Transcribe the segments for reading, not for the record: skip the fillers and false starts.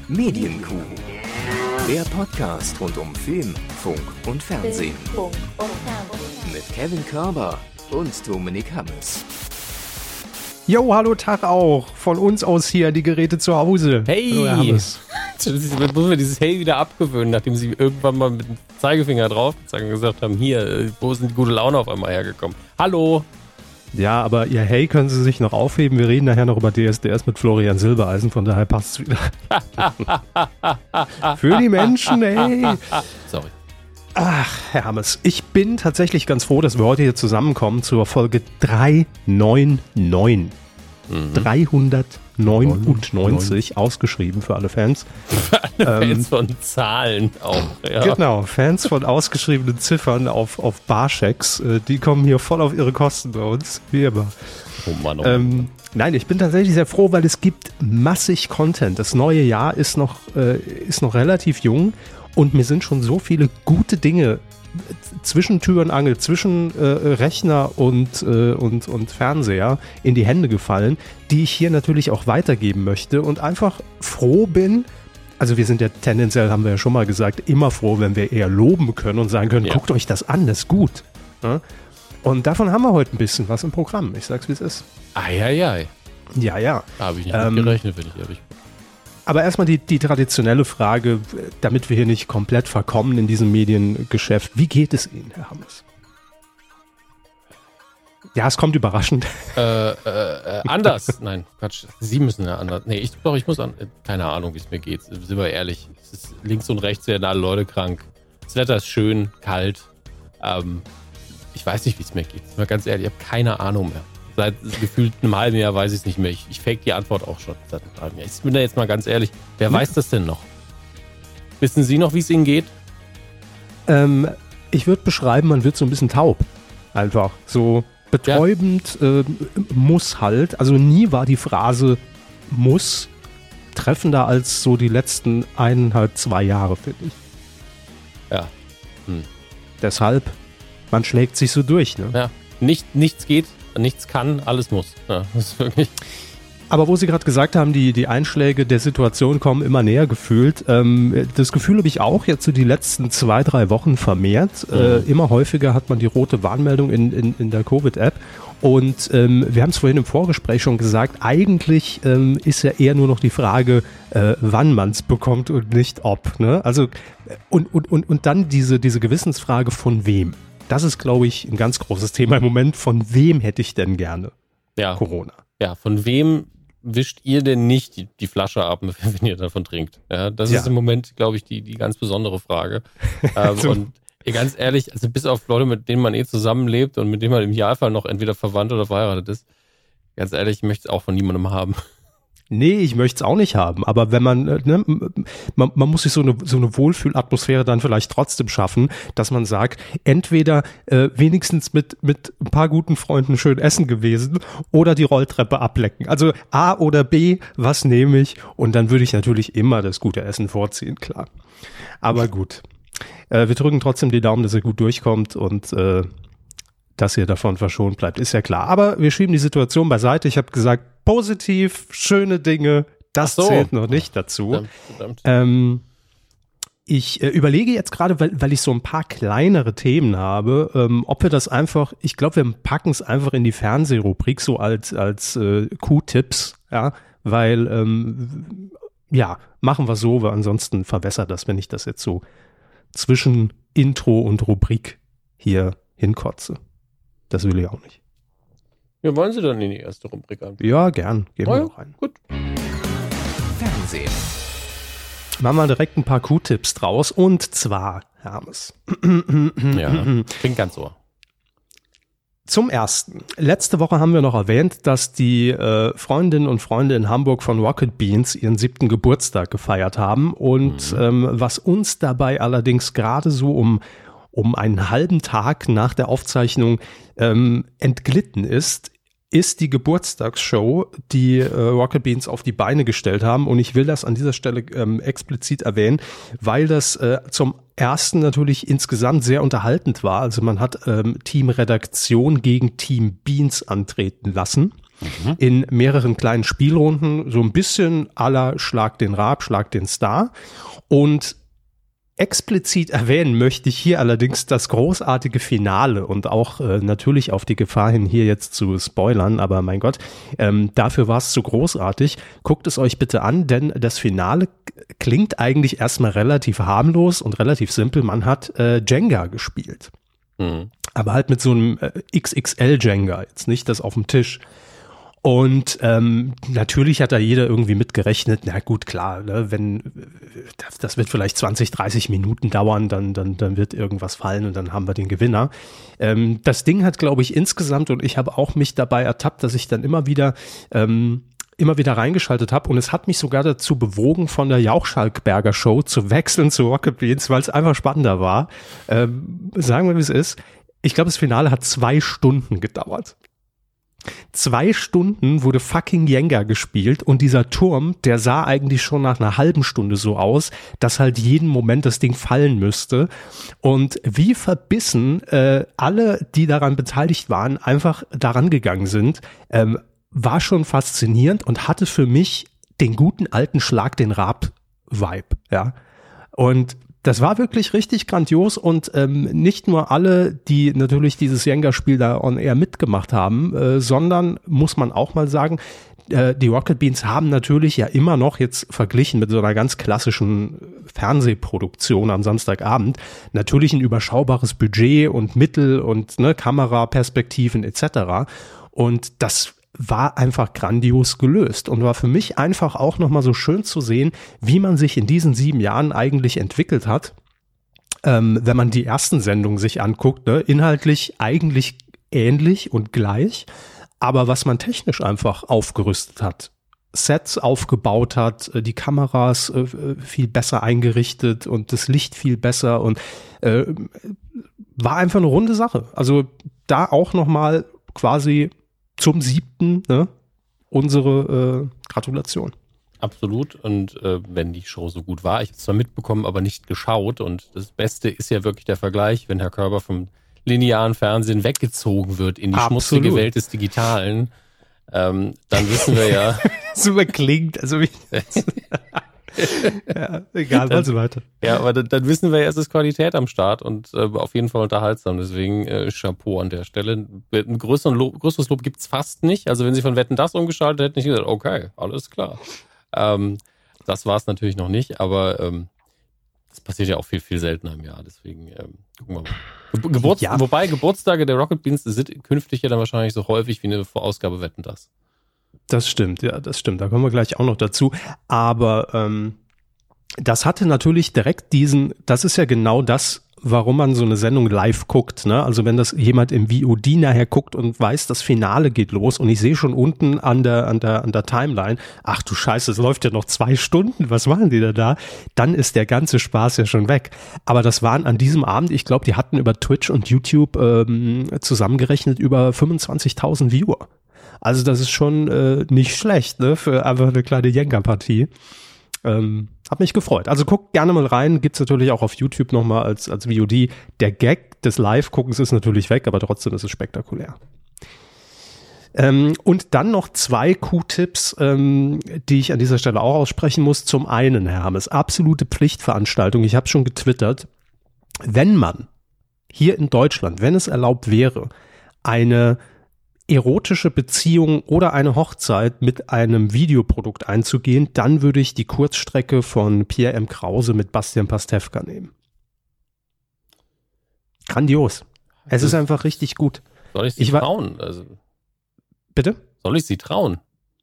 Medienkuh. Der Podcast rund um Film, Funk und Fernsehen. Mit Kevin Körber und Dominik Hammes. Jo, hallo Tag auch. Von uns aus hier, die Geräte zu Hause. Hey! Hallo, Jetzt müssen wir dieses Hey wieder abgewöhnen, nachdem sie irgendwann mal mit dem Zeigefinger drauf gesagt haben, hier, wo ist denn die gute Laune auf einmal hergekommen? Hallo! Ja, aber ihr Hey können Sie sich noch aufheben. Wir reden nachher noch über DSDS mit Florian Silbereisen, von daher passt es wieder. Für die Menschen, ey. Sorry. Ach, Herr Hammes, ich bin tatsächlich ganz froh, dass wir heute hier zusammenkommen zur Folge 399. 399, ausgeschrieben für alle Fans. Fans von Zahlen auch. Ja. Genau, Fans von ausgeschriebenen Ziffern auf Barchecks, die kommen hier voll auf ihre Kosten bei uns, wie immer. Oh Mann, oh Mann. Nein, ich bin tatsächlich sehr froh, weil es gibt massig Content. Das neue Jahr ist noch relativ jung und mir sind schon so viele gute Dinge zwischen Tür und Angel, zwischen Rechner und Fernseher in die Hände gefallen, die ich hier natürlich auch weitergeben möchte und einfach froh bin. Also wir sind ja tendenziell, haben wir ja schon mal gesagt, immer froh, wenn wir eher loben können und sagen können, guckt euch das an, das ist gut. Ja? Und davon haben wir heute ein bisschen was im Programm. Ich sag's, wie es ist. Eieiei. Ja. Da habe ich nicht mit gerechnet, wenn ich ehrlich bin. Aber erstmal die traditionelle Frage, damit wir hier nicht komplett verkommen in diesem Mediengeschäft. Wie geht es Ihnen, Herr Hammes? Ja, es kommt überraschend. Anders. Nein, Quatsch. Sie müssen ja anders. Nee, ich muss an. Keine Ahnung, wie es mir geht. Sind wir ehrlich. Es ist links und rechts werden alle Leute krank. Das Wetter ist schön, kalt. Ich weiß nicht, wie es mir geht. Mal ganz ehrlich, ich habe keine Ahnung mehr. Seit gefühlt einem halben Jahr weiß ich es nicht mehr. Ich fake die Antwort auch schon seit einem halben Jahr. Ich bin da jetzt mal ganz ehrlich. Wer weiß das denn noch? Wissen Sie noch, wie es Ihnen geht? Ich würde beschreiben, man wird so ein bisschen taub. Einfach so betäubend, muss halt. Also nie war die Phrase muss treffender als so die letzten 1,5, 2 Jahre, finde ich. Ja. Deshalb, man schlägt sich so durch. Ne? Ja. Nichts geht. Nichts kann, alles muss. Ja, das ist wirklich. Aber wo Sie gerade gesagt haben, die Einschläge der Situation kommen immer näher gefühlt. Das Gefühl habe ich auch jetzt so die letzten 2, 3 Wochen vermehrt. Immer häufiger hat man die rote Warnmeldung in der Covid-App. Und wir haben es vorhin im Vorgespräch schon gesagt, eigentlich ist ja eher nur noch die Frage, wann man es bekommt und nicht ob. Ne? Also und dann diese Gewissensfrage von wem. Das ist, glaube ich, ein ganz großes Thema im Moment. Von wem hätte ich denn gerne Corona? Ja, von wem wischt ihr denn nicht die Flasche ab, wenn ihr davon trinkt? Ja, das ist im Moment, glaube ich, die ganz besondere Frage. Und ganz ehrlich, also bis auf Leute, mit denen man zusammenlebt und mit denen man im Idealfall noch entweder verwandt oder verheiratet ist, ganz ehrlich, ich möchte es auch von niemandem haben. Nee, ich möchte es auch nicht haben, aber wenn man muss sich so eine Wohlfühlatmosphäre dann vielleicht trotzdem schaffen, dass man sagt, entweder wenigstens mit ein paar guten Freunden schön essen gewesen oder die Rolltreppe ablecken. Also A oder B, was nehme ich? Und dann würde ich natürlich immer das gute Essen vorziehen, klar. Aber gut, wir drücken trotzdem die Daumen, dass er gut durchkommt und dass ihr davon verschont bleibt, ist ja klar. Aber wir schieben die Situation beiseite. Ich habe gesagt, positiv, schöne Dinge, das zählt noch nicht dazu. Verdammt. Ich überlege jetzt gerade, weil ich so ein paar kleinere Themen habe, ob wir das einfach, ich glaube, wir packen es einfach in die Fernsehrubrik so als Q-Tipps, ja, weil, machen wir so, weil ansonsten verwässert das, wenn ich das jetzt so zwischen Intro und Rubrik hier hinkotze. Das will ich auch nicht. Ja, wollen Sie dann in die erste Rubrik an? Ja, gern. Gehen wir noch rein. Gut. Fernsehen. Machen wir direkt ein paar Q-Tipps draus. Und zwar, Hermes. Ja, klingt ganz so. Zum Ersten. Letzte Woche haben wir noch erwähnt, dass die Freundinnen und Freunde in Hamburg von Rocket Beans ihren 7. Geburtstag gefeiert haben. Und was uns dabei allerdings gerade so um einen halben Tag nach der Aufzeichnung entglitten ist die Geburtstagsshow, die Rocket Beans auf die Beine gestellt haben. Und ich will das an dieser Stelle explizit erwähnen, weil das zum ersten natürlich insgesamt sehr unterhaltend war. Also man hat Team Redaktion gegen Team Beans antreten lassen. in mehreren kleinen Spielrunden, so ein bisschen à la Schlag den Raab, Schlag den Star. Und explizit erwähnen möchte ich hier allerdings das großartige Finale und auch natürlich auf die Gefahr hin, hier jetzt zu spoilern, aber mein Gott, dafür war es zu großartig. Guckt es euch bitte an, denn das Finale klingt eigentlich erstmal relativ harmlos und relativ simpel. Man hat Jenga gespielt, aber halt mit so einem XXL Jenga, jetzt nicht das auf dem Tisch. Und natürlich hat da jeder irgendwie mitgerechnet, na gut, klar, ne, wenn das wird vielleicht 20, 30 Minuten dauern, dann wird irgendwas fallen und dann haben wir den Gewinner. Das Ding hat, glaube ich, insgesamt, und ich habe auch mich dabei ertappt, dass ich dann immer wieder reingeschaltet habe, und es hat mich sogar dazu bewogen, von der Jauch-Schalkberger Show zu wechseln zu Rocket Beans, weil es einfach spannender war. Sagen wir, wie es ist. Ich glaube, das Finale hat 2 Stunden gedauert. 2 Stunden wurde fucking Jenga gespielt und dieser Turm, der sah eigentlich schon nach einer halben Stunde so aus, dass halt jeden Moment das Ding fallen müsste. Und wie verbissen alle, die daran beteiligt waren, einfach daran gegangen sind, war schon faszinierend und hatte für mich den guten alten Schlag den Raab-Vibe, ja. Und das war wirklich richtig grandios und nicht nur alle, die natürlich dieses Jenga-Spiel da on air mitgemacht haben, sondern, muss man auch mal sagen, die Rocket Beans haben natürlich ja immer noch jetzt verglichen mit so einer ganz klassischen Fernsehproduktion am Samstagabend natürlich ein überschaubares Budget und Mittel und ne, Kameraperspektiven etc. Und das war einfach grandios gelöst und war für mich einfach auch nochmal so schön zu sehen, wie man sich in diesen 7 Jahren eigentlich entwickelt hat, wenn man die ersten Sendungen sich anguckt, ne? Inhaltlich eigentlich ähnlich und gleich, aber was man technisch einfach aufgerüstet hat, Sets aufgebaut hat, die Kameras viel besser eingerichtet und das Licht viel besser und war einfach eine runde Sache. Also da auch nochmal quasi zum 7. Ne, unsere Gratulation. Absolut. Und wenn die Show so gut war, ich habe es zwar mitbekommen, aber nicht geschaut. Und das Beste ist ja wirklich der Vergleich, wenn Herr Körber vom linearen Fernsehen weggezogen wird in die schmutzige Welt des Digitalen, dann wissen wir ja. Super klingt, also wie ja, egal, also weiter. Ja, aber dann wissen wir ja, es ist Qualität am Start und auf jeden Fall unterhaltsam. Deswegen Chapeau an der Stelle. Ein größeres Lob gibt's fast nicht. Also wenn sie von Wetten, das umgeschaltet hätten, hätte ich gesagt, okay, alles klar. Das war es natürlich noch nicht, aber das passiert ja auch viel, viel seltener im Jahr. Deswegen gucken wir mal. Ja. Wobei Geburtstage der Rocket Beans sind künftig ja dann wahrscheinlich so häufig wie eine Vorausgabe Wetten, das. Das stimmt, ja, das stimmt. Da kommen wir gleich auch noch dazu. Aber das hatte natürlich direkt das ist ja genau das, warum man so eine Sendung live guckt, ne? Also wenn das jemand im VOD nachher guckt und weiß, das Finale geht los und ich sehe schon unten an der Timeline, ach du Scheiße, es läuft ja noch 2 Stunden, was machen die da? Dann ist der ganze Spaß ja schon weg. Aber das waren an diesem Abend, ich glaube, die hatten über Twitch und YouTube zusammengerechnet über 25.000 Viewer. Also das ist schon nicht schlecht, ne, für einfach eine kleine Jenga-Partie. Hat mich gefreut. Also guckt gerne mal rein, gibt's natürlich auch auf YouTube nochmal als VOD. Der Gag des Live-Guckens ist natürlich weg, aber trotzdem ist es spektakulär. Und dann noch 2 Q-Tipps, die ich an dieser Stelle auch aussprechen muss. Zum einen, Herr Hammes, absolute Pflichtveranstaltung. Ich habe schon getwittert. Wenn man hier in Deutschland, wenn es erlaubt wäre, eine erotische Beziehung oder eine Hochzeit mit einem Videoprodukt einzugehen, dann würde ich die Kurzstrecke von Pierre M. Krause mit Bastian Pastewka nehmen. Grandios. Es ist einfach richtig gut. Soll ich sie trauen? Also, bitte? Soll ich sie trauen?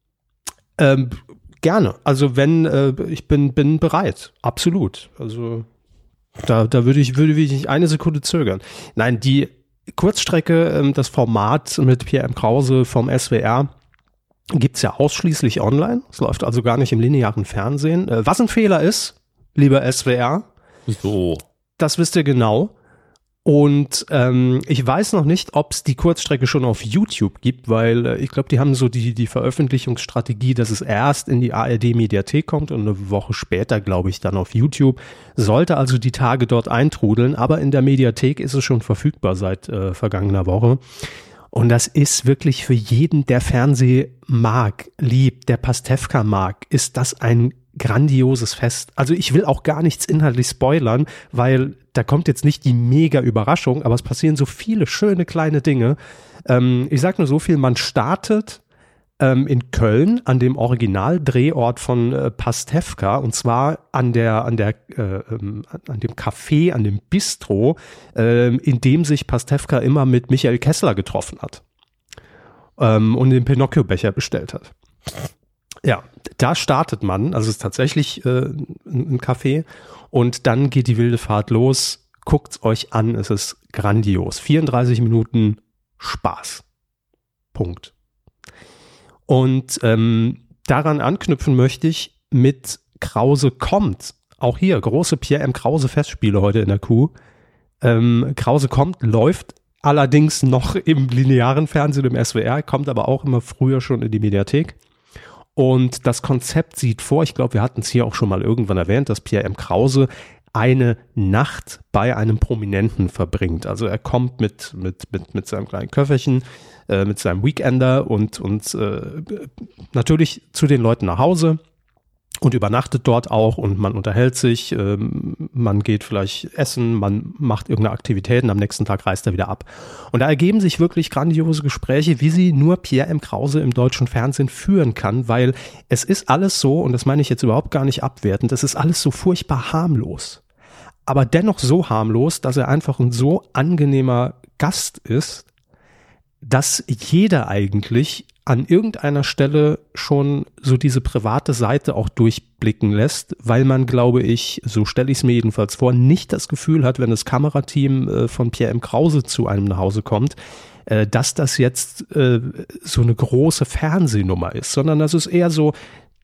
Gerne. Also ich bin bereit. Absolut. Also da würde ich nicht eine Sekunde zögern. Nein, die Kurzstrecke, das Format mit Pierre M. Krause vom SWR gibt's ja ausschließlich online. Es läuft also gar nicht im linearen Fernsehen. Was ein Fehler ist, lieber SWR. So. Das wisst ihr genau. Und ich weiß noch nicht, ob es die Kurzstrecke schon auf YouTube gibt, weil ich glaube, die haben so die Veröffentlichungsstrategie, dass es erst in die ARD-Mediathek kommt und eine Woche später, glaube ich, dann auf YouTube. Sollte also die Tage dort eintrudeln, aber in der Mediathek ist es schon verfügbar seit vergangener Woche. Und das ist wirklich für jeden, der Fernseh mag, liebt, der Pastewka mag, ist das ein grandioses Fest. Also ich will auch gar nichts inhaltlich spoilern, weil da kommt jetzt nicht die mega Überraschung, aber es passieren so viele schöne kleine Dinge. Ich sag nur so viel, man startet in Köln an dem Originaldrehort von Pastewka, und zwar an dem Café, an dem Bistro, in dem sich Pastewka immer mit Michael Kessler getroffen hat und den Pinocchio-Becher bestellt hat. Ja, da startet man, also es ist tatsächlich ein Café, und dann geht die wilde Fahrt los. Guckt's euch an, es ist grandios. 34 Minuten Spaß. Punkt. Und daran anknüpfen möchte ich mit Krause kommt. Auch hier große Pierre M. Krause Festspiele heute in der Kuh. Krause kommt läuft allerdings noch im linearen Fernsehen, im SWR, kommt aber auch immer früher schon in die Mediathek. Und das Konzept sieht vor, ich glaube, wir hatten es hier auch schon mal irgendwann erwähnt, dass Pierre M. Krause eine Nacht bei einem Prominenten verbringt. Also er kommt mit seinem kleinen Köfferchen, mit seinem Weekender und natürlich zu den Leuten nach Hause und übernachtet dort auch, und man unterhält sich, man geht vielleicht essen, man macht irgendeine Aktivität und am nächsten Tag reist er wieder ab. Und da ergeben sich wirklich grandiose Gespräche, wie sie nur Pierre M. Krause im deutschen Fernsehen führen kann, weil es ist alles so, und das meine ich jetzt überhaupt gar nicht abwertend, es ist alles so furchtbar harmlos. Aber dennoch so harmlos, dass er einfach ein so angenehmer Gast ist, dass jeder eigentlich an irgendeiner Stelle schon so diese private Seite auch durchblicken lässt, weil man, glaube ich, so stelle ich es mir jedenfalls vor, nicht das Gefühl hat, wenn das Kamerateam von Pierre M. Krause zu einem nach Hause kommt, dass das jetzt so eine große Fernsehnummer ist, sondern das ist eher so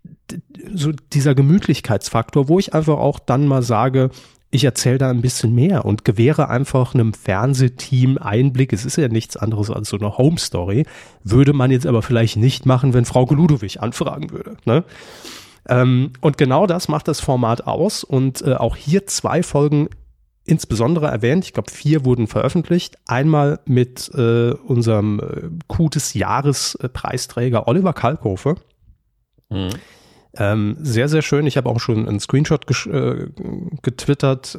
dieser Gemütlichkeitsfaktor, wo ich einfach auch dann mal sage, ich erzähle da ein bisschen mehr und gewähre einfach einem Fernsehteam Einblick. Es ist ja nichts anderes als so eine Home-Story. Würde man jetzt aber vielleicht nicht machen, wenn Frauke Ludowig anfragen würde. Ne? Und genau das macht das Format aus. Und auch hier 2 Folgen insbesondere erwähnt. Ich glaube, 4 wurden veröffentlicht. Einmal mit unserem Coup des Jahres Preisträger Oliver Kalkofe. Mhm. Sehr, sehr schön. Ich habe auch schon einen Screenshot getwittert.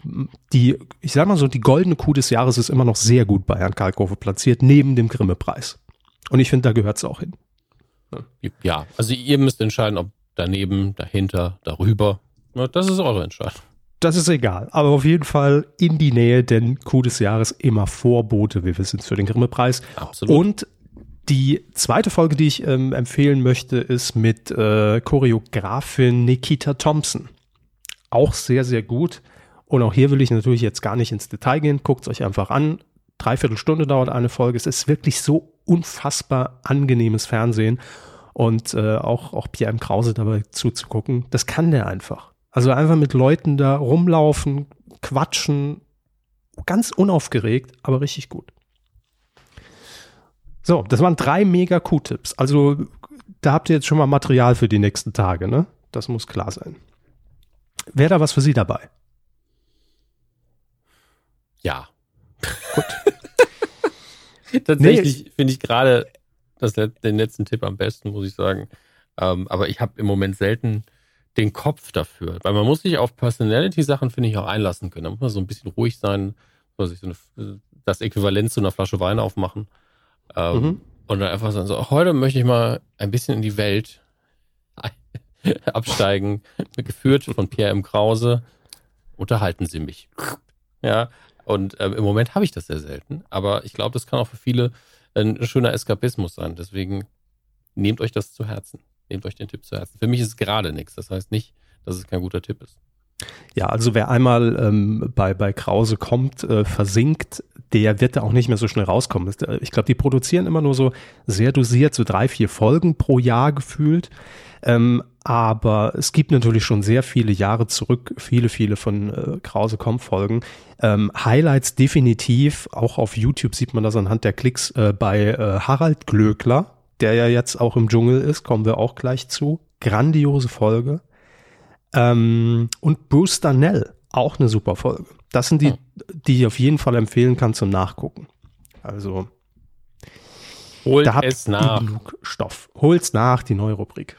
Ich sag mal so, die goldene Kuh des Jahres ist immer noch sehr gut bei Herrn Kalkofe platziert, neben dem Grimme-Preis. Und ich finde, da gehört es auch hin. Ja, also ihr müsst entscheiden, ob daneben, dahinter, darüber. Das ist eure Entscheidung. Das ist egal. Aber auf jeden Fall in die Nähe, denn Kuh des Jahres immer Vorbote, wir wissen es, für den Grimme-Preis. Absolut. Und die zweite Folge, die ich empfehlen möchte, ist mit Choreografin Nikita Thompson. Auch sehr, sehr gut. Und auch hier will ich natürlich jetzt gar nicht ins Detail gehen. Guckt es euch einfach an. 3/4 Stunde dauert eine Folge. Es ist wirklich so unfassbar angenehmes Fernsehen. Und auch Pierre M. Krause dabei zuzugucken, das kann der einfach. Also einfach mit Leuten da rumlaufen, quatschen. Ganz unaufgeregt, aber richtig gut. So, das waren 3 mega Q-Tipps. Also da habt ihr jetzt schon mal Material für die nächsten Tage, ne? Das muss klar sein. Wäre da was für Sie dabei? Ja. Gut. Tatsächlich finde ich gerade den letzten Tipp am besten, muss ich sagen. Aber ich habe im Moment selten den Kopf dafür. Weil man muss sich auf Personality-Sachen, finde ich, auch einlassen können. Da muss man so ein bisschen ruhig sein, muss sich das Äquivalent zu einer Flasche Wein aufmachen. Und dann einfach sagen, so, heute möchte ich mal ein bisschen in die Welt absteigen, geführt von Pierre M. Krause. Unterhalten Sie mich. Ja, und im Moment habe ich das sehr selten, aber ich glaube, das kann auch für viele ein schöner Eskapismus sein. Deswegen nehmt euch das zu Herzen. Nehmt euch den Tipp zu Herzen. Für mich ist es gerade nichts. Das heißt nicht, dass es kein guter Tipp ist. Ja, also wer einmal bei Krause kommt, versinkt, der wird da auch nicht mehr so schnell rauskommen. Ich glaube, die produzieren immer nur so sehr dosiert, so 3-4 Folgen pro Jahr gefühlt. Aber es gibt natürlich schon sehr viele Jahre zurück, viele von Krause kommt Folgen. Highlights definitiv, auch auf YouTube sieht man das anhand der Klicks, bei Harald Glöckler, der ja jetzt auch im Dschungel ist, kommen wir auch gleich zu. Grandiose Folge. Und Bruce Darnell, auch eine super Folge. Das sind die ich auf jeden Fall empfehlen kann zum Nachgucken. Also Holt es nach. Genug Stoff. Holt's nach, die neue Rubrik.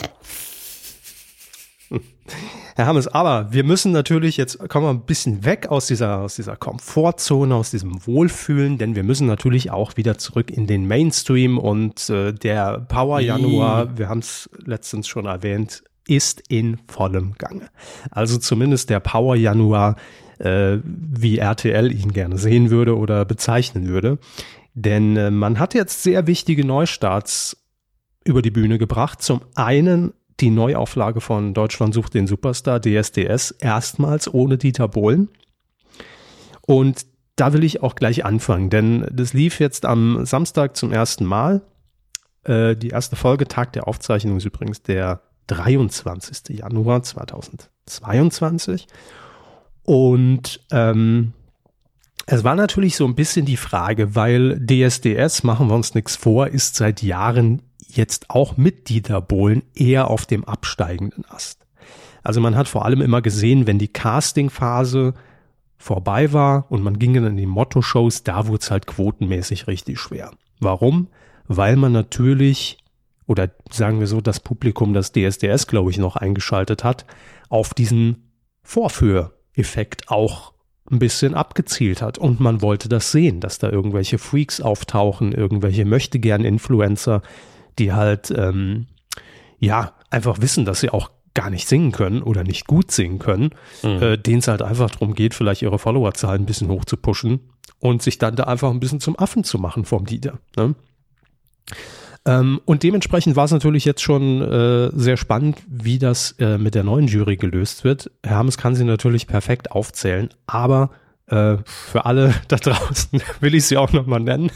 Herr Hammes, aber wir müssen natürlich, jetzt kommen wir ein bisschen weg aus dieser Komfortzone, aus diesem Wohlfühlen, denn wir müssen natürlich auch wieder zurück in den Mainstream und der Power Januar, wir haben es letztens schon erwähnt, ist in vollem Gange. Also zumindest der Power Januar, wie RTL ihn gerne sehen würde oder bezeichnen würde. Denn man hat jetzt sehr wichtige Neustarts über die Bühne gebracht. Zum einen die Neuauflage von Deutschland sucht den Superstar, DSDS, erstmals ohne Dieter Bohlen. Und da will ich auch gleich anfangen, denn das lief jetzt am Samstag zum ersten Mal. Die erste Folge, Tag der Aufzeichnung, ist übrigens der 23. Januar 2022. Und es war natürlich so ein bisschen die Frage, weil DSDS, machen wir uns nichts vor, ist seit Jahren jetzt auch mit Dieter Bohlen eher auf dem absteigenden Ast. Also man hat vor allem immer gesehen, wenn die Castingphase vorbei war und man ging dann in die Motto-Shows, da wurde es halt quotenmäßig richtig schwer. Warum? Weil man natürlich, oder sagen wir so, das Publikum, das DSDS, glaube ich, noch eingeschaltet hat, auf diesen Vorführeffekt auch ein bisschen abgezielt hat. Und man wollte das sehen, dass da irgendwelche Freaks auftauchen, irgendwelche Möchtegern-Influencer, die halt einfach wissen, dass sie auch gar nicht singen können oder nicht gut singen können, denen es halt einfach darum geht, vielleicht ihre Followerzahlen ein bisschen hoch zu pushen und sich dann da einfach ein bisschen zum Affen zu machen vom Dieter. Ne? Und dementsprechend war es natürlich jetzt schon sehr spannend, wie das mit der neuen Jury gelöst wird. Herr Hammes kann sie natürlich perfekt aufzählen, aber für alle da draußen will ich sie auch nochmal nennen.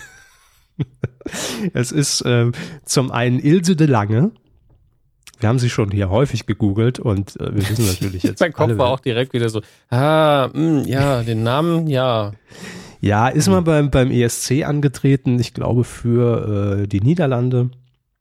Es ist zum einen Ilse de Lange. Wir haben sie schon hier häufig gegoogelt und wir wissen natürlich jetzt. Mein Kopf war auch direkt wieder so, ja, den Namen, ja. Ja, ist mal beim ESC angetreten, ich glaube für die Niederlande.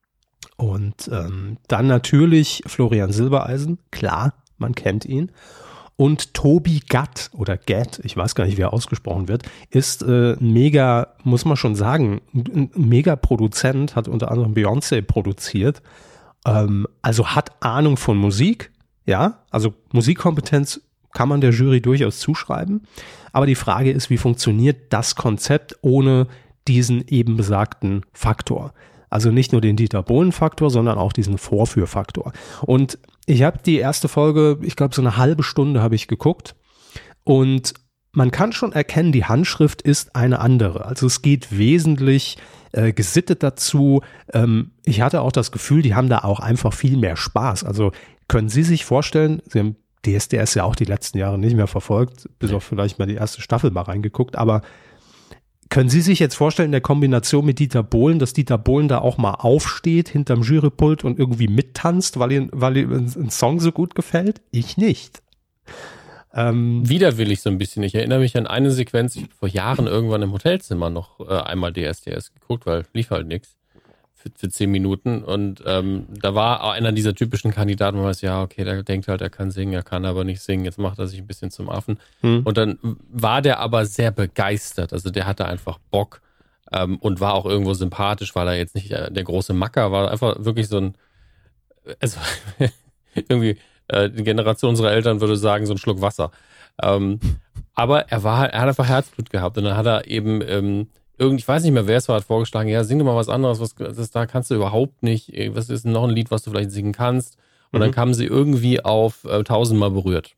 Und dann natürlich Florian Silbereisen, klar, man kennt ihn. Und Tobi Gatt oder Gatt, ich weiß gar nicht, wie er ausgesprochen wird, ist mega, muss man schon sagen, ein mega Produzent, hat unter anderem Beyoncé produziert. Also hat Ahnung von Musik, ja, also Musikkompetenz kann man der Jury durchaus zuschreiben. Aber die Frage ist, wie funktioniert das Konzept ohne diesen eben besagten Faktor? Also nicht nur den Dieter Bohlen-Faktor, sondern auch diesen Vorführfaktor. Und ich habe die erste Folge, ich glaube so eine halbe Stunde habe ich geguckt und man kann schon erkennen, die Handschrift ist eine andere. Also es geht wesentlich gesittet dazu. Ich hatte auch das Gefühl, die haben da auch einfach viel mehr Spaß. Also können Sie sich vorstellen, Sie haben DSDS ja auch die letzten Jahre nicht mehr verfolgt, bis auf vielleicht mal die erste Staffel mal reingeguckt, aber können Sie sich jetzt vorstellen, in der Kombination mit Dieter Bohlen, dass Dieter Bohlen da auch mal aufsteht hinterm Jurypult und irgendwie mittanzt, weil ihm ein Song so gut gefällt? Ich nicht. Widerwillig so ein bisschen. Ich erinnere mich an eine Sequenz, ich habe vor Jahren irgendwann im Hotelzimmer noch einmal DSDS geguckt, weil lief halt nichts für 10 Minuten und da war einer dieser typischen Kandidaten, wo man weiß, ja, okay, der denkt halt, er kann singen, er kann aber nicht singen, jetzt macht er sich ein bisschen zum Affen. Und dann war der aber sehr begeistert, also der hatte einfach Bock und war auch irgendwo sympathisch, weil er jetzt nicht der große Macker war, einfach wirklich so ein, also irgendwie die Generation unserer Eltern würde sagen, so ein Schluck Wasser. Aber er hat einfach Herzblut gehabt und dann hat er eben ich weiß nicht mehr, wer es war, hat vorgeschlagen, ja, sing doch mal was anderes, da kannst du überhaupt nicht, was ist noch ein Lied, was du vielleicht singen kannst? Und dann kamen sie irgendwie auf 1000-mal berührt.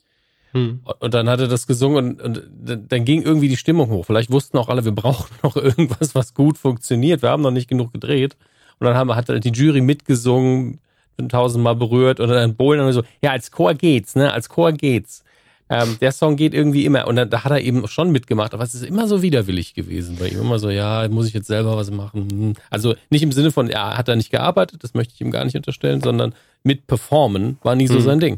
Und dann hat er das gesungen und dann ging irgendwie die Stimmung hoch. Vielleicht wussten auch alle, wir brauchen noch irgendwas, was gut funktioniert. Wir haben noch nicht genug gedreht. Und dann hat die Jury mitgesungen, 1000-mal berührt und dann Bohlen und so, ja, als Chor geht's, ne, als Chor geht's. Der Song geht irgendwie immer und dann, da hat er eben schon mitgemacht, aber es ist immer so widerwillig gewesen bei ihm. Immer so, ja, muss ich jetzt selber was machen? Also nicht im Sinne von, ja, hat er nicht gearbeitet, das möchte ich ihm gar nicht unterstellen, sondern mit Performen war nie so sein Ding.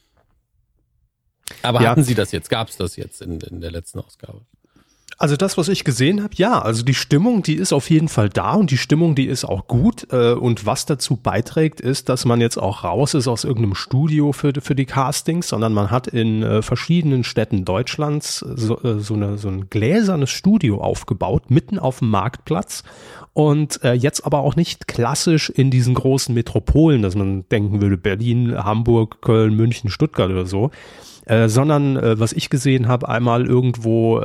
Aber hatten Sie das jetzt? Gab es das jetzt in der letzten Ausgabe? Also das, was ich gesehen habe, ja, also die Stimmung, die ist auf jeden Fall da und die Stimmung, die ist auch gut und was dazu beiträgt, ist, dass man jetzt auch raus ist aus irgendeinem Studio für die Castings, sondern man hat in verschiedenen Städten Deutschlands so ein gläsernes Studio aufgebaut, mitten auf dem Marktplatz und jetzt aber auch nicht klassisch in diesen großen Metropolen, dass man denken würde, Berlin, Hamburg, Köln, München, Stuttgart oder so, sondern was ich gesehen habe, einmal irgendwo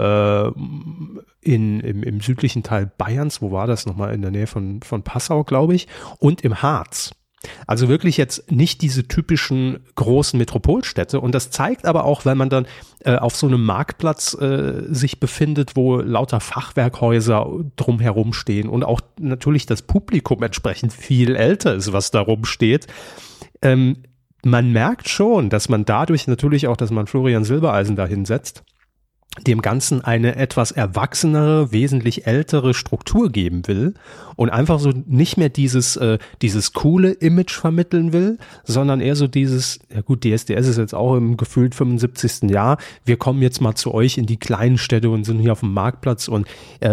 im südlichen Teil Bayerns, wo war das nochmal, in der Nähe von Passau, glaube ich, und im Harz. Also wirklich jetzt nicht diese typischen großen Metropolstädte, und das zeigt aber auch, wenn man dann auf so einem Marktplatz sich befindet, wo lauter Fachwerkhäuser drumherum stehen und auch natürlich das Publikum entsprechend viel älter ist, was da rumsteht. Man merkt schon, dass man dadurch natürlich auch, dass man Florian Silbereisen da hinsetzt, dem Ganzen eine etwas erwachsenere, wesentlich ältere Struktur geben will und einfach so nicht mehr dieses coole Image vermitteln will, sondern eher so dieses, ja gut, DSDS ist jetzt auch im gefühlt 75. Jahr, wir kommen jetzt mal zu euch in die kleinen Städte und sind hier auf dem Marktplatz, und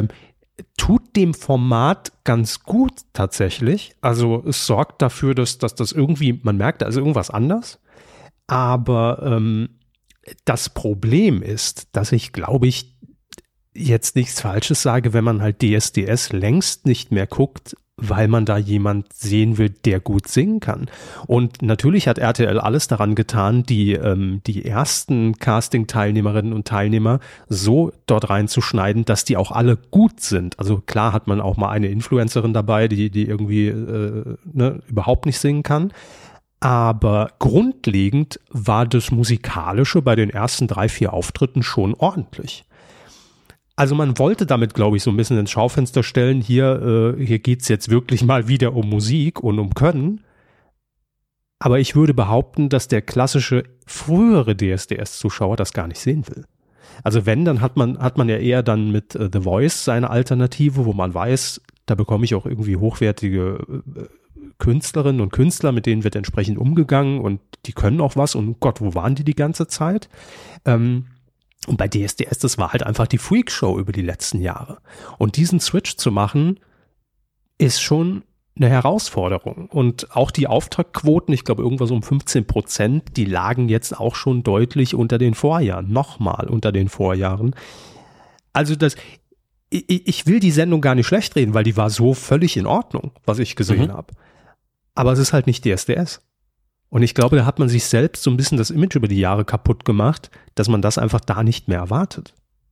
tut dem Format ganz gut tatsächlich. Also es sorgt dafür, dass das irgendwie, man merkt, da ist irgendwas anders, aber das Problem ist, dass ich, glaube ich, jetzt nichts Falsches sage, wenn man halt DSDS längst nicht mehr guckt, weil man da jemand sehen will, der gut singen kann. Und natürlich hat RTL alles daran getan, die ersten Casting-Teilnehmerinnen und Teilnehmer so dort reinzuschneiden, dass die auch alle gut sind. Also klar hat man auch mal eine Influencerin dabei, die irgendwie überhaupt nicht singen kann. Aber grundlegend war das Musikalische bei den ersten 3-4 Auftritten schon ordentlich. Also man wollte damit, glaube ich, so ein bisschen ins Schaufenster stellen, hier geht's jetzt wirklich mal wieder um Musik und um Können. Aber ich würde behaupten, dass der klassische frühere DSDS-Zuschauer das gar nicht sehen will. Also wenn, dann hat man ja eher dann mit The Voice seine Alternative, wo man weiß, da bekomme ich auch irgendwie hochwertige Künstlerinnen und Künstler, mit denen wird entsprechend umgegangen und die können auch was, und Gott, wo waren die ganze Zeit? Und bei DSDS, das war halt einfach die Freakshow über die letzten Jahre. Und diesen Switch zu machen, ist schon eine Herausforderung. Und auch die Auftaktquoten, ich glaube irgendwas um 15%, die lagen jetzt auch schon deutlich unter den Vorjahren, nochmal unter den Vorjahren. Also ich will die Sendung gar nicht schlecht reden, weil die war so völlig in Ordnung, was ich gesehen habe. Aber es ist halt nicht DSDS. Und ich glaube, da hat man sich selbst so ein bisschen das Image über die Jahre kaputt gemacht, dass man das einfach da nicht mehr erwartet.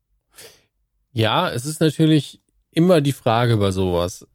Ja, es ist natürlich immer die Frage bei sowas.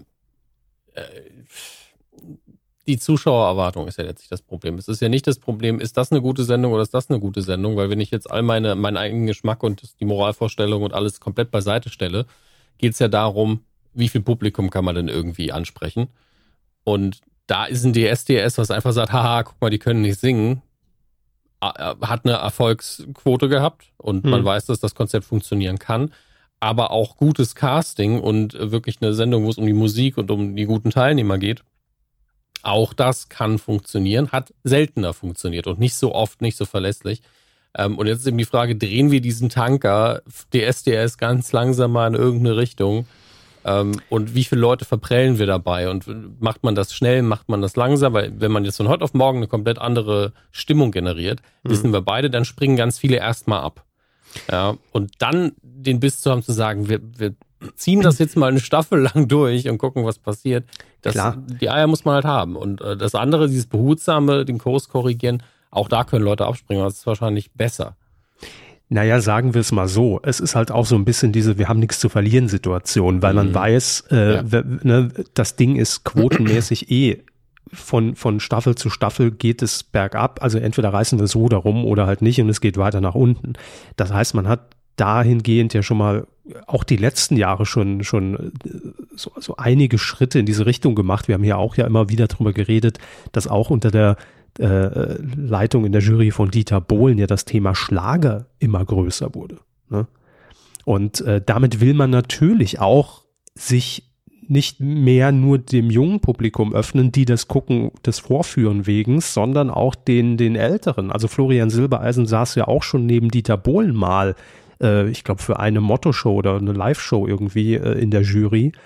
Die Zuschauererwartung ist ja letztlich das Problem. Es ist ja nicht das Problem, ist das eine gute Sendung oder ist das eine gute Sendung, weil wenn ich jetzt all meinen eigenen Geschmack und die Moralvorstellung und alles komplett beiseite stelle, geht es ja darum, wie viel Publikum kann man denn irgendwie ansprechen. Und da ist ein DSDS, was einfach sagt, haha, guck mal, die können nicht singen, hat eine Erfolgsquote gehabt und man weiß, dass das Konzept funktionieren kann, aber auch gutes Casting und wirklich eine Sendung, wo es um die Musik und um die guten Teilnehmer geht. Auch das kann funktionieren, hat seltener funktioniert und nicht so oft, nicht so verlässlich. Und jetzt ist eben die Frage, drehen wir diesen Tanker DSDS ganz langsam mal in irgendeine Richtung? Und wie viele Leute verprellen wir dabei? Und macht man das schnell, macht man das langsam? Weil wenn man jetzt von heute auf morgen eine komplett andere Stimmung generiert, wissen wir beide, dann springen ganz viele erstmal ab. Ja, und dann den Biss zu haben, zu sagen, wir ziehen das jetzt mal eine Staffel lang durch und gucken, was passiert. Die Eier muss man halt haben. Und das andere, dieses Behutsame, den Kurs korrigieren, auch da können Leute abspringen. Das ist wahrscheinlich besser. Naja, sagen wir es mal so. Es ist halt auch so ein bisschen diese wir haben nichts zu verlieren Situation, weil man weiß, das Ding ist quotenmäßig von Staffel zu Staffel geht es bergab. Also entweder reißen wir so darum oder halt nicht und es geht weiter nach unten. Das heißt, man hat dahingehend ja schon mal auch die letzten Jahre schon so einige Schritte in diese Richtung gemacht. Wir haben hier auch ja immer wieder drüber geredet, dass auch unter der Leitung in der Jury von Dieter Bohlen ja das Thema Schlager immer größer wurde. Ne? Und damit will man natürlich auch sich nicht mehr nur dem jungen Publikum öffnen, die das gucken, das Vorführen wegen, sondern auch den Älteren. Also Florian Silbereisen saß ja auch schon neben Dieter Bohlen mal, ich glaube für eine Motto-Show oder eine Live-Show irgendwie in der Jury.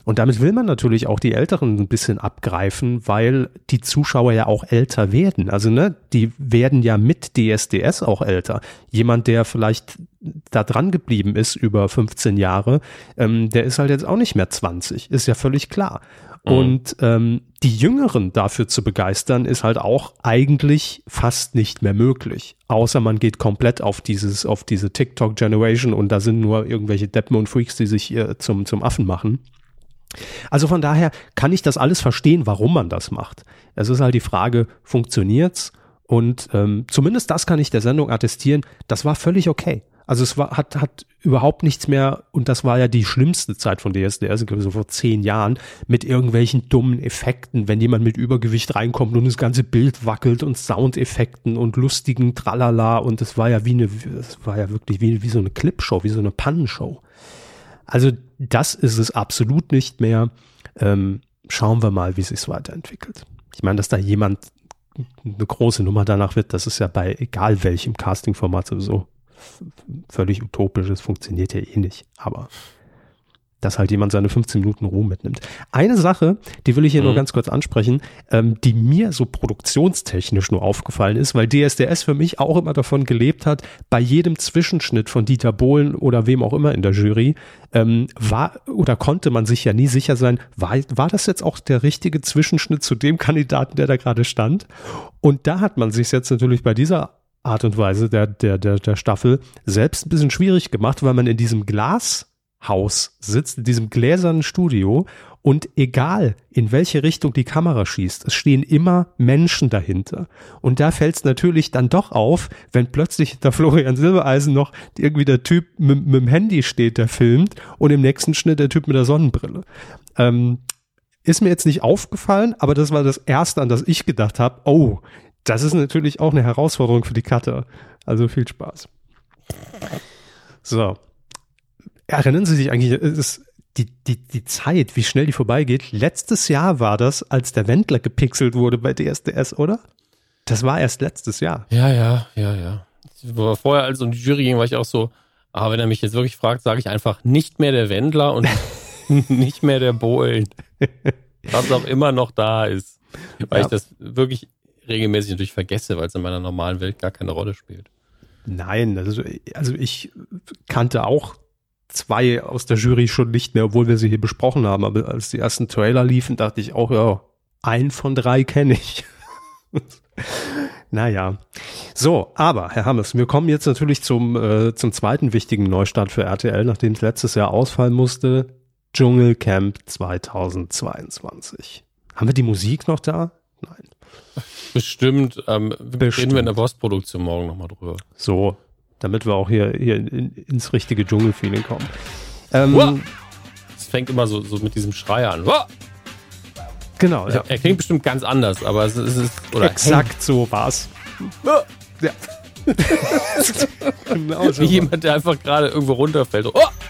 Und damit will man natürlich auch die Älteren ein bisschen abgreifen, weil die Zuschauer ja auch älter werden. Also ne, die werden ja mit DSDS auch älter. Jemand, der vielleicht da dran geblieben ist über 15 Jahre, der ist halt jetzt auch nicht mehr 20, ist ja völlig klar. Und die Jüngeren dafür zu begeistern, ist halt auch eigentlich fast nicht mehr möglich. Außer man geht komplett auf diese TikTok-Generation und da sind nur irgendwelche Deppen und Freaks, die sich zum Affen machen. Also von daher kann ich das alles verstehen, warum man das macht. Es ist halt die Frage, funktioniert's? Und zumindest das kann ich der Sendung attestieren, das war völlig okay. Also es hat überhaupt nichts mehr, und das war ja die schlimmste Zeit von DSDS, so vor 10 Jahren, mit irgendwelchen dummen Effekten, wenn jemand mit Übergewicht reinkommt und das ganze Bild wackelt und Soundeffekten und lustigen Tralala, und es war ja wirklich wie so eine Clipshow, wie so eine Pannenshow. Also das ist es absolut nicht mehr. Schauen wir mal, wie es sich weiterentwickelt. Ich meine, dass da jemand eine große Nummer danach wird, das ist ja bei egal welchem Casting-Format sowieso völlig utopisch, es funktioniert ja eh nicht, aber dass halt jemand seine 15 Minuten Ruhe mitnimmt. Eine Sache, die will ich hier nur ganz kurz ansprechen, die mir so produktionstechnisch nur aufgefallen ist, weil DSDS für mich auch immer davon gelebt hat, bei jedem Zwischenschnitt von Dieter Bohlen oder wem auch immer in der Jury, konnte man sich ja nie sicher sein, war das jetzt auch der richtige Zwischenschnitt zu dem Kandidaten, der da gerade stand? Und da hat man sich jetzt natürlich bei dieser Art und Weise der Staffel selbst ein bisschen schwierig gemacht, weil man in diesem Glashaus sitzt, in diesem gläsernen Studio, und egal in welche Richtung die Kamera schießt, es stehen immer Menschen dahinter. Und da fällt es natürlich dann doch auf, wenn plötzlich hinter Florian Silbereisen noch irgendwie der Typ mit dem Handy steht, der filmt, und im nächsten Schnitt der Typ mit der Sonnenbrille. Ist mir jetzt nicht aufgefallen, aber das war das Erste, an das ich gedacht habe, oh, das ist natürlich auch eine Herausforderung für die Cutter. Also viel Spaß. So. Erinnern Sie sich eigentlich, die Zeit, wie schnell die vorbeigeht? Letztes Jahr war das, als der Wendler gepixelt wurde bei DSDS, oder? Das war erst letztes Jahr. Ja. Vorher, als um die Jury ging, war ich auch so, wenn er mich jetzt wirklich fragt, sage ich einfach nicht mehr der Wendler und nicht mehr der Bohlen. Was auch immer noch da ist. Weil ich das wirklich regelmäßig natürlich vergesse, weil es in meiner normalen Welt gar keine Rolle spielt. Nein, also ich kannte auch 2 aus der Jury schon nicht mehr, obwohl wir sie hier besprochen haben, aber als die ersten Trailer liefen, dachte ich auch, ja, 1 von 3 kenne ich. Naja. So, aber Herr Hammes, wir kommen jetzt natürlich zum zweiten wichtigen Neustart für RTL, nachdem es letztes Jahr ausfallen musste. Dschungelcamp 2022. Haben wir die Musik noch da? Nein. Bestimmt. Reden wir in der Postproduktion morgen nochmal drüber. So, damit wir auch hier ins richtige Dschungelfeeling kommen. Es fängt immer so mit diesem Schrei an. Genau. Ja. Er klingt bestimmt ganz anders, aber es ist oder exakt so war's. Ja. Genau so. Wie jemand, der einfach gerade irgendwo runterfällt.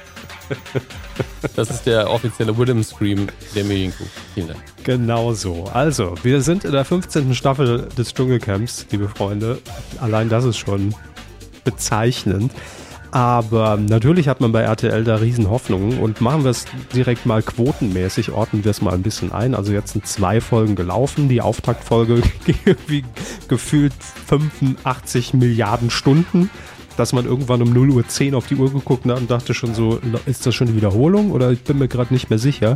Das ist der offizielle Rhythm Scream der Medienkuh. Vielen Dank. Genau so. Also, wir sind in der 15. Staffel des Dschungelcamps, liebe Freunde. Allein das ist schon bezeichnend. Aber natürlich hat man bei RTL da riesen Hoffnungen, und machen wir es direkt mal quotenmäßig, ordnen wir es mal ein bisschen ein. Also jetzt sind 2 Folgen gelaufen. Die Auftaktfolge ging irgendwie gefühlt 85 Milliarden Stunden, dass man irgendwann um 0:10 Uhr auf die Uhr geguckt hat und dachte schon so, ist das schon eine Wiederholung oder ich bin mir gerade nicht mehr sicher.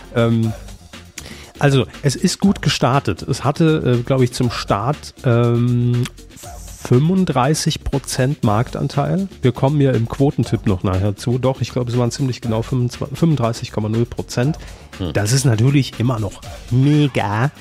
Also es ist gut gestartet. Es hatte, glaube ich, zum Start 35% Marktanteil. Wir kommen ja im Quotentipp noch nachher zu. Doch, ich glaube, es waren ziemlich genau 35,0%. Das ist natürlich immer noch mega,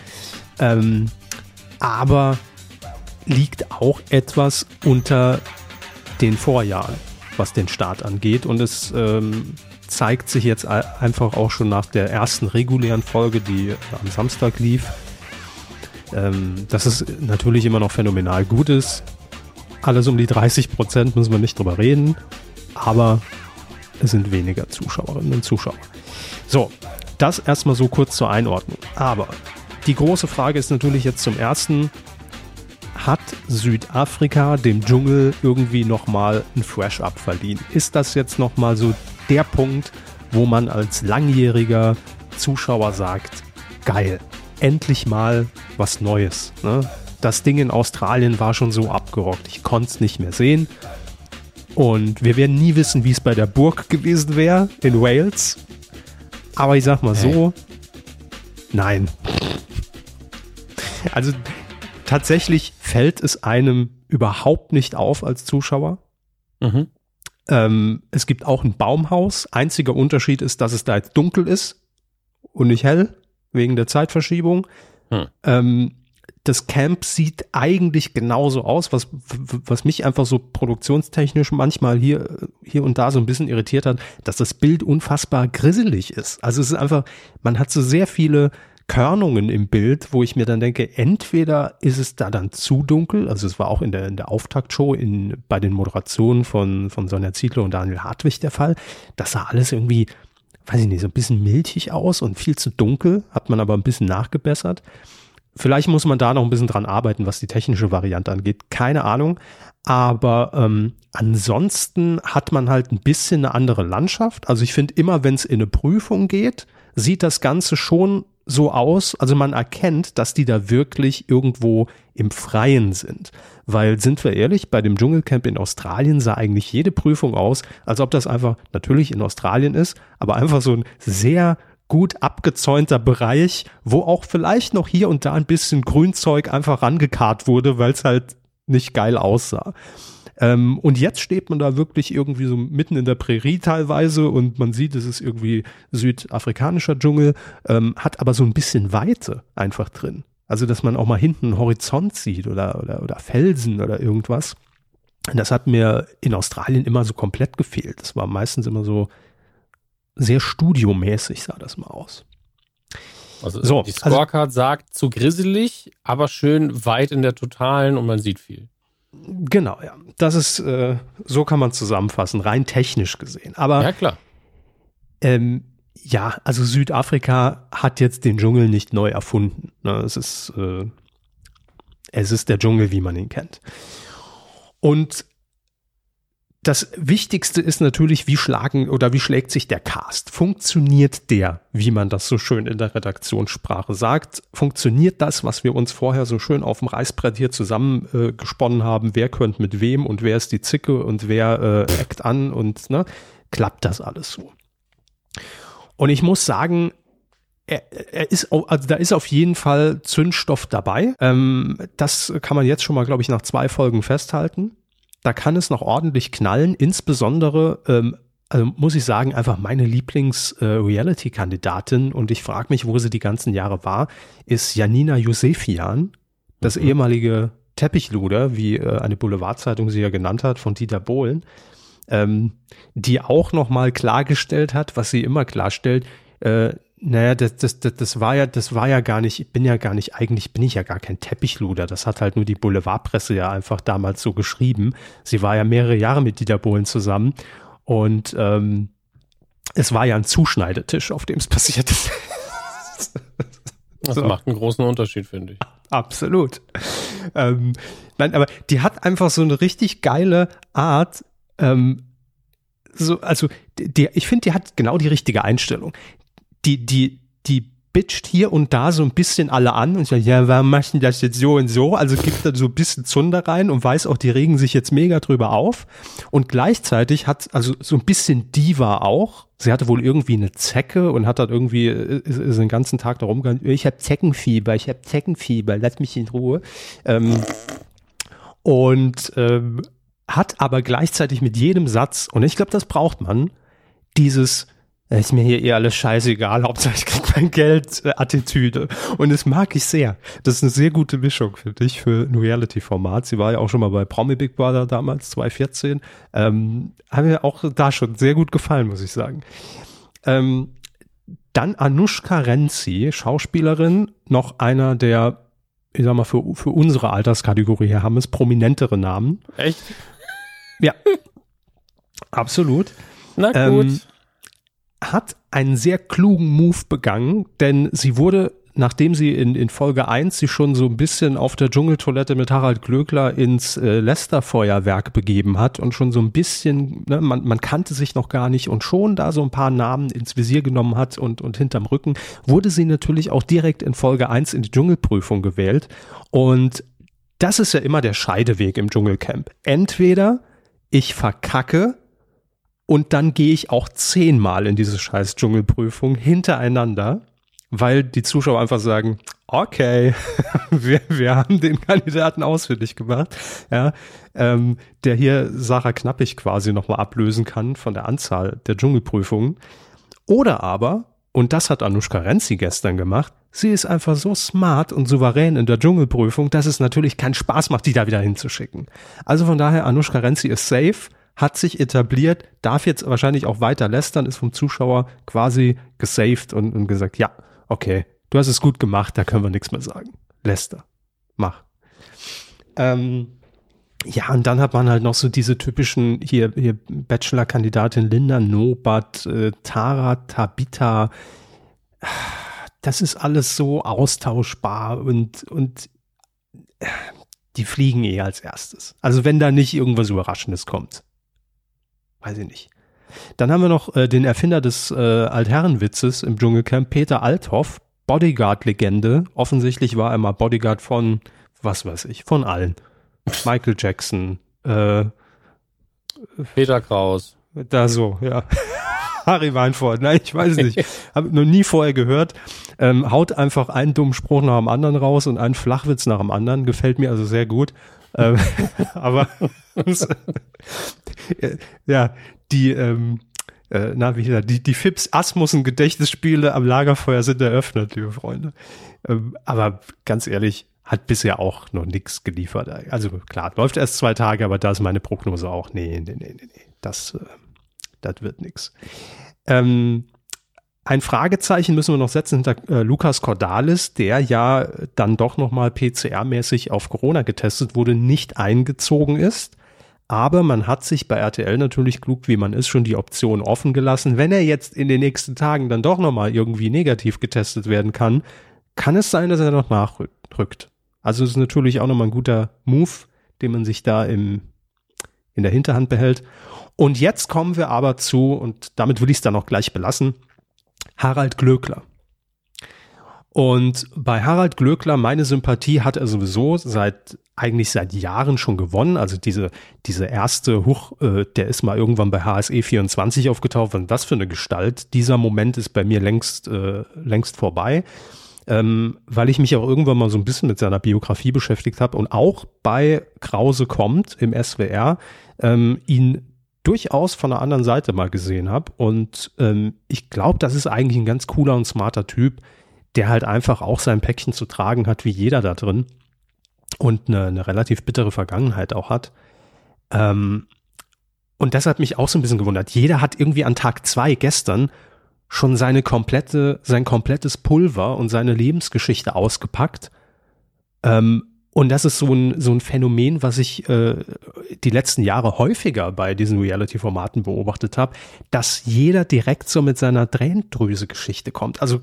aber liegt auch etwas unter den Vorjahren, was den Start angeht. Und es zeigt sich jetzt einfach auch schon nach der ersten regulären Folge, die am Samstag lief, dass es natürlich immer noch phänomenal gut ist. Alles um die 30%, müssen wir nicht drüber reden, aber es sind weniger Zuschauerinnen und Zuschauer. So, das erstmal so kurz zur Einordnung. Aber die große Frage ist natürlich jetzt zum ersten: Hat Südafrika dem Dschungel irgendwie nochmal ein Fresh-Up verliehen? Ist das jetzt nochmal so der Punkt, wo man als langjähriger Zuschauer sagt, geil, endlich mal was Neues. Ne? Das Ding in Australien war schon so abgerockt, ich konnte es nicht mehr sehen. Und wir werden nie wissen, wie es bei der Burg gewesen wäre in Wales. Aber ich sag mal so, nein. Also tatsächlich fällt es einem überhaupt nicht auf als Zuschauer. Es gibt auch ein Baumhaus. Einziger Unterschied ist, dass es da jetzt dunkel ist und nicht hell, wegen der Zeitverschiebung. Das Camp sieht eigentlich genauso aus, was mich einfach so produktionstechnisch manchmal hier und da so ein bisschen irritiert hat, dass das Bild unfassbar grisselig ist. Also es ist einfach, man hat so sehr viele Körnungen im Bild, wo ich mir dann denke, entweder ist es da dann zu dunkel, also es war auch in der Auftaktshow bei den Moderationen von Sonja Zietlow und Daniel Hartwig der Fall, das sah alles irgendwie, weiß ich nicht, so ein bisschen milchig aus und viel zu dunkel, hat man aber ein bisschen nachgebessert. Vielleicht muss man da noch ein bisschen dran arbeiten, was die technische Variante angeht, keine Ahnung, aber ansonsten hat man halt ein bisschen eine andere Landschaft, also ich finde immer, wenn es in eine Prüfung geht, sieht das Ganze schon so aus, also man erkennt, dass die da wirklich irgendwo im Freien sind. Weil, sind wir ehrlich, bei dem Dschungelcamp in Australien sah eigentlich jede Prüfung aus, als ob das einfach natürlich in Australien ist, aber einfach so ein sehr gut abgezäunter Bereich, wo auch vielleicht noch hier und da ein bisschen Grünzeug einfach rangekarrt wurde, weil es halt nicht geil aussah. Und jetzt steht man da wirklich irgendwie so mitten in der Prärie teilweise und man sieht, es ist irgendwie südafrikanischer Dschungel, hat aber so ein bisschen Weite einfach drin. Also, dass man auch mal hinten einen Horizont sieht oder Felsen oder irgendwas. Das hat mir in Australien immer so komplett gefehlt. Das war meistens immer so sehr studiomäßig, sah das mal aus. Also so, die Scorecard sagt zu grisselig, aber schön weit in der Totalen und man sieht viel. Genau, ja. Das ist, so kann man zusammenfassen, rein technisch gesehen. Aber ja, klar. Ja, also Südafrika hat jetzt den Dschungel nicht neu erfunden. Ne? Es ist der Dschungel, wie man ihn kennt. Und das Wichtigste ist natürlich, wie schlägt sich der Cast? Funktioniert der, wie man das so schön in der Redaktionssprache sagt? Funktioniert das, was wir uns vorher so schön auf dem Reißbrett hier zusammen gesponnen haben? Wer könnte mit wem und wer ist die Zicke und wer eckt an und klappt das alles so? Und ich muss sagen, da ist auf jeden Fall Zündstoff dabei. Das kann man jetzt schon mal, glaube ich, nach 2 Folgen festhalten. Da kann es noch ordentlich knallen, insbesondere, also muss ich sagen, einfach meine Lieblings-Reality-Kandidatin und ich frage mich, wo sie die ganzen Jahre war, ist Janina Josefian, das ehemalige Teppichluder, wie eine Boulevardzeitung sie ja genannt hat, von Dieter Bohlen, die auch nochmal klargestellt hat, was sie immer klarstellt, naja, das war ja gar nicht, eigentlich bin ich ja gar kein Teppichluder. Das hat halt nur die Boulevardpresse ja einfach damals so geschrieben. Sie war ja mehrere Jahre mit Dieter Bohlen zusammen und es war ja ein Zuschneidetisch, auf dem es passiert ist. Das macht einen großen Unterschied, finde ich. Absolut. Nein, aber die hat einfach so eine richtig geile Art, ich finde, die hat genau die richtige Einstellung. Die bitcht hier und da so ein bisschen alle an und sagt, ja, warum machst du das jetzt so und so? Also gibt da so ein bisschen Zunder rein und weiß auch, die regen sich jetzt mega drüber auf. Und gleichzeitig hat, also so ein bisschen Diva auch. Sie hatte wohl irgendwie eine Zecke und hat dann irgendwie, ist den ganzen Tag da rumgegangen, ich habe Zeckenfieber, lass mich in Ruhe. Hat aber gleichzeitig mit jedem Satz, und ich glaube, das braucht man, dieses ist mir hier alles scheißegal, Hauptsache ich krieg mein Geld, Attitüde. Und das mag ich sehr. Das ist eine sehr gute Mischung, finde ich, für ein Reality-Format. Sie war ja auch schon mal bei Promi Big Brother damals, 2014. Hat mir auch da schon sehr gut gefallen, muss ich sagen. Dann Anushka Renzi, Schauspielerin, noch einer der, ich sag mal, für unsere Alterskategorie her haben es prominentere Namen. Echt? Ja. Absolut. Na gut. Hat einen sehr klugen Move begangen, denn sie wurde nachdem sie in Folge 1 sich schon so ein bisschen auf der Dschungeltoilette mit Harald Glöckler ins Lester-Feuerwerk begeben hat und schon so ein bisschen, ne, man kannte sich noch gar nicht und schon da so ein paar Namen ins Visier genommen hat und hinterm Rücken, wurde sie natürlich auch direkt in Folge 1 in die Dschungelprüfung gewählt. Und das ist ja immer der Scheideweg im Dschungelcamp. Entweder ich verkacke und dann gehe ich auch 10-mal in diese scheiß Dschungelprüfung hintereinander, weil die Zuschauer einfach sagen, okay, wir haben den Kandidaten ausfindig gemacht, ja, der hier Sarah Knappig quasi nochmal ablösen kann von der Anzahl der Dschungelprüfungen. Oder aber, und das hat Anushka Renzi gestern gemacht, sie ist einfach so smart und souverän in der Dschungelprüfung, dass es natürlich keinen Spaß macht, die da wieder hinzuschicken. Also von daher, Anushka Renzi ist safe, hat sich etabliert, darf jetzt wahrscheinlich auch weiter lästern, ist vom Zuschauer quasi gesaved und gesagt, ja, okay, du hast es gut gemacht, da können wir nichts mehr sagen. Lester, mach. Ja, und dann hat man halt noch so diese typischen hier Bachelor-Kandidatin Linda Nobat, Tara Tabita. Das ist alles so austauschbar und die fliegen als erstes. Also wenn da nicht irgendwas Überraschendes kommt. Weiß ich nicht. Dann haben wir noch den Erfinder des Altherrenwitzes im Dschungelcamp, Peter Althoff, Bodyguard-Legende. Offensichtlich war er mal Bodyguard von, was weiß ich, von allen. Michael Jackson. Peter Kraus. Da so, ja. Harry Weinfurt, nein, ich weiß nicht. Habe noch nie vorher gehört. Haut einfach einen dummen Spruch nach dem anderen raus und einen Flachwitz nach dem anderen. Gefällt mir also sehr gut. Aber ja, die Fips Asmussen Gedächtnisspiele am Lagerfeuer sind eröffnet, liebe Freunde. Aber ganz ehrlich, hat bisher auch noch nichts geliefert. Also klar, läuft erst 2 Tage, aber da ist meine Prognose auch, nee. Das wird nix. Ein Fragezeichen müssen wir noch setzen hinter Lukas Cordalis, der ja dann doch nochmal PCR-mäßig auf Corona getestet wurde, nicht eingezogen ist. Aber man hat sich bei RTL natürlich, klug wie man ist, schon die Option offen gelassen. Wenn er jetzt in den nächsten Tagen dann doch nochmal irgendwie negativ getestet werden kann, kann es sein, dass er noch nachrückt. Also es ist natürlich auch nochmal ein guter Move, den man sich da in der Hinterhand behält. Und jetzt kommen wir aber zu, und damit will ich es dann auch gleich belassen, Harald Glöckler. Und bei Harald Glöckler, meine Sympathie hat er sowieso eigentlich seit Jahren schon gewonnen. Also diese erste der ist mal irgendwann bei HSE 24 aufgetaucht. Was ist das für eine Gestalt? Dieser Moment ist bei mir längst vorbei. Weil ich mich auch irgendwann mal so ein bisschen mit seiner Biografie beschäftigt habe und auch bei Krause kommt im SWR ihn durchaus von der anderen Seite mal gesehen habe. Und ich glaube, das ist eigentlich ein ganz cooler und smarter Typ, der halt einfach auch sein Päckchen zu tragen hat, wie jeder da drin und eine relativ bittere Vergangenheit auch hat. Und das hat mich auch so ein bisschen gewundert. Jeder hat irgendwie an Tag 2 gestern schon sein komplettes Pulver und seine Lebensgeschichte ausgepackt. Und das ist so ein Phänomen, was ich die letzten Jahre häufiger bei diesen Reality-Formaten beobachtet habe, dass jeder direkt so mit seiner Tränendrüse-Geschichte kommt. Also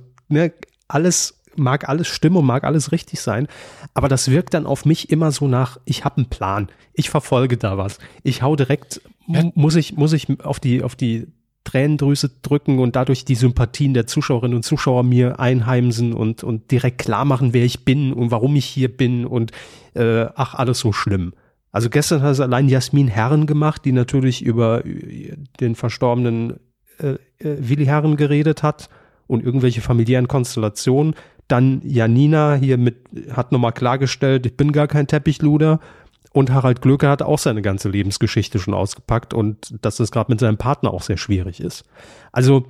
mag alles stimmen und mag alles richtig sein, aber das wirkt dann auf mich immer so nach, ich habe einen Plan, ich verfolge da was. Ich hau direkt, muss ich auf die Tränendrüse drücken und dadurch die Sympathien der Zuschauerinnen und Zuschauer mir einheimsen und direkt klar machen, wer ich bin und warum ich hier bin und alles so schlimm. Also gestern hat es allein Jasmin Herren gemacht, die natürlich über den verstorbenen Willi Herren geredet hat und irgendwelche familiären Konstellationen. Dann Janina hat nochmal klargestellt, ich bin gar kein Teppichluder. Und Harald Glöckler hat auch seine ganze Lebensgeschichte schon ausgepackt und dass es gerade mit seinem Partner auch sehr schwierig ist. Also,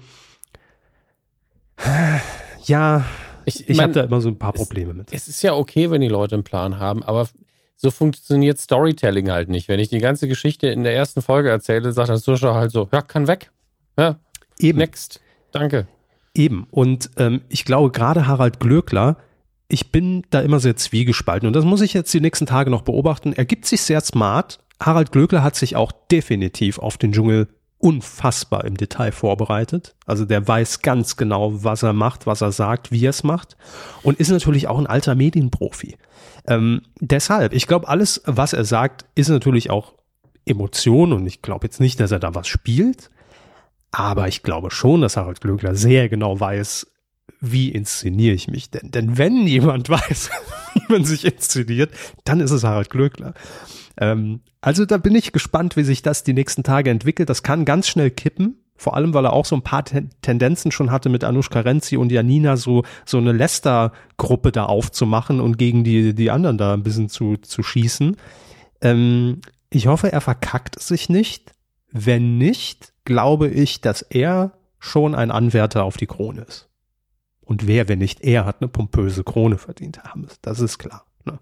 ja, ich habe da immer so ein paar Probleme mit. Es ist ja okay, wenn die Leute einen Plan haben, aber so funktioniert Storytelling halt nicht. Wenn ich die ganze Geschichte in der ersten Folge erzähle, sagt der Zuschauer halt so, ja, kann weg. Ja, eben. Next. Danke. Eben. Und ich glaube, gerade Harald Glöckler, ich bin da immer sehr zwiegespalten und das muss ich jetzt die nächsten Tage noch beobachten. Er gibt sich sehr smart. Harald Glöckler hat sich auch definitiv auf den Dschungel unfassbar im Detail vorbereitet. Also der weiß ganz genau, was er macht, was er sagt, wie er es macht und ist natürlich auch ein alter Medienprofi. Deshalb, ich glaube, alles, was er sagt, ist natürlich auch Emotion und ich glaube jetzt nicht, dass er da was spielt, aber ich glaube schon, dass Harald Glöckler sehr genau weiß, wie inszeniere ich mich denn? Denn wenn jemand weiß, wie man sich inszeniert, dann ist es Harald Glöckler. Also da bin ich gespannt, wie sich das die nächsten Tage entwickelt. Das kann ganz schnell kippen, vor allem, weil er auch so ein paar Tendenzen schon hatte mit Anushka Renzi und Janina, so eine Lästergruppe da aufzumachen und gegen die anderen da ein bisschen zu schießen. Ich hoffe, er verkackt es sich nicht. Wenn nicht, glaube ich, dass er schon ein Anwärter auf die Krone ist. Und wer, wenn nicht er, hat eine pompöse Krone verdient haben. Das ist klar. Ne?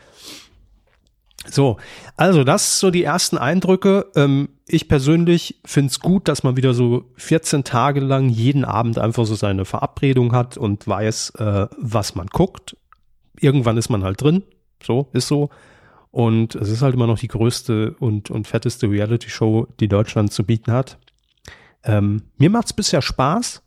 So, also das so die ersten Eindrücke. Ich persönlich finde es gut, dass man wieder so 14 Tage lang jeden Abend einfach so seine Verabredung hat und weiß, was man guckt. Irgendwann ist man halt drin. So, ist so. Und es ist halt immer noch die größte und fetteste Reality-Show, die Deutschland zu bieten hat. Mir macht's bisher Spaß.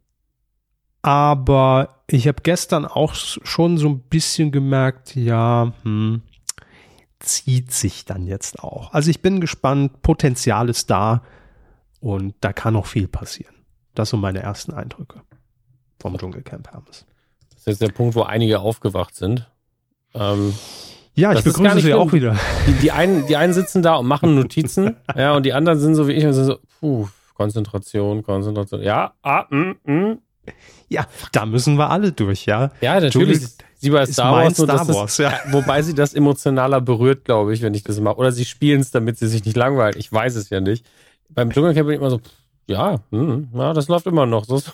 Aber ich habe gestern auch schon so ein bisschen gemerkt, ja, zieht sich dann jetzt auch. Also ich bin gespannt, Potenzial ist da und da kann noch viel passieren. Das sind meine ersten Eindrücke vom Dschungelcamp Hermes. Das ist jetzt der Punkt, wo einige aufgewacht sind. Ja, ich begrüße sie auch wieder. Die einen sitzen da und machen Notizen, ja, und die anderen sind so wie ich und sind so, Konzentration. Ja, Ja, da müssen wir alle durch, ja. Ja, natürlich. Sie bei Star Wars, Star Wars, ja. Wobei sie das emotionaler berührt, glaube ich, wenn ich das mache. Oder sie spielen es, damit sie sich nicht langweilen. Ich weiß es ja nicht. Beim Dschungelcamp bin ich immer so, ja, das läuft immer noch. So.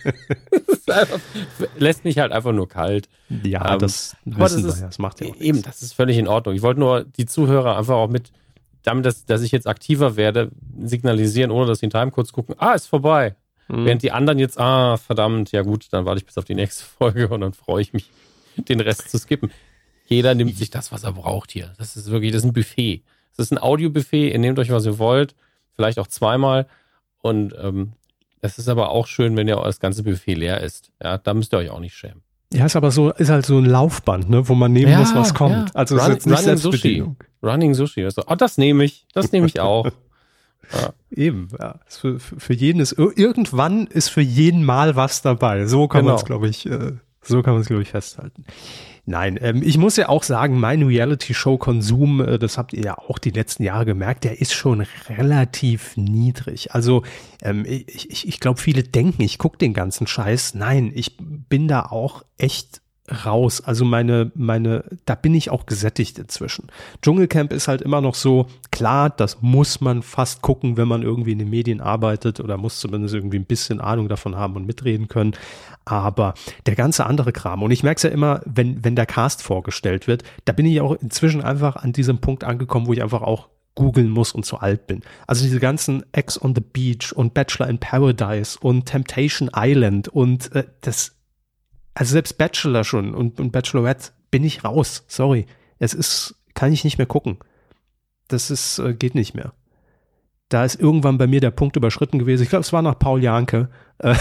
Lässt mich halt einfach nur kalt. Ja, das wissen wir ja. Das macht ja auch nichts. Eben, das ist völlig in Ordnung. Ich wollte nur die Zuhörer einfach auch mit, damit, dass ich jetzt aktiver werde, signalisieren, ohne dass sie in Timecode gucken, ist vorbei. Während die anderen jetzt, verdammt, ja gut, dann warte ich bis auf die nächste Folge und dann freue ich mich, den Rest zu skippen. Jeder nimmt sich das, was er braucht hier. Das ist ein Buffet. Das ist ein Audiobuffet, ihr nehmt euch, was ihr wollt, vielleicht auch zweimal. Und es ist aber auch schön, wenn ihr das ganze Buffet leer ist. Ja, da müsst ihr euch auch nicht schämen. Ja, ist halt so ein Laufband, ne, wo man nehmen muss, was kommt. Ja. Also ist jetzt nicht Selbstbedienung. Running Sushi. Also, das nehme ich. Das nehme ich auch. Ja. Eben, ja. Für jeden irgendwann ist für jeden mal was dabei. So kann man es, glaube ich, festhalten. Nein, ich muss ja auch sagen, mein Reality-Show-Konsum, das habt ihr ja auch die letzten Jahre gemerkt, der ist schon relativ niedrig. Also ich glaube, viele denken, ich gucke den ganzen Scheiß. Nein, ich bin da auch echt raus. Also da bin ich auch gesättigt inzwischen. Dschungelcamp ist halt immer noch so, klar, das muss man fast gucken, wenn man irgendwie in den Medien arbeitet oder muss zumindest irgendwie ein bisschen Ahnung davon haben und mitreden können. Aber der ganze andere Kram, und ich merke es ja immer, wenn der Cast vorgestellt wird, da bin ich auch inzwischen einfach an diesem Punkt angekommen, wo ich einfach auch googeln muss und zu alt bin. Also diese ganzen Ex on the Beach und Bachelor in Paradise und Temptation Island und also selbst Bachelor schon und Bachelorette bin ich raus. Sorry. Kann ich nicht mehr gucken. Das geht nicht mehr. Da ist irgendwann bei mir der Punkt überschritten gewesen. Ich glaube, es war nach Paul Janke,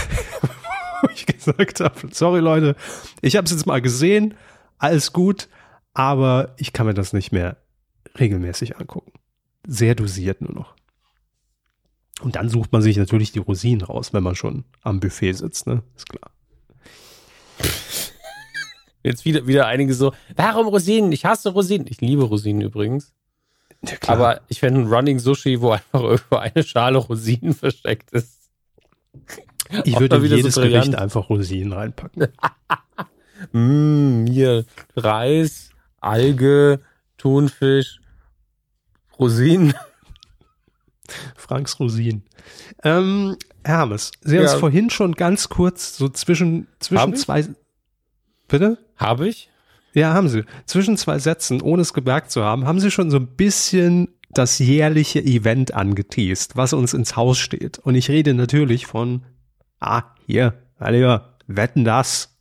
wo ich gesagt habe, sorry Leute, ich habe es jetzt mal gesehen, alles gut, aber ich kann mir das nicht mehr regelmäßig angucken. Sehr dosiert nur noch. Und dann sucht man sich natürlich die Rosinen raus, wenn man schon am Buffet sitzt, ne? Ist klar. Jetzt wieder einige so, warum Rosinen? Ich hasse Rosinen. Ich liebe Rosinen übrigens. Ja, aber ich fände ein Running Sushi, wo einfach irgendwo eine Schale Rosinen versteckt ist. Ich würde in jedes Gericht einfach Rosinen reinpacken. Hier Reis, Alge, Thunfisch, Rosinen. Franks Rosinen. Hermes, Sie haben es vorhin schon ganz kurz so zwischen zwei... Bitte? Habe ich? Ja, haben Sie. Zwischen zwei Sätzen, ohne es gemerkt zu haben Sie schon so ein bisschen das jährliche Event angeteast, was uns ins Haus steht. Und ich rede natürlich von, Wetten, das.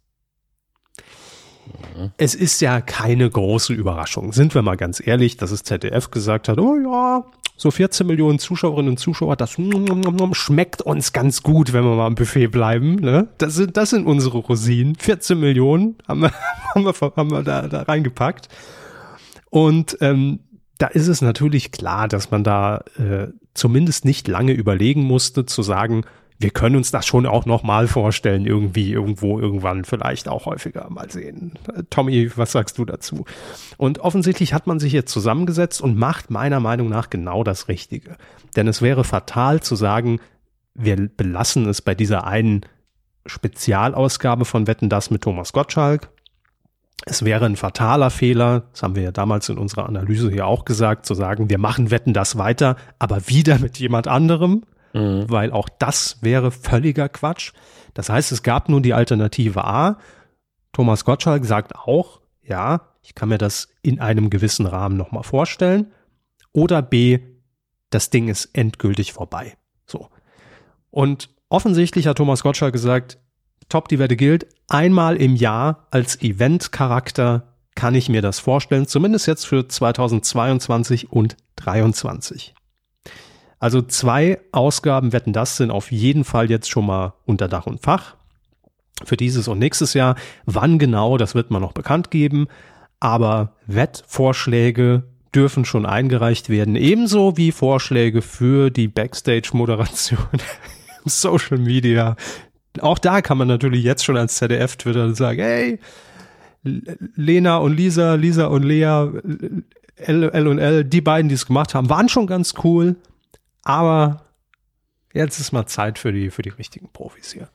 Es ist ja keine große Überraschung. Sind wir mal ganz ehrlich, dass das ZDF gesagt hat, oh ja, So 14 Millionen Zuschauerinnen und Zuschauer, das schmeckt uns ganz gut, wenn wir mal am Buffet bleiben. Ne? Das sind unsere Rosinen. 14 Millionen haben wir da reingepackt. Und da ist es natürlich klar, dass man da zumindest nicht lange überlegen musste, zu sagen, wir können uns das schon auch nochmal vorstellen, irgendwie, irgendwo, irgendwann, vielleicht auch häufiger mal sehen. Tommy, was sagst du dazu? Und offensichtlich hat man sich jetzt zusammengesetzt und macht meiner Meinung nach genau das Richtige. Denn es wäre fatal zu sagen, wir belassen es bei dieser einen Spezialausgabe von Wetten, dass mit Thomas Gottschalk. Es wäre ein fataler Fehler, das haben wir ja damals in unserer Analyse hier auch gesagt, zu sagen, wir machen Wetten, dass weiter, aber wieder mit jemand anderem. Weil auch das wäre völliger Quatsch. Das heißt, es gab nun die Alternative A. Thomas Gottschalk sagt auch, ja, ich kann mir das in einem gewissen Rahmen nochmal vorstellen. Oder B, das Ding ist endgültig vorbei. So. Und offensichtlich hat Thomas Gottschalk gesagt, top, die Wette gilt, einmal im Jahr als Event-Charakter kann ich mir das vorstellen, zumindest jetzt für 2022 und 2023. Also 2 Ausgaben Wetten, das sind auf jeden Fall jetzt schon mal unter Dach und Fach für dieses und nächstes Jahr. Wann genau, das wird man noch bekannt geben, aber Wettvorschläge dürfen schon eingereicht werden, ebenso wie Vorschläge für die Backstage-Moderation im Social Media. Auch da kann man natürlich jetzt schon als ZDF twittern und sagen, hey, Lena und Lisa und Lea, L, die beiden, die es gemacht haben, waren schon ganz cool. Aber jetzt ist mal Zeit für die richtigen Profis hier.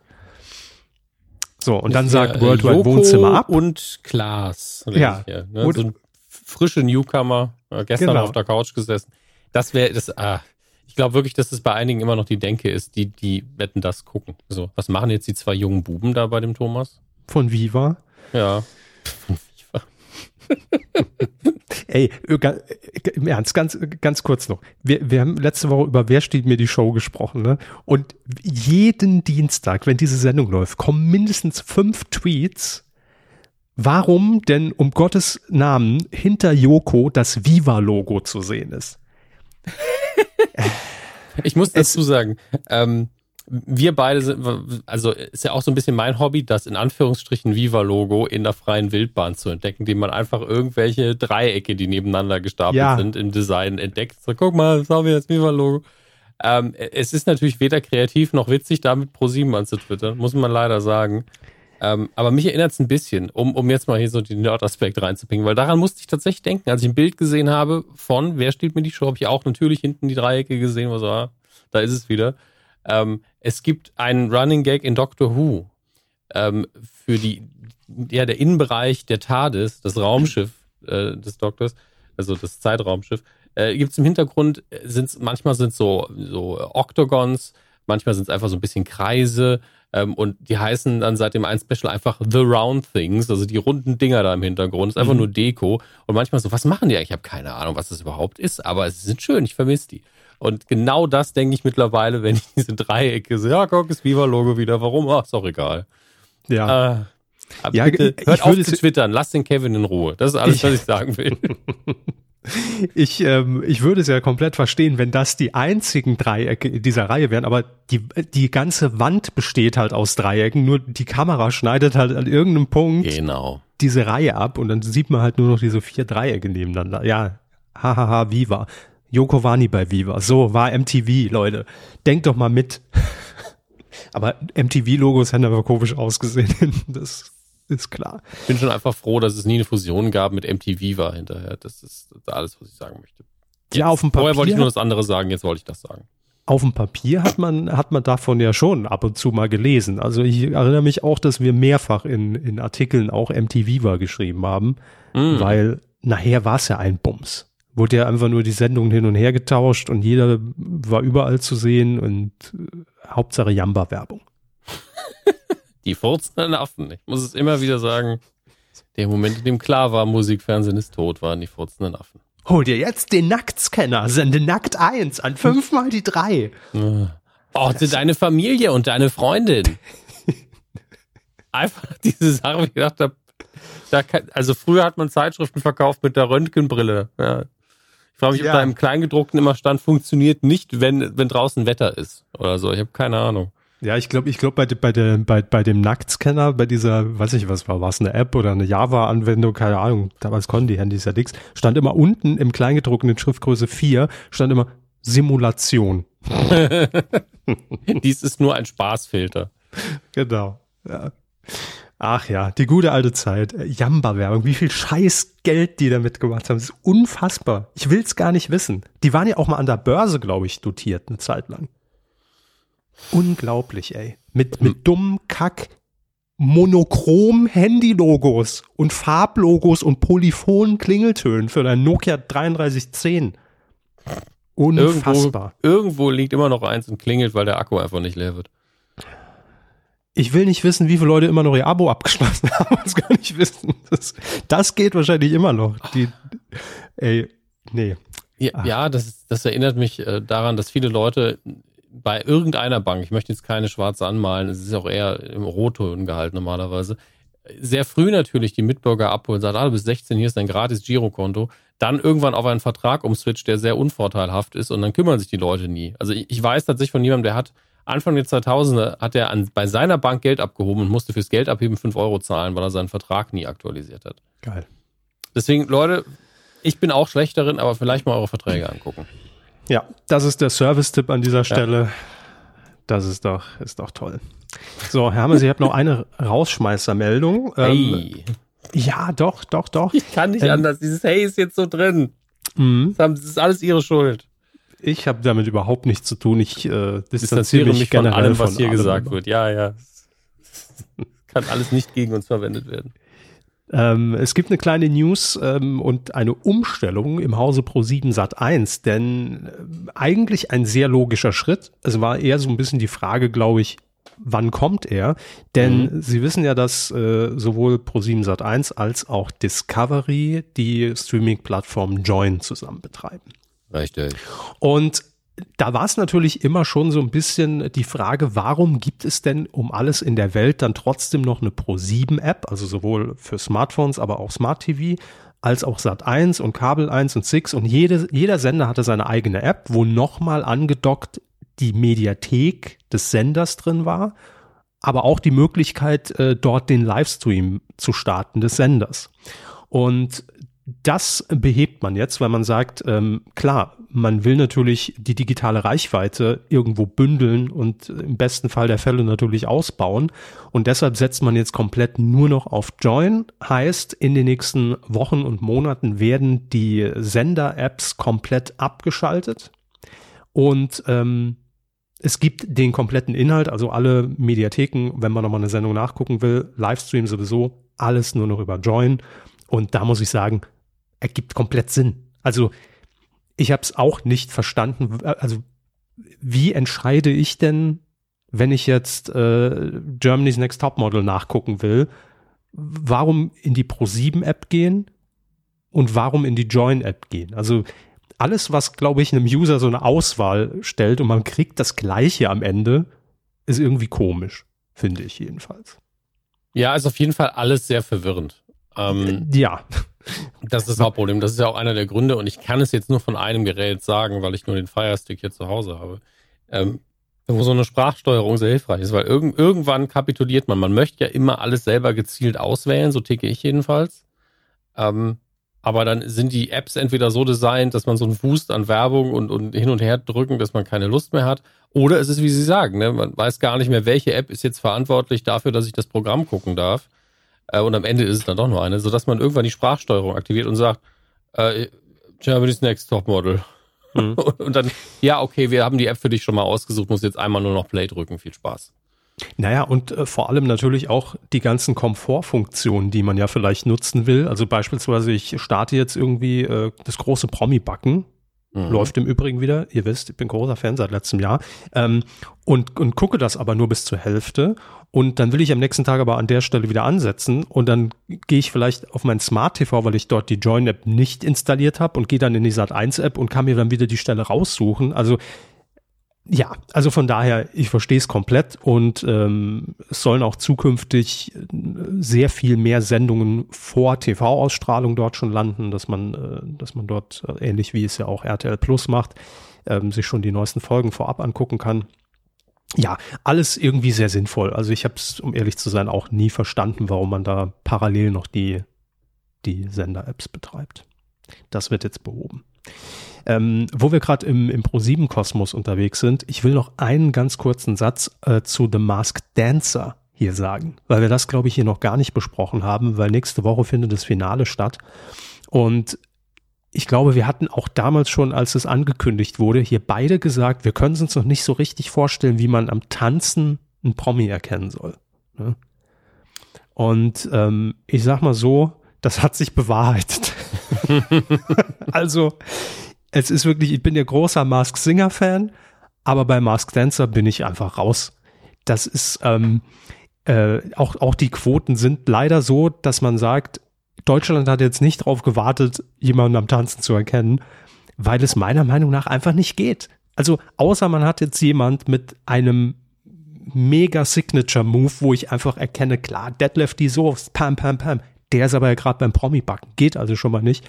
So, und dann sagt Worldwide Joko Wohnzimmer ab. Und Klaas. Ja. Hier, ne? So ein frische Newcomer, gestern auf der Couch gesessen. Das wäre, ich glaube wirklich, dass es bei einigen immer noch die Denke ist, die Wetten, das gucken. So, was machen jetzt die 2 jungen Buben da bei dem Thomas? Von Viva. Ja. Von Viva. Ey, im Ernst, ganz kurz noch. Wir haben letzte Woche über Wer stiehlt mir die Show gesprochen, ne? Und jeden Dienstag, wenn diese Sendung läuft, kommen mindestens 5 Tweets. Warum denn um Gottes Namen hinter Joko das Viva-Logo zu sehen ist? Ich muss dazu sagen, wir beide sind, also ist ja auch so ein bisschen mein Hobby, das in Anführungsstrichen Viva-Logo in der freien Wildbahn zu entdecken, indem man einfach irgendwelche Dreiecke, die nebeneinander gestapelt sind, im Design entdeckt. So, guck mal, das haben wir jetzt Viva-Logo. Es ist natürlich weder kreativ noch witzig, damit ProSieben anzutwittern, muss man leider sagen. Aber mich erinnert es ein bisschen, um jetzt mal hier so den Nerd-Aspekt reinzupingen, weil daran musste ich tatsächlich denken, als ich ein Bild gesehen habe von Wer stiehlt mir die Show, habe ich auch natürlich hinten die Dreiecke gesehen, wo so, da ist es wieder. Es gibt einen Running Gag in Doctor Who für der Innenbereich der TARDIS, das Raumschiff des Doktors, also das Zeitraumschiff. Gibt es im Hintergrund, manchmal sind so Octagons, manchmal sind es einfach so ein bisschen Kreise und die heißen dann seit dem einen Special einfach The Round Things, also die runden Dinger da im Hintergrund. Das ist einfach nur Deko und manchmal so, was machen die eigentlich? Ich habe keine Ahnung, was das überhaupt ist, aber sie sind schön, ich vermisse die. Und genau das denke ich mittlerweile, wenn ich diese Dreiecke sehe. Ja, guck, das Viva-Logo wieder. Warum? Ach, ist auch egal. Ja. Bitte, hört auf zu twittern. Lass den Kevin in Ruhe. Das ist alles, was ich sagen will. Ich würde es ja komplett verstehen, wenn das die einzigen Dreiecke in dieser Reihe wären, aber die ganze Wand besteht halt aus Dreiecken, nur die Kamera schneidet halt an irgendeinem Punkt diese Reihe ab und dann sieht man halt nur noch diese 4 Dreiecke nebeneinander. Ja, hahaha, Viva. Joko war nie bei Viva. So war MTV, Leute. Denkt doch mal mit. Aber MTV-Logos haben aber komisch ausgesehen. Das ist klar. Ich bin schon einfach froh, dass es nie eine Fusion gab mit MTV war hinterher. Das ist alles, was ich sagen möchte. Ja, auf dem Papier. Vorher wollte ich nur das andere sagen, jetzt wollte ich das sagen. Auf dem Papier hat man davon ja schon ab und zu mal gelesen. Also ich erinnere mich auch, dass wir mehrfach in Artikeln auch MTV geschrieben haben, weil nachher war es ja ein Bums. Wurde ja einfach nur die Sendungen hin und her getauscht und jeder war überall zu sehen und Hauptsache Jamba-Werbung. Die furzenden Affen. Ich muss es immer wieder sagen. Der Moment, in dem klar war, Musikfernsehen ist tot, waren die furzenden Affen. Hol dir jetzt den Nacktscanner, sende Nackt 1 an 5 mal die 3. Oh, deine Familie und deine Freundin. Einfach diese Sache, wo ich gedacht habe, also früher hat man Zeitschriften verkauft mit der Röntgenbrille. Ja. Ich frage mich, ob da im Kleingedruckten immer stand, funktioniert nicht, wenn draußen Wetter ist oder so. Ich habe keine Ahnung. Ja, ich glaube, bei dem Nacktscanner, bei dieser, weiß ich was war es eine App oder eine Java-Anwendung, keine Ahnung, damals konnten die Handys ja nichts, stand immer unten im Kleingedruckten in Schriftgröße 4, stand immer Simulation. Dies ist nur ein Spaßfilter. Genau, ja. Ach ja, die gute alte Zeit. Jamba-Werbung, wie viel Scheißgeld die damit gemacht haben, das ist unfassbar. Ich will's gar nicht wissen. Die waren ja auch mal an der Börse, glaube ich, dotiert, eine Zeit lang. Unglaublich, ey. Mit dummen Kack, monochrom Handy-Logos und Farblogos und polyphonen Klingeltönen für dein Nokia 3310. Unfassbar. Irgendwo liegt immer noch eins und klingelt, weil der Akku einfach nicht leer wird. Ich will nicht wissen, wie viele Leute immer noch ihr Abo abgeschlossen haben. Das gar nicht wissen. Das geht wahrscheinlich immer noch. Nee. Ja, das erinnert mich daran, dass viele Leute bei irgendeiner Bank, ich möchte jetzt keine schwarze anmalen, es ist auch eher im Rotton gehalten normalerweise, sehr früh natürlich die Mitbürger abholen, sagt, du bist 16, hier ist dein gratis Girokonto, dann irgendwann auf einen Vertrag umswitcht, der sehr unvorteilhaft ist und dann kümmern sich die Leute nie. Also ich weiß tatsächlich von jemandem, der hat Anfang der 2000er hat er bei seiner Bank Geld abgehoben und musste fürs Geld abheben 5 Euro zahlen, weil er seinen Vertrag nie aktualisiert hat. Geil. Deswegen, Leute, ich bin auch schlecht darin, aber vielleicht mal eure Verträge angucken. Ja, das ist der Service-Tipp an dieser Stelle. Ja. Das ist doch toll. So, Herr Hammer, ich habe noch eine Rausschmeißermeldung. Hey. Ja, doch. Ich kann nicht anders. Dieses Hey ist jetzt so drin. Das ist alles Ihre Schuld. Ich habe damit überhaupt nichts zu tun. Ich distanziere mich von allem, was hier gesagt wird. Ja. Kann alles nicht gegen uns verwendet werden. Es gibt eine kleine News und eine Umstellung im Hause Pro7 Sat.1, denn eigentlich ein sehr logischer Schritt. Es war eher so ein bisschen die Frage, glaube ich, wann kommt er? Denn Sie wissen ja, dass sowohl Pro7 Sat.1 als auch Discovery die Streaming-Plattform Joyn zusammen betreiben. Richtig. Und da war es natürlich immer schon so ein bisschen die Frage, warum gibt es denn um alles in der Welt dann trotzdem noch eine Pro7-App, also sowohl für Smartphones, aber auch Smart TV, als auch Sat.1 und Kabel 1 und 6 und jeder Sender hatte seine eigene App, wo nochmal angedockt die Mediathek des Senders drin war, aber auch die Möglichkeit, dort den Livestream zu starten des Senders. Und das behebt man jetzt, weil man sagt, klar, man will natürlich die digitale Reichweite irgendwo bündeln und im besten Fall der Fälle natürlich ausbauen. Und deshalb setzt man jetzt komplett nur noch auf Joyn. Heißt, in den nächsten Wochen und Monaten werden die Sender-Apps komplett abgeschaltet. Und es gibt den kompletten Inhalt, also alle Mediatheken, wenn man nochmal eine Sendung nachgucken will, Livestream sowieso, alles nur noch über Joyn. Und da muss ich sagen, ergibt komplett Sinn. Also ich habe es auch nicht verstanden. Also wie entscheide ich denn, wenn ich jetzt Germany's Next Topmodel nachgucken will, warum in die Pro7-App gehen und warum in die Joyn-App gehen? Also alles, was, glaube ich, einem User so eine Auswahl stellt und man kriegt das Gleiche am Ende, ist irgendwie komisch, finde ich jedenfalls. Ja, ist auf jeden Fall alles sehr verwirrend. Ja. Das ist das Hauptproblem. Das ist ja auch einer der Gründe und ich kann es jetzt nur von einem Gerät sagen, weil ich nur den Fire Stick hier zu Hause habe. Wo so eine Sprachsteuerung sehr hilfreich ist, weil irgendwann kapituliert man. Man möchte ja immer alles selber gezielt auswählen, so ticke ich jedenfalls. Aber dann sind die Apps entweder so designt, dass man so einen Boost an Werbung und hin und her drücken, dass man keine Lust mehr hat. Oder es ist, wie Sie sagen, ne? Man weiß gar nicht mehr, welche App ist jetzt verantwortlich dafür, dass ich das Programm gucken darf. Und am Ende ist es dann doch nur eine, sodass man irgendwann die Sprachsteuerung aktiviert und sagt, Germany's Next Topmodel. Und dann, ja, okay, wir haben die App für dich schon mal ausgesucht, muss jetzt einmal nur noch Play drücken. Viel Spaß. Naja, und vor allem natürlich auch die ganzen Komfortfunktionen, die man ja vielleicht nutzen will. Also beispielsweise, ich starte jetzt irgendwie das große Promi-Backen. Läuft im Übrigen wieder, ihr wisst, ich bin großer Fan seit letztem Jahr und gucke das aber nur bis zur Hälfte und dann will ich am nächsten Tag aber an der Stelle wieder ansetzen und dann gehe ich vielleicht auf mein Smart TV, weil ich dort die Joyn-App nicht installiert habe und gehe dann in die Sat.1-App und kann mir dann wieder die Stelle raussuchen. Also Ja, also von daher, ich verstehe es komplett und es sollen auch zukünftig sehr viel mehr Sendungen vor TV-Ausstrahlung dort schon landen, dass man dort, ähnlich wie es ja auch RTL Plus macht, sich schon die neuesten Folgen vorab angucken kann. Ja, alles irgendwie sehr sinnvoll. Also ich habe es, um ehrlich zu sein, auch nie verstanden, warum man da parallel noch die Sender-Apps betreibt. Das wird jetzt behoben. Wo wir gerade im Pro7-Kosmos unterwegs sind, ich will noch einen ganz kurzen Satz zu The Masked Dancer hier sagen, weil wir das, glaube ich, hier noch gar nicht besprochen haben, weil nächste Woche findet das Finale statt. Und ich glaube, wir hatten auch damals schon, als es angekündigt wurde, hier beide gesagt, wir können es uns noch nicht so richtig vorstellen, wie man am Tanzen einen Promi erkennen soll. Ne? Und ich sag mal so, das hat sich bewahrheitet. Also, es ist wirklich, ich bin ja großer Masked Singer Fan, aber bei Masked Dancer bin ich einfach raus. Das ist, auch die Quoten sind leider so, dass man sagt, Deutschland hat jetzt nicht drauf gewartet, jemanden am Tanzen zu erkennen, weil es meiner Meinung nach einfach nicht geht. Also, außer man hat jetzt jemand mit einem mega Signature-Move, wo ich einfach erkenne, klar, Deadlift so, pam, pam, pam. Der ist aber ja gerade beim Promi-Backen, geht also schon mal nicht.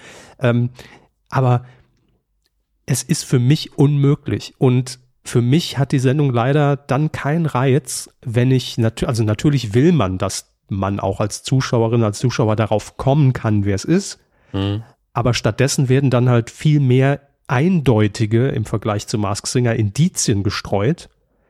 Aber es ist für mich unmöglich und für mich hat die Sendung leider dann keinen Reiz, wenn ich, also natürlich will man, dass man auch als Zuschauerin, als Zuschauer darauf kommen kann, wer es ist, aber stattdessen werden dann halt viel mehr eindeutige im Vergleich zu Masked Singer Indizien gestreut.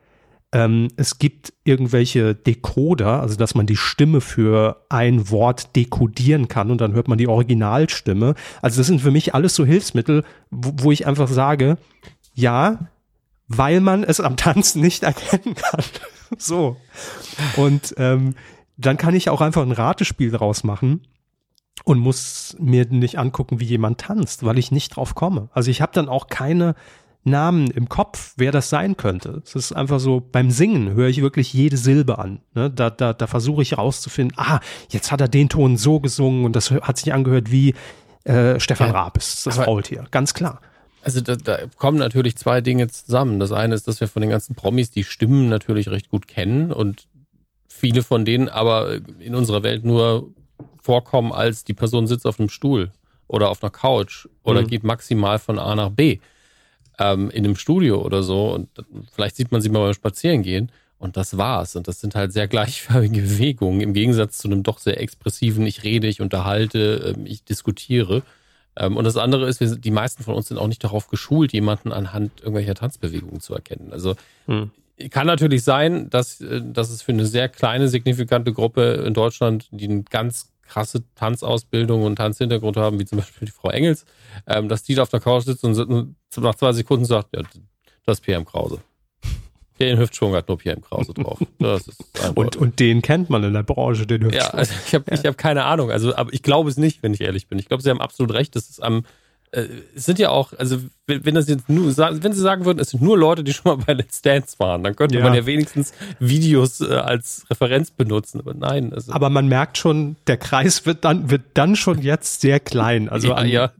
Es gibt irgendwelche Decoder, also dass man die Stimme für ein Wort dekodieren kann und dann hört man die Originalstimme. Also das sind für mich alles so Hilfsmittel, wo ich einfach sage, ja, weil man es am Tanzen nicht erkennen kann. So. Und dann kann ich auch einfach ein Ratespiel draus machen und muss mir nicht angucken, wie jemand tanzt, weil ich nicht drauf komme. Also ich habe dann auch keine Namen im Kopf, wer das sein könnte. Es ist einfach so, beim Singen höre ich wirklich jede Silbe an. Ne? Da versuche ich rauszufinden, jetzt hat er den Ton so gesungen und das hat sich angehört wie Stefan Raab ist das Faultier. Ganz klar. Also da kommen natürlich zwei Dinge zusammen. Das eine ist, dass wir von den ganzen Promis die Stimmen natürlich recht gut kennen und viele von denen aber in unserer Welt nur vorkommen, als die Person sitzt auf einem Stuhl oder auf einer Couch oder geht maximal von A nach B. In einem Studio oder so und vielleicht sieht man sie mal beim Spazierengehen und das war's. Und das sind halt sehr gleichförmige Bewegungen im Gegensatz zu einem doch sehr expressiven, ich rede, ich unterhalte, ich diskutiere. Und das andere ist, die meisten von uns sind auch nicht darauf geschult, jemanden anhand irgendwelcher Tanzbewegungen zu erkennen. Also kann natürlich sein, dass es für eine sehr kleine, signifikante Gruppe in Deutschland, die eine ganz krasse Tanzausbildung und Tanzhintergrund haben, wie zum Beispiel die Frau Engels, dass die da auf der Couch sitzt und nach 2 Sekunden sagt, ja, das ist PM Krause. Den Hüftschwung hat nur PM Krause drauf. Das ist und den kennt man in der Branche, den Hüftschwung. Ja, also ich hab keine Ahnung. Also, aber ich glaube es nicht, wenn ich ehrlich bin. Ich glaube, Sie haben absolut recht. Das ist es sind ja auch, also wenn Sie sagen würden, es sind nur Leute, die schon mal bei Let's Dance waren, dann könnte man ja wenigstens Videos als Referenz benutzen. Aber nein. Also. Aber man merkt schon, der Kreis wird dann schon jetzt sehr klein. Also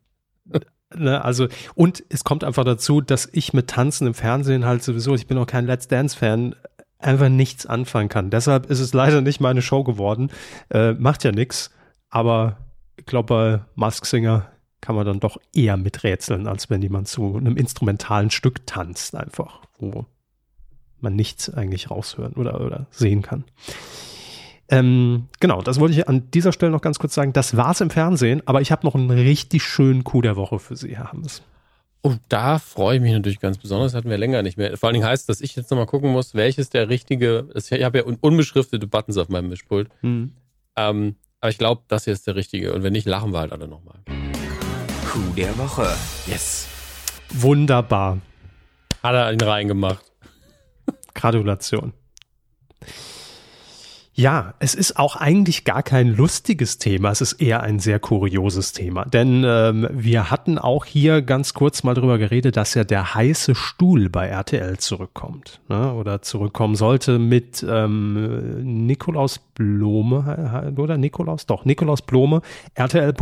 also, und es kommt einfach dazu, dass ich mit Tanzen im Fernsehen halt sowieso, ich bin auch kein Let's Dance-Fan, einfach nichts anfangen kann. Deshalb ist es leider nicht meine Show geworden. Macht ja nichts. Aber ich glaube, bei Masked Singer kann man dann doch eher miträtseln, als wenn jemand zu einem instrumentalen Stück tanzt, einfach, wo man nichts eigentlich raushören oder sehen kann. Genau, das wollte ich an dieser Stelle noch ganz kurz sagen. Das war's im Fernsehen, aber ich habe noch einen richtig schönen Coup der Woche für Sie, Herr Hammes. Und da freue ich mich natürlich ganz besonders, das hatten wir länger nicht mehr. Vor allen Dingen heißt, dass ich jetzt nochmal gucken muss, welches der richtige, ich habe ja unbeschriftete Buttons auf meinem Mischpult, aber ich glaube, das hier ist der richtige und wenn nicht, lachen wir halt alle nochmal. Coup der Woche. Yes. Wunderbar. Hat er ihn reingemacht. Gratulation. Ja, es ist auch eigentlich gar kein lustiges Thema, es ist eher ein sehr kurioses Thema, denn wir hatten auch hier ganz kurz mal drüber geredet, dass ja der heiße Stuhl bei RTL zurückkommt, ne? Oder zurückkommen sollte mit Nikolaus Blome, oder Nikolaus Blome, RTL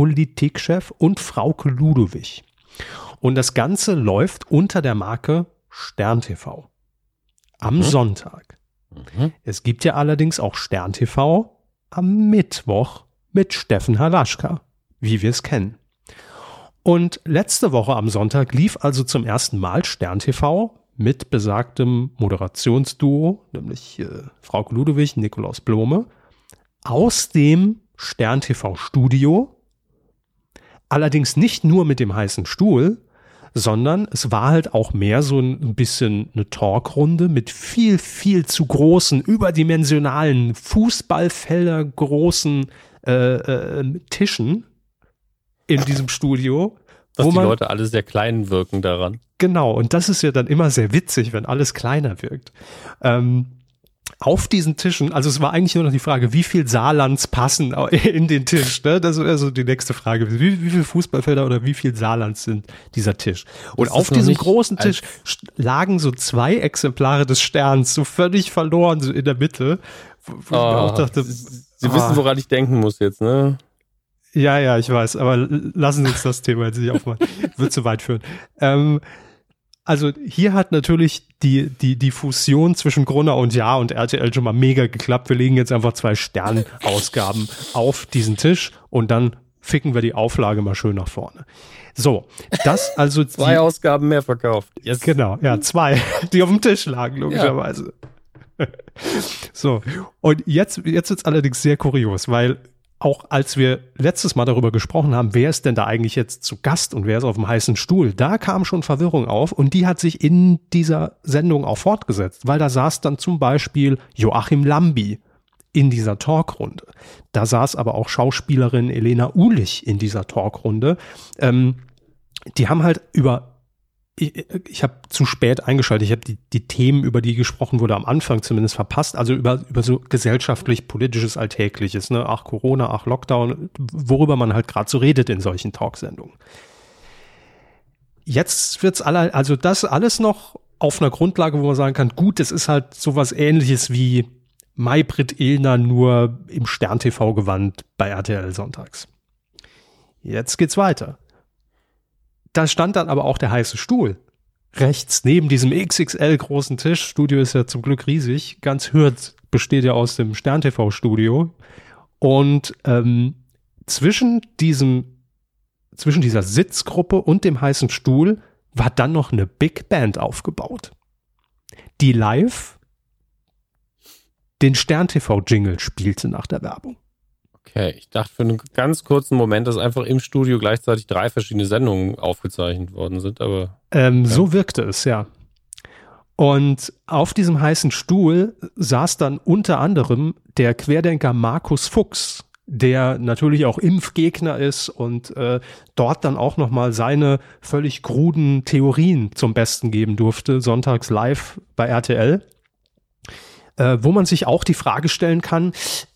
Politikchef und Frauke Ludowig. Und das Ganze läuft unter der Marke Stern TV am Sonntag. Es gibt ja allerdings auch Stern TV am Mittwoch mit Steffen Halaschka, wie wir es kennen. Und letzte Woche am Sonntag lief also zum ersten Mal Stern TV mit besagtem Moderationsduo, nämlich Frauke Ludewig, Nikolaus Blome, aus dem Stern TV Studio. Allerdings nicht nur mit dem heißen Stuhl, sondern es war halt auch mehr so ein bisschen eine Talkrunde mit viel, viel zu großen, überdimensionalen, Fußballfelder großen Tischen in diesem Studio. Dass die Leute alle sehr klein wirken daran. Genau, und das ist ja dann immer sehr witzig, wenn alles kleiner wirkt. Auf diesen Tischen, also es war eigentlich nur noch die Frage, wie viel Saarlands passen in den Tisch, ne? Das ist also die nächste Frage. Wie viele Fußballfelder oder wie viel Saarlands sind dieser Tisch? Und auf diesem großen Tisch lagen so 2 Exemplare des Sterns, so völlig verloren, so in der Mitte. Wo ich mir auch dachte, Sie wissen, woran ich denken muss jetzt, ne? Ja, ich weiß, aber lassen Sie uns das Thema jetzt nicht aufmachen. Wird zu weit führen. Also hier hat natürlich die Fusion zwischen Gruner und Jahr und RTL schon mal mega geklappt. Wir legen jetzt einfach 2 Sternausgaben auf diesen Tisch und dann ficken wir die Auflage mal schön nach vorne. So, das also 2 Ausgaben mehr verkauft. Yes. Genau, ja, 2, die auf dem Tisch lagen, logischerweise. Ja. So, und jetzt wird's allerdings sehr kurios, weil auch als wir letztes Mal darüber gesprochen haben, wer ist denn da eigentlich jetzt zu Gast und wer ist auf dem heißen Stuhl, da kam schon Verwirrung auf und die hat sich in dieser Sendung auch fortgesetzt, weil da saß dann zum Beispiel Joachim Lambi in dieser Talkrunde. Da saß aber auch Schauspielerin Elena Uhlich in dieser Talkrunde. Die haben halt ich habe zu spät eingeschaltet. Ich habe die Themen, über die gesprochen wurde, am Anfang zumindest verpasst. Also über so gesellschaftlich-politisches Alltägliches. Ne? Ach Corona, ach Lockdown, worüber man halt gerade so redet in solchen Talksendungen. Jetzt wird's also das alles noch auf einer Grundlage, wo man sagen kann, gut, das ist halt sowas Ähnliches wie Maybrit Illner, nur im Stern-TV-Gewand bei RTL sonntags. Jetzt geht's weiter. Da stand dann aber auch der heiße Stuhl. Rechts neben diesem XXL großen Tisch. Studio ist ja zum Glück riesig. Ganz Hürth besteht ja aus dem Stern-TV-Studio. Und zwischen dieser Sitzgruppe und dem heißen Stuhl war dann noch eine Big Band aufgebaut, die live den Stern-TV-Jingle spielte nach der Werbung. Okay, ich dachte für einen ganz kurzen Moment, dass einfach im Studio gleichzeitig 3 verschiedene Sendungen aufgezeichnet worden sind, aber... So wirkte es, ja. Und auf diesem heißen Stuhl saß dann unter anderem der Querdenker Markus Fuchs, der natürlich auch Impfgegner ist und dort dann auch nochmal seine völlig kruden Theorien zum Besten geben durfte, sonntags live bei RTL, wo man sich auch die Frage stellen kann,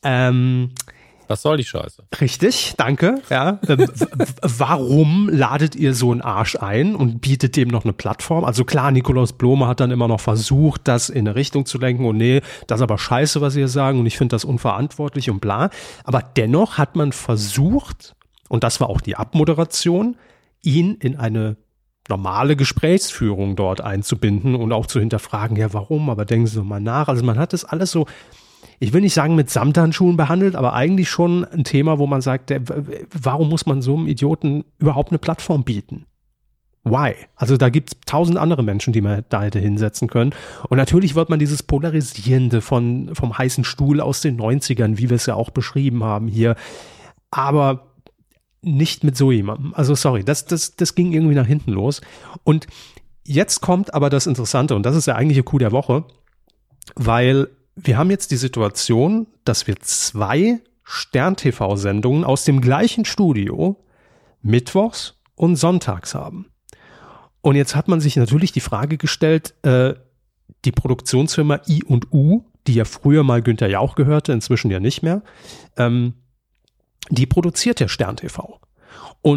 was soll die Scheiße? Richtig, danke. Ja. Warum ladet ihr so einen Arsch ein und bietet dem noch eine Plattform? Also klar, Nikolaus Blome hat dann immer noch versucht, das in eine Richtung zu lenken und nee, das ist aber scheiße, was ihr sagen und ich finde das unverantwortlich und bla. Aber dennoch hat man versucht, und das war auch die Abmoderation, ihn in eine normale Gesprächsführung dort einzubinden und auch zu hinterfragen, ja warum, aber denken Sie doch mal nach. Also man hat das alles so, ich will nicht sagen mit Samthandschuhen behandelt, aber eigentlich schon ein Thema, wo man sagt, warum muss man so einem Idioten überhaupt eine Plattform bieten? Why? Also da gibt es 1000 andere Menschen, die man da hätte hinsetzen können. Und natürlich wird man dieses Polarisierende vom heißen Stuhl aus den 90ern, wie wir es ja auch beschrieben haben hier, aber nicht mit so jemandem. Also sorry, das ging irgendwie nach hinten los. Und jetzt kommt aber das Interessante, und das ist der eigentliche Coup der Woche, weil wir haben jetzt die Situation, dass wir 2 Stern-TV-Sendungen aus dem gleichen Studio mittwochs und sonntags haben. Und jetzt hat man sich natürlich die Frage gestellt, die Produktionsfirma I&U, die ja früher mal Günther Jauch gehörte, inzwischen ja nicht mehr, die produziert ja Stern TV. Und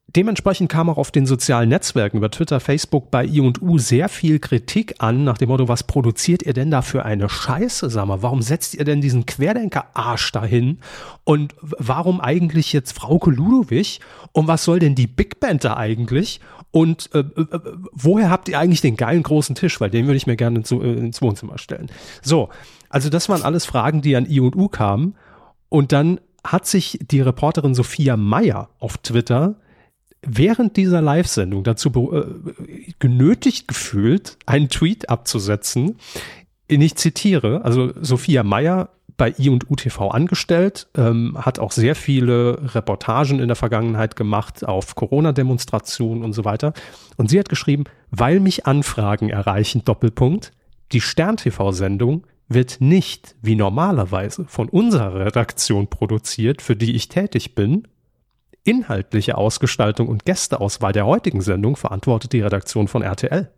Dementsprechend kam auch auf den sozialen Netzwerken über Twitter, Facebook bei I&U sehr viel Kritik an, nach dem Motto, was produziert ihr denn da für eine Scheiße, sag mal, warum setzt ihr denn diesen Querdenker-Arsch dahin und warum eigentlich jetzt Frauke Ludowig und was soll denn die Big Band da eigentlich und woher habt ihr eigentlich den geilen großen Tisch, weil den würde ich mir gerne ins Wohnzimmer stellen. So, also das waren alles Fragen, die an I&U kamen und dann hat sich die Reporterin Sophia Meyer auf Twitter während dieser Live-Sendung dazu genötigt gefühlt, einen Tweet abzusetzen. Ich zitiere, also Sophia Meyer bei I&U TV angestellt, hat auch sehr viele Reportagen in der Vergangenheit gemacht auf Corona-Demonstrationen und so weiter. Und sie hat geschrieben, weil mich Anfragen erreichen, Doppelpunkt, die Stern-TV-Sendung wird nicht wie normalerweise von unserer Redaktion produziert, für die ich tätig bin. Inhaltliche Ausgestaltung und Gästeauswahl der heutigen Sendung verantwortet die Redaktion von RTL.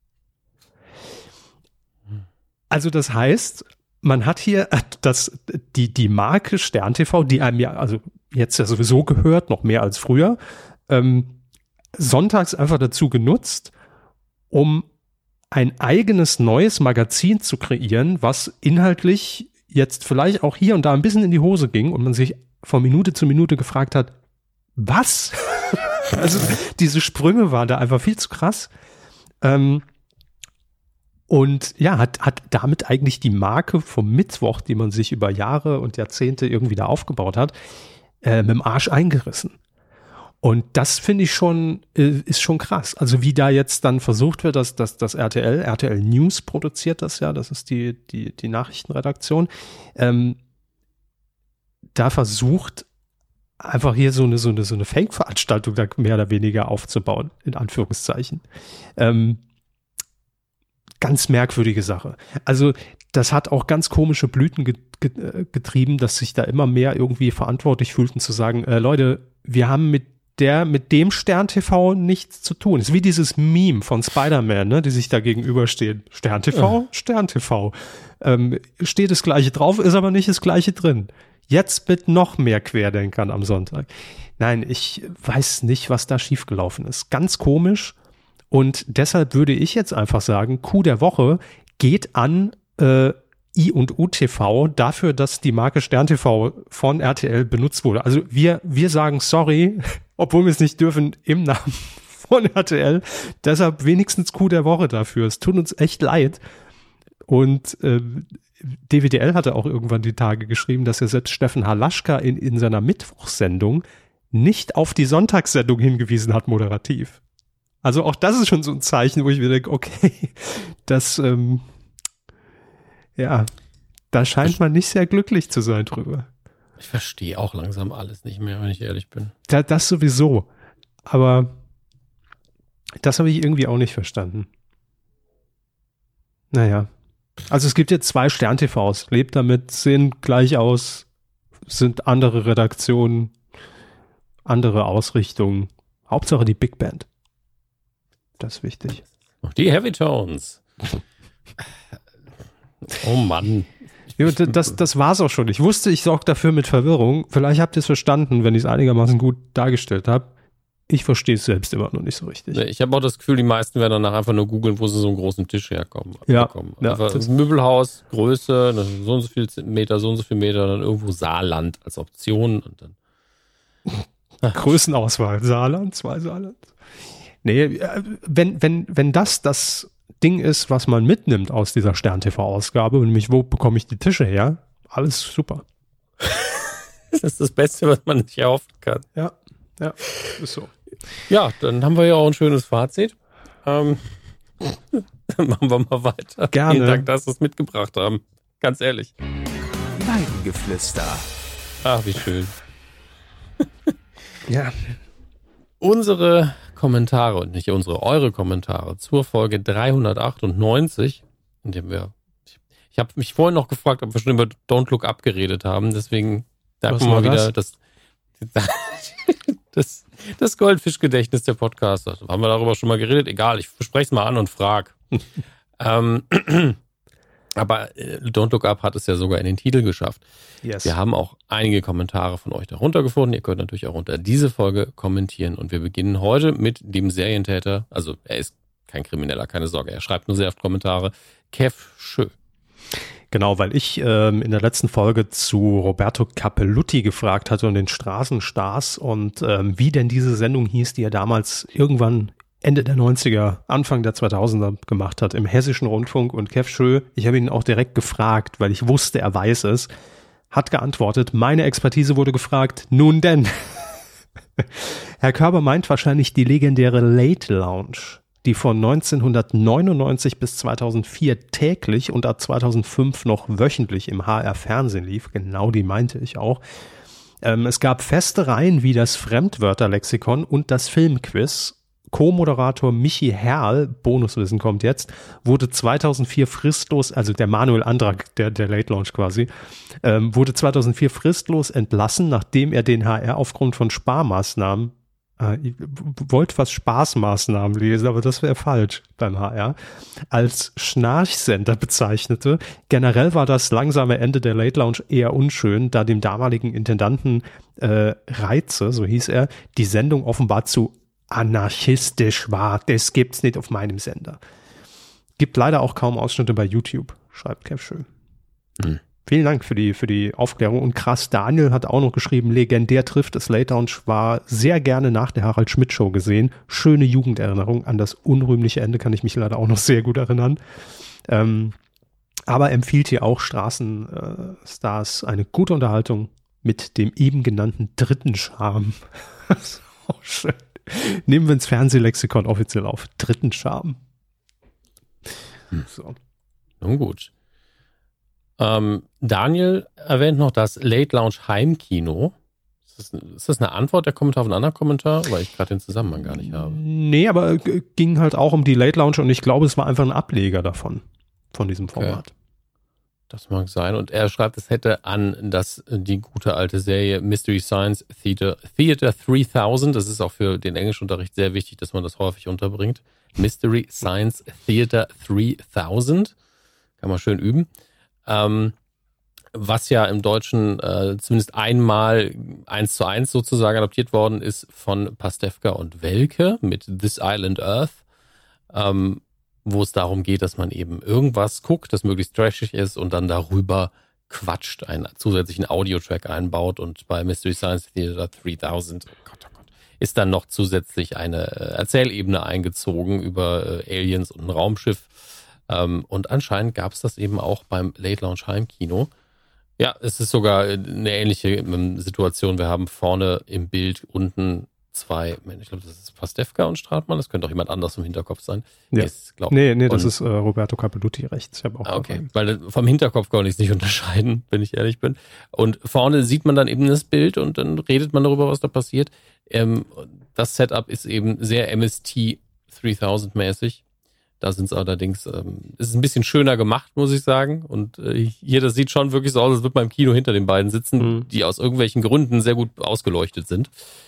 Also das heißt, man hat hier die Marke Stern TV, die einem ja also jetzt ja sowieso gehört, noch mehr als früher, sonntags einfach dazu genutzt, um ein eigenes neues Magazin zu kreieren, was inhaltlich jetzt vielleicht auch hier und da ein bisschen in die Hose ging und man sich von Minute zu Minute gefragt hat, was? Also diese Sprünge waren da einfach viel zu krass. Und ja, hat damit eigentlich die Marke vom Mittwoch, die man sich über Jahre und Jahrzehnte irgendwie da aufgebaut hat, mit dem Arsch eingerissen. Und das finde ich schon, ist schon krass. Also wie da jetzt dann versucht wird, dass das RTL News produziert das ja, das ist die Nachrichtenredaktion, da versucht einfach hier so eine Fake-Veranstaltung da mehr oder weniger aufzubauen, in Anführungszeichen. Ganz merkwürdige Sache. Also das hat auch ganz komische Blüten getrieben, dass sich da immer mehr irgendwie verantwortlich fühlten zu sagen, Leute, wir haben mit dem Stern TV nichts zu tun. Es ist wie dieses Meme von Spider-Man, ne, die sich da gegenüberstehen. Stern TV, Stern TV. Steht das Gleiche drauf, ist aber nicht das Gleiche drin. Jetzt mit noch mehr Querdenkern am Sonntag. Nein, ich weiß nicht, was da schiefgelaufen ist. Ganz komisch. Und deshalb würde ich jetzt einfach sagen, Coup der Woche geht an I&U TV dafür, dass die Marke Stern TV von RTL benutzt wurde. Also wir sagen sorry, obwohl wir es nicht dürfen, im Namen von RTL. Deshalb wenigstens Coup der Woche dafür. Es tut uns echt leid. Und DWDL hatte auch irgendwann die Tage geschrieben, dass ja selbst Steffen Halaschka in seiner Mittwochssendung nicht auf die Sonntagssendung hingewiesen hat, moderativ. Also auch das ist schon so ein Zeichen, wo ich mir denke, okay, das, da scheint man nicht sehr glücklich zu sein drüber. Ich verstehe auch langsam alles nicht mehr, wenn ich ehrlich bin. Das sowieso. Aber das habe ich irgendwie auch nicht verstanden. Naja. Also es gibt jetzt 2 Stern-TVs, lebt damit, sehen gleich aus, sind andere Redaktionen, andere Ausrichtungen. Hauptsache die Big Band. Das ist wichtig. Die Heavy Tones. Oh Mann. Das war's auch schon. Ich wusste, ich sorge dafür mit Verwirrung. Vielleicht habt ihr es verstanden, wenn ich es einigermaßen gut dargestellt habe. Ich verstehe es selbst immer noch nicht so richtig. Ich habe auch das Gefühl, die meisten werden danach einfach nur googeln, wo sie so einen großen Tisch herkommen. Ja. Das Möbelhaus, Größe, so und so viel Meter, dann irgendwo Saarland als Option und dann. Größenauswahl. Saarland, 2 Saarland. Nee, wenn das Ding ist, was man mitnimmt aus dieser Stern-TV-Ausgabe, nämlich wo bekomme ich die Tische her, alles super. Das ist das Beste, was man sich erhoffen kann. Ja, ist so. Ja, dann haben wir ja auch ein schönes Fazit. Dann machen wir mal weiter. Gerne. Vielen Dank, dass Sie es mitgebracht haben. Ganz ehrlich. Weidengeflüster. Ach, wie schön. Ja. Unsere Kommentare und nicht eure Kommentare zur Folge 398, in dem ich habe mich vorhin noch gefragt, ob wir schon über Don't Look Up geredet haben, deswegen sagen wir mal wieder, das Goldfischgedächtnis der Podcaster. Haben wir darüber schon mal geredet? Egal, ich spreche es mal an und frage. Aber Don't Look Up hat es ja sogar in den Titel geschafft. Yes. Wir haben auch einige Kommentare von euch darunter gefunden. Ihr könnt natürlich auch unter diese Folge kommentieren. Und wir beginnen heute mit dem Serientäter. Also er ist kein Krimineller, keine Sorge. Er schreibt nur sehr oft Kommentare. Kev Schö. Genau, weil ich in der letzten Folge zu Roberto Capelluti gefragt hatte und den Straßenstars und wie denn diese Sendung hieß, die er damals irgendwann Ende der 90er, Anfang der 2000er gemacht hat im Hessischen Rundfunk. Und Kev Schö, ich habe ihn auch direkt gefragt, weil ich wusste, er weiß es, hat geantwortet, meine Expertise wurde gefragt, nun denn. Herr Körber meint wahrscheinlich die legendäre Late Lounge, die von 1999 bis 2004 täglich und ab 2005 noch wöchentlich im HR-Fernsehen lief. Genau die meinte ich auch. Es gab feste Reihen wie das Fremdwörterlexikon und das Filmquiz. Co-Moderator Michi Herrl, Bonuswissen kommt jetzt, wurde 2004 fristlos, also der Manuel Andrak, der Late Lounge quasi, wurde 2004 fristlos entlassen, nachdem er den HR aufgrund von Sparmaßnahmen, ich wollte fast Spaßmaßnahmen lesen, aber das wäre falsch beim HR, als Schnarchsender bezeichnete. Generell war das langsame Ende der Late Lounge eher unschön, da dem damaligen Intendanten Reize, so hieß er, die Sendung offenbar zu anarchistisch war. Das gibt's nicht auf meinem Sender. Gibt leider auch kaum Ausschnitte bei YouTube, schreibt Kev Schö. Vielen Dank für die Aufklärung. Und krass, Daniel hat auch noch geschrieben, legendär trifft es, Late Lounge war sehr gerne nach der Harald Schmidt Show gesehen. Schöne Jugenderinnerung. An das unrühmliche Ende kann ich mich leider auch noch sehr gut erinnern. Aber empfiehlt hier auch Straßenstars eine gute Unterhaltung mit dem eben genannten dritten Charme. So schön. Nehmen wir ins Fernsehlexikon offiziell auf. Dritten Charme. So. Nun gut. Daniel erwähnt noch das Late Lounge Heimkino. Ist das eine Antwort, der Kommentar auf einen anderen Kommentar? Weil ich gerade den Zusammenhang gar nicht habe. Nee, aber ging halt auch um die Late Lounge und ich glaube, es war einfach ein Ableger davon, von diesem Format. Okay. Das mag sein. Und er schreibt, es hätte an die gute alte Serie Mystery Science Theater 3000, das ist auch für den Englischunterricht sehr wichtig, dass man das häufig unterbringt. Mystery Science Theater 3000. Kann man schön üben. Was ja im Deutschen zumindest einmal 1:1 sozusagen adaptiert worden ist von Pastewka und Welke mit This Island Earth. Wo es darum geht, dass man eben irgendwas guckt, das möglichst trashig ist und dann darüber quatscht, einen zusätzlichen Audiotrack einbaut und bei Mystery Science Theater 3000, oh Gott, ist dann noch zusätzlich eine Erzählebene eingezogen über Aliens und ein Raumschiff und anscheinend gab es das eben auch beim Late Lounge Heimkino. Ja, es ist sogar eine ähnliche Situation, wir haben vorne im Bild unten zwei, ich glaube, das ist Pastewka und Stratmann, das könnte auch jemand anders im Hinterkopf sein. Ja. Nee, das ist Roberto Capelluti rechts. Ich habe auch okay, weil vom Hinterkopf kann ich es nicht unterscheiden, wenn ich ehrlich bin. Und vorne sieht man dann eben das Bild und dann redet man darüber, was da passiert. Das Setup ist eben sehr MST 3000 mäßig. Da sind es allerdings, es ist ein bisschen schöner gemacht, muss ich sagen. Und hier, das sieht schon wirklich so aus, als würde man im Kino hinter den beiden sitzen, die aus irgendwelchen Gründen sehr gut ausgeleuchtet sind.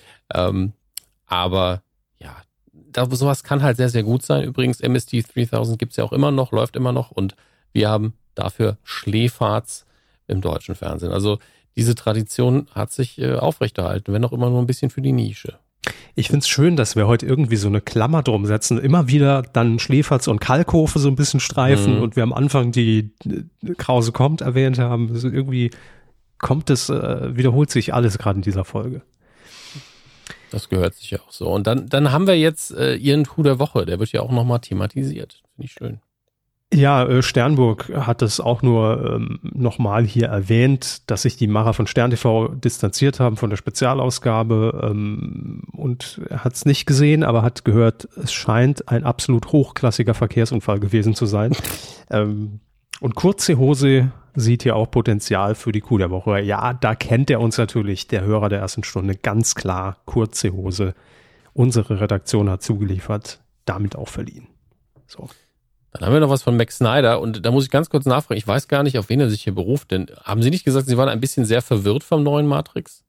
Aber ja, sowas kann halt sehr, sehr gut sein. Übrigens, MST 3000 gibt's ja auch immer noch, läuft immer noch und wir haben dafür Schläferz im deutschen Fernsehen. Also diese Tradition hat sich aufrechterhalten, wenn auch immer nur ein bisschen für die Nische. Ich find's schön, dass wir heute irgendwie so eine Klammer drum setzen, immer wieder dann Schläferz und Kalkofe so ein bisschen streifen und wir am Anfang die Krause kommt erwähnt haben. Also irgendwie wiederholt sich alles gerade in dieser Folge. Das gehört sich ja auch so. Und dann haben wir jetzt Ihren Coup der Woche. Der wird ja auch nochmal thematisiert. Finde ich schön. Ja, Sternburg hat es auch nur nochmal hier erwähnt, dass sich die Macher von Stern TV distanziert haben von der Spezialausgabe und er hat es nicht gesehen, aber hat gehört, es scheint ein absolut hochklassiger Verkehrsunfall gewesen zu sein. Und kurze Hose sieht hier auch Potenzial für die Coup der Woche. Ja, da kennt er uns natürlich, der Hörer der ersten Stunde, ganz klar, kurze Hose. Unsere Redaktion hat zugeliefert, damit auch verliehen. So. Dann haben wir noch was von Max Snyder und da muss ich ganz kurz nachfragen. Ich weiß gar nicht, auf wen er sich hier beruft, denn haben Sie nicht gesagt, Sie waren ein bisschen sehr verwirrt vom neuen Matrix?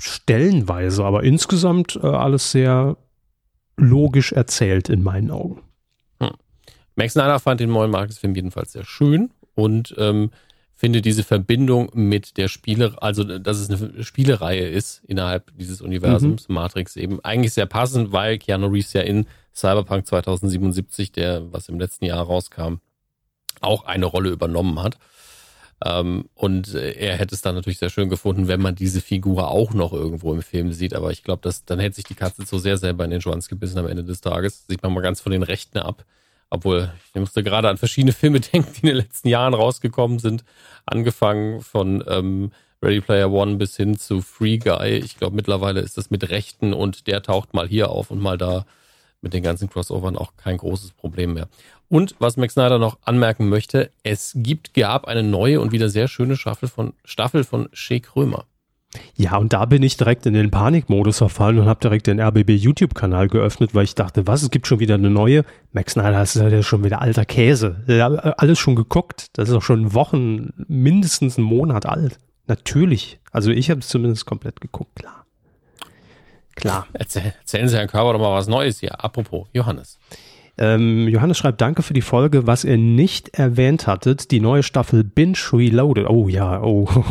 Stellenweise, aber insgesamt alles sehr logisch erzählt in meinen Augen. Max Snyder fand den neuen Marcus-Film jedenfalls sehr schön und finde diese Verbindung mit der also dass es eine Spielereihe ist innerhalb dieses Universums, Matrix eben, eigentlich sehr passend, weil Keanu Reeves ja in Cyberpunk 2077, was im letzten Jahr rauskam, auch eine Rolle übernommen hat. Und er hätte es dann natürlich sehr schön gefunden, wenn man diese Figur auch noch irgendwo im Film sieht, aber ich glaube, dann hätte sich die Katze so sehr selber in den Schwanz gebissen am Ende des Tages. Sieht man mal ganz von den Rechten ab. Obwohl, ich musste gerade an verschiedene Filme denken, die in den letzten Jahren rausgekommen sind. Angefangen von Ready Player One bis hin zu Free Guy. Ich glaube, mittlerweile ist das mit Rechten und der taucht mal hier auf und mal da mit den ganzen Crossovern auch kein großes Problem mehr. Und was Max Snyder noch anmerken möchte, es gab eine neue und wieder sehr schöne Staffel von Shea Krömer. Ja, und da bin ich direkt in den Panikmodus verfallen und habe direkt den RBB YouTube-Kanal geöffnet, weil ich dachte, es gibt schon wieder eine neue. Max Snyder, das ist ja schon wieder alter Käse. Der hat alles schon geguckt. Das ist auch schon Wochen, mindestens einen Monat alt. Natürlich. Also ich habe es zumindest komplett geguckt, klar. Erzählen Sie Herrn Körber doch mal was Neues hier. Apropos, Johannes. Johannes schreibt, danke für die Folge. Was ihr nicht erwähnt hattet, die neue Staffel Binge Reloaded. Oh ja.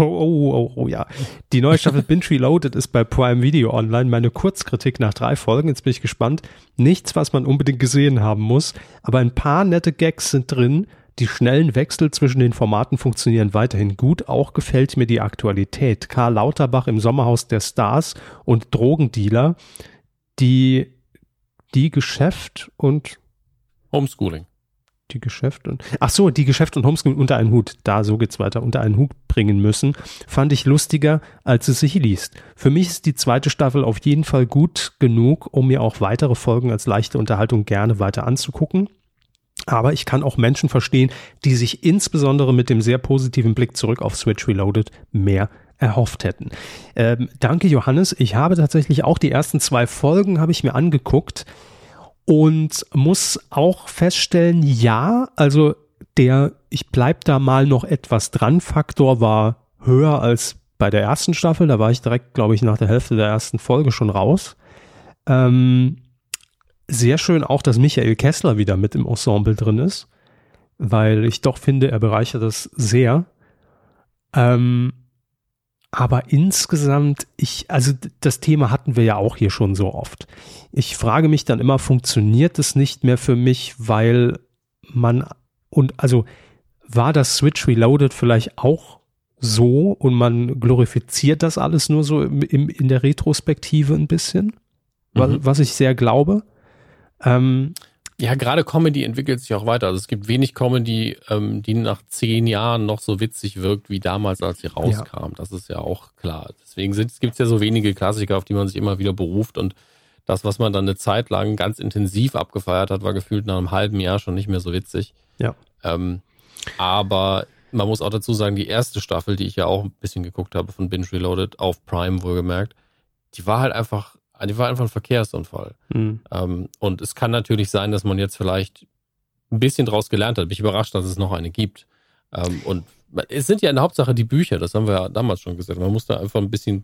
Die neue Staffel Binge Reloaded ist bei Prime Video online. Meine Kurzkritik nach 3 Folgen. Jetzt bin ich gespannt. Nichts, was man unbedingt gesehen haben muss. Aber ein paar nette Gags sind drin. Die schnellen Wechsel zwischen den Formaten funktionieren weiterhin gut. Auch gefällt mir die Aktualität. Karl Lauterbach im Sommerhaus der Stars und Drogendealer, die Geschäft und Homeschooling. Die Geschäft und Homeschooling unter einen Hut, so geht's weiter, unter einen Hut bringen müssen, fand ich lustiger, als es sich liest. Für mich ist die 2. Staffel auf jeden Fall gut genug, um mir auch weitere Folgen als leichte Unterhaltung gerne weiter anzugucken. Aber ich kann auch Menschen verstehen, die sich insbesondere mit dem sehr positiven Blick zurück auf Switch Reloaded mehr erhofft hätten. Danke, Johannes. Ich habe tatsächlich auch die ersten 2 Folgen habe ich mir angeguckt. Und muss auch feststellen, ja, also ich bleib da mal noch etwas dran Faktor war höher als bei der ersten Staffel. Da war ich direkt, glaube ich, nach der Hälfte der ersten Folge schon raus. Sehr schön auch, dass Michael Kessler wieder mit im Ensemble drin ist, weil ich doch finde, er bereichert das sehr. Aber insgesamt, das Thema hatten wir ja auch hier schon so oft. Ich frage mich dann immer, funktioniert es nicht mehr für mich, weil war das Switch Reloaded vielleicht auch so und man glorifiziert das alles nur so in der Retrospektive ein bisschen, was ich sehr glaube. Ja, gerade Comedy entwickelt sich auch weiter. Also es gibt wenig Comedy, die nach 10 Jahren noch so witzig wirkt wie damals, als sie rauskam. Ja. Das ist ja auch klar. Deswegen gibt es ja so wenige Klassiker, auf die man sich immer wieder beruft. Und das, was man dann eine Zeit lang ganz intensiv abgefeiert hat, war gefühlt nach einem halben Jahr schon nicht mehr so witzig. Ja. Aber man muss auch dazu sagen, die erste Staffel, die ich ja auch ein bisschen geguckt habe von Binge Reloaded, auf Prime wohlgemerkt, die war einfach ein Verkehrsunfall. Und es kann natürlich sein, dass man jetzt vielleicht ein bisschen draus gelernt hat. Bin ich überrascht, dass es noch eine gibt. Und es sind ja in der Hauptsache die Bücher, das haben wir ja damals schon gesagt. Man muss da einfach ein bisschen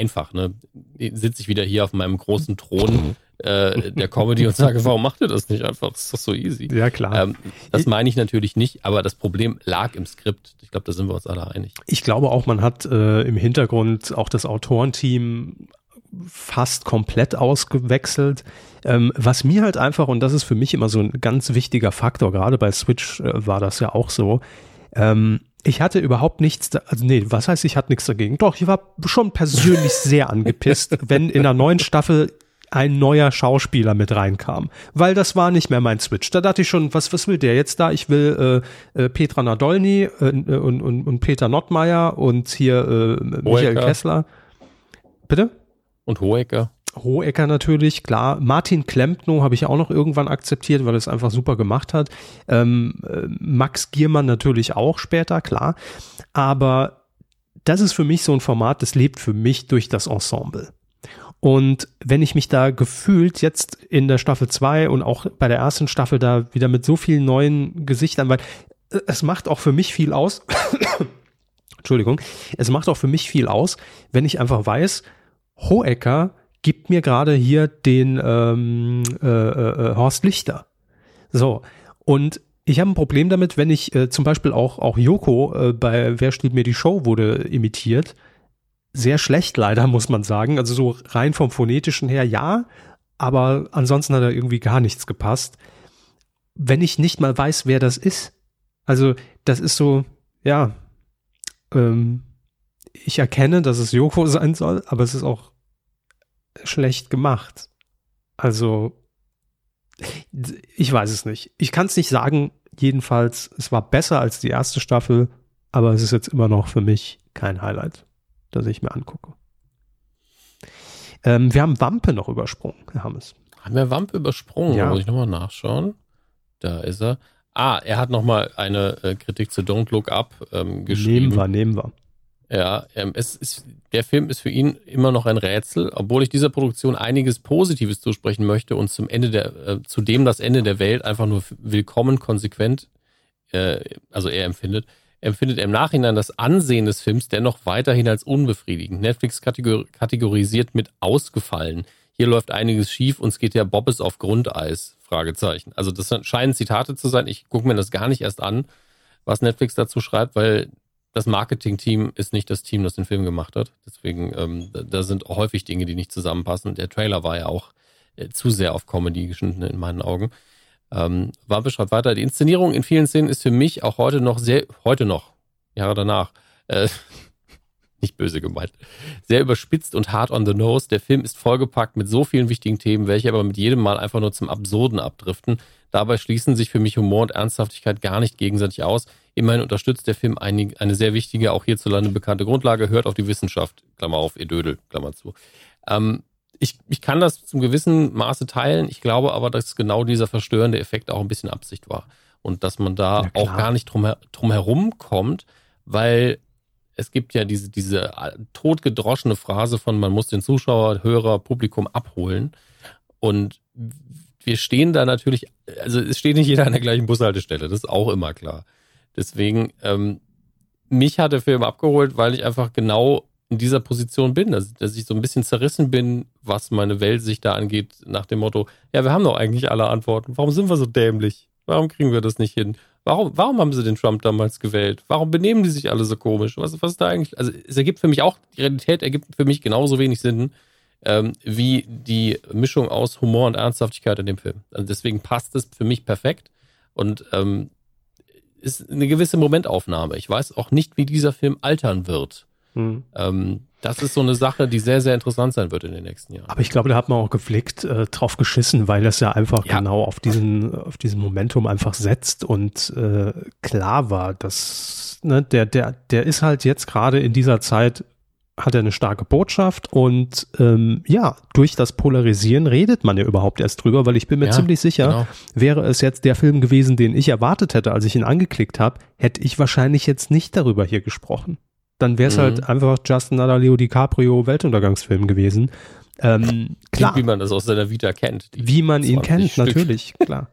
sitze ich wieder hier auf meinem großen Thron der Comedy und sage, warum macht ihr das nicht einfach? Das ist doch so easy. Ja, klar. Das meine ich natürlich nicht, aber das Problem lag im Skript. Ich glaube, da sind wir uns alle einig. Ich glaube auch, man hat im Hintergrund auch das Autorenteam fast komplett ausgewechselt. Was mir halt einfach, und das ist für mich immer so ein ganz wichtiger Faktor, gerade bei Switch war das ja auch so, ich hatte überhaupt nichts, was heißt, ich hatte nichts dagegen? Doch, ich war schon persönlich sehr angepisst, wenn in der neuen Staffel ein neuer Schauspieler mit reinkam, weil das war nicht mehr mein Switch. Da dachte ich schon, was will der jetzt da? Ich will Petra Nadolny und Peter Nottmeier und hier Michael Kessler. Bitte? Und Hohecker. Hohecker natürlich, klar. Martin Klempno habe ich auch noch irgendwann akzeptiert, weil er es einfach super gemacht hat. Max Giermann natürlich auch später, klar. Aber das ist für mich so ein Format, das lebt für mich durch das Ensemble. Und wenn ich mich da gefühlt jetzt in der Staffel 2 und auch bei der ersten Staffel da wieder mit so vielen neuen Gesichtern, weil es macht auch für mich viel aus. Entschuldigung. Es macht auch für mich viel aus, wenn ich einfach weiß, Hohecker gibt mir gerade hier den Horst Lichter. So. Und Ich habe ein Problem damit, wenn ich zum Beispiel auch Yoko bei Wer stiehlt mir die Show wurde imitiert. Sehr schlecht leider, muss man sagen. Also so rein vom Phonetischen her ja, aber ansonsten hat da irgendwie gar nichts gepasst. Wenn ich nicht mal weiß, wer das ist. Also das ist so, ja, ich erkenne, dass es Yoko sein soll, aber es ist auch schlecht gemacht. Also ich weiß es nicht. Ich kann es nicht sagen. Jedenfalls, es war besser als die erste Staffel, aber es ist jetzt immer noch für mich kein Highlight, das ich mir angucke. Wir haben Wampe noch übersprungen, Herr Hammes. Haben wir Wampe übersprungen? Ja. Muss ich nochmal nachschauen. Da ist er. Er hat nochmal eine Kritik zu Don't Look Up geschrieben. Nehmen wir. Ja, der Film ist für ihn immer noch ein Rätsel, obwohl ich dieser Produktion einiges Positives zusprechen möchte und zudem das Ende der Welt einfach nur willkommen konsequent, also er empfindet er im Nachhinein das Ansehen des Films dennoch weiterhin als unbefriedigend. Netflix kategorisiert mit ausgefallen. Hier läuft einiges schief, uns geht der Bobbes auf Grundeis, Fragezeichen. Also das scheinen Zitate zu sein, ich gucke mir das gar nicht erst an, was Netflix dazu schreibt, weil das Marketing-Team ist nicht das Team, das den Film gemacht hat. Deswegen, da sind häufig Dinge, die nicht zusammenpassen. Der Trailer war ja auch zu sehr auf Comedy geschnitten in meinen Augen. Wampe schreibt weiter, die Inszenierung in vielen Szenen ist für mich auch heute noch, Jahre danach, nicht böse gemeint, sehr überspitzt und hard on the nose. Der Film ist vollgepackt mit so vielen wichtigen Themen, welche aber mit jedem Mal einfach nur zum Absurden abdriften. Dabei schließen sich für mich Humor und Ernsthaftigkeit gar nicht gegenseitig aus. Immerhin unterstützt der Film eine sehr wichtige, auch hierzulande bekannte Grundlage, hört auf die Wissenschaft, Klammer auf, ihr Dödel, Klammer zu. Ich kann das zum gewissen Maße teilen, ich glaube aber, dass genau dieser verstörende Effekt auch ein bisschen Absicht war. Und dass man da auch gar nicht drum herum kommt, weil es gibt ja diese totgedroschene Phrase von, man muss den Zuschauer, Hörer, Publikum abholen. Und wir stehen da natürlich, also es steht nicht jeder an der gleichen Bushaltestelle, das ist auch immer klar. Deswegen, mich hat der Film abgeholt, weil ich einfach genau in dieser Position bin, dass ich so ein bisschen zerrissen bin, was meine Weltsicht da angeht, nach dem Motto, ja, wir haben doch eigentlich alle Antworten. Warum sind wir so dämlich? Warum kriegen wir das nicht hin? Warum haben sie den Trump damals gewählt? Warum benehmen die sich alle so komisch? Was ist da eigentlich? Also es ergibt für mich auch, die Realität ergibt für mich genauso wenig Sinn, wie die Mischung aus Humor und Ernsthaftigkeit in dem Film. Also deswegen passt es für mich perfekt und ist eine gewisse Momentaufnahme. Ich weiß auch nicht, wie dieser Film altern wird. Das ist so eine Sache, die sehr, sehr interessant sein wird in den nächsten Jahren. Aber ich glaube, da hat man auch gepflegt drauf geschissen, weil das ja einfach genau auf diesen Momentum einfach setzt und klar war, dass der ist halt jetzt gerade in dieser Zeit, hat er eine starke Botschaft und durch das Polarisieren redet man ja überhaupt erst drüber, weil ich bin mir ziemlich sicher, wäre es jetzt der Film gewesen, den ich erwartet hätte, als ich ihn angeklickt habe, hätte ich wahrscheinlich jetzt nicht darüber hier gesprochen. Dann wäre es halt einfach Just Another Leo DiCaprio Weltuntergangsfilm gewesen. Klar. Wie man das aus seiner Vita kennt. Wie man ihn kennt, Stück. Natürlich, klar.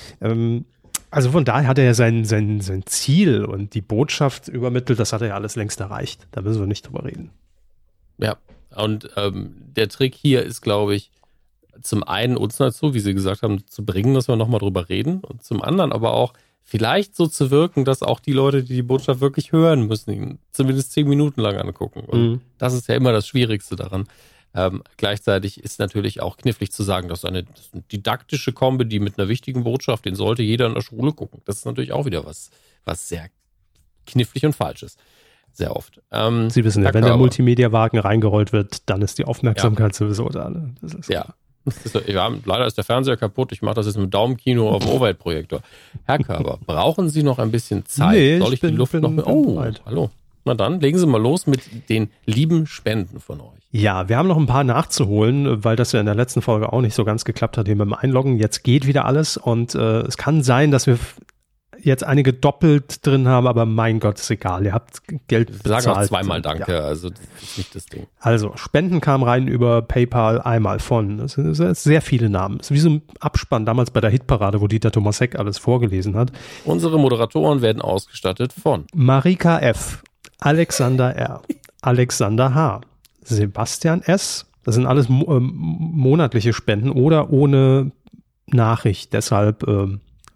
Also von daher hat er ja sein Ziel und die Botschaft übermittelt, das hat er ja alles längst erreicht. Da müssen wir nicht drüber reden. Ja, und der Trick hier ist, glaube ich, zum einen uns dazu, wie Sie gesagt haben, zu bringen, dass wir nochmal drüber reden und zum anderen aber auch vielleicht so zu wirken, dass auch die Leute, die Botschaft wirklich hören müssen, ihn zumindest 10 Minuten lang angucken. Und das ist ja immer das Schwierigste daran. Gleichzeitig ist natürlich auch knifflig zu sagen, dass eine didaktische Comedy mit einer wichtigen Botschaft, den sollte jeder in der Schule gucken. Das ist natürlich auch wieder was sehr knifflig und falsch ist. Sehr oft. Sie wissen ja, wenn der Multimedia-Wagen reingerollt wird, dann ist die Aufmerksamkeit sowieso da. Ne? Das ist leider ist der Fernseher kaputt. Ich mache das jetzt mit Daumenkino auf dem Overhead-Projektor. Herr Körber, brauchen Sie noch ein bisschen Zeit? Nee, soll ich die Luft noch mit? Oh, hallo. Na dann, legen Sie mal los mit den lieben Spenden von euch. Ja, wir haben noch ein paar nachzuholen, weil das ja in der letzten Folge auch nicht so ganz geklappt hat hier mit dem Einloggen. Jetzt geht wieder alles und es kann sein, dass wir jetzt einige doppelt drin haben, aber mein Gott, ist egal. Ihr habt Geld bezahlt. Sag auch zweimal Danke, also das ist nicht das Ding. Also, Spenden kamen rein über PayPal einmal von. Das sind sehr viele Namen. Das ist wie so ein Abspann damals bei der Hitparade, wo Dieter Thomasek alles vorgelesen hat. Unsere Moderatoren werden ausgestattet von Marika F., Alexander R., Alexander H., Sebastian S., das sind alles monatliche Spenden oder ohne Nachricht. Deshalb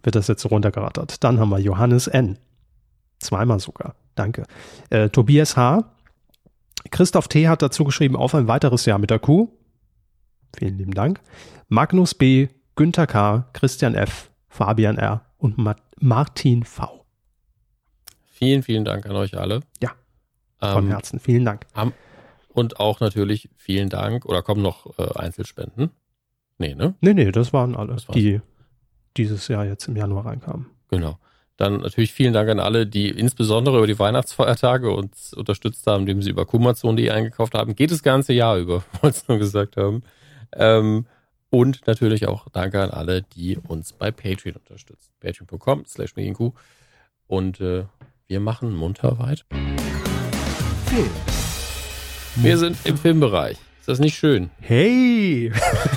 wird das jetzt so runtergerattert. Dann haben wir Johannes N. Zweimal sogar. Danke. Tobias H. Christoph T. hat dazu geschrieben, auf ein weiteres Jahr mit der Kuh. Vielen lieben Dank. Magnus B., Günther K., Christian F., Fabian R. und Martin V. Vielen, vielen Dank an euch alle. Ja, von Herzen. Vielen Dank. Und auch vielen Dank. Oder kommen noch Einzelspenden? Nee, ne? Nee, das waren alle, die dieses Jahr jetzt im Januar reinkamen. Genau. Dann natürlich vielen Dank an alle, die insbesondere über die Weihnachtsfeiertage uns unterstützt haben, indem sie über kumazon.de eingekauft haben. Geht das ganze Jahr über, wollte ich nur gesagt haben. Und natürlich auch danke an alle, die uns bei Patreon unterstützen. Patreon.com/medienkuh. Und wir machen munter weiter. Film. Wir sind im Filmbereich. Ist das nicht schön? Hey!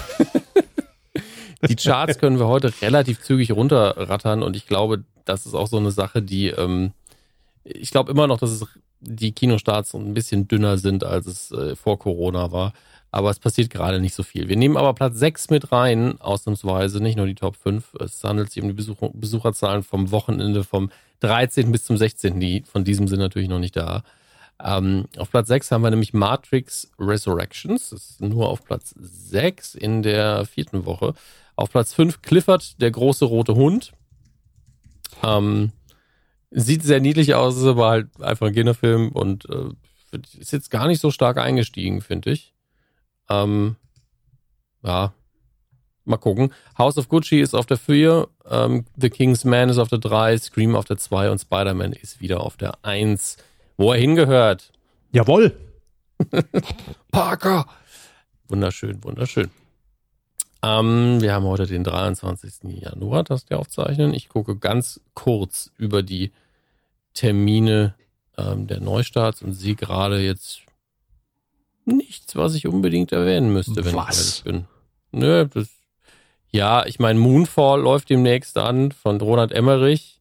Die Charts können wir heute relativ zügig runterrattern und ich glaube, das ist auch so eine Sache, die ich glaube immer noch, dass die Kinostarts ein bisschen dünner sind, als es vor Corona war. Aber es passiert gerade nicht so viel. Wir nehmen aber Platz 6 mit rein, ausnahmsweise, nicht nur die Top 5. Es handelt sich um die Besucherzahlen vom Wochenende vom 13. bis zum 16. Die von diesem sind natürlich noch nicht da. Auf Platz 6 haben wir nämlich Matrix Resurrections. Das ist nur auf Platz 6 in der 4. Woche. Auf Platz 5 Clifford, der große rote Hund. Sieht sehr niedlich aus, ist aber halt einfach ein Kinderfilm und ist jetzt gar nicht so stark eingestiegen, finde ich. Ja, mal gucken. House of Gucci ist auf der 4, The King's Man ist auf der 3, Scream auf der 2 und Spider-Man ist wieder auf der 1, wo er hingehört. Jawohl! Parker! Wunderschön, wunderschön. Wir haben heute den 23. Januar, das wir aufzeichnen. Ich gucke ganz kurz über die Termine der Neustarts und sehe gerade jetzt nichts, was ich unbedingt erwähnen müsste, wenn ich ehrlich bin. Nö, ich meine, Moonfall läuft demnächst an von Roland Emmerich.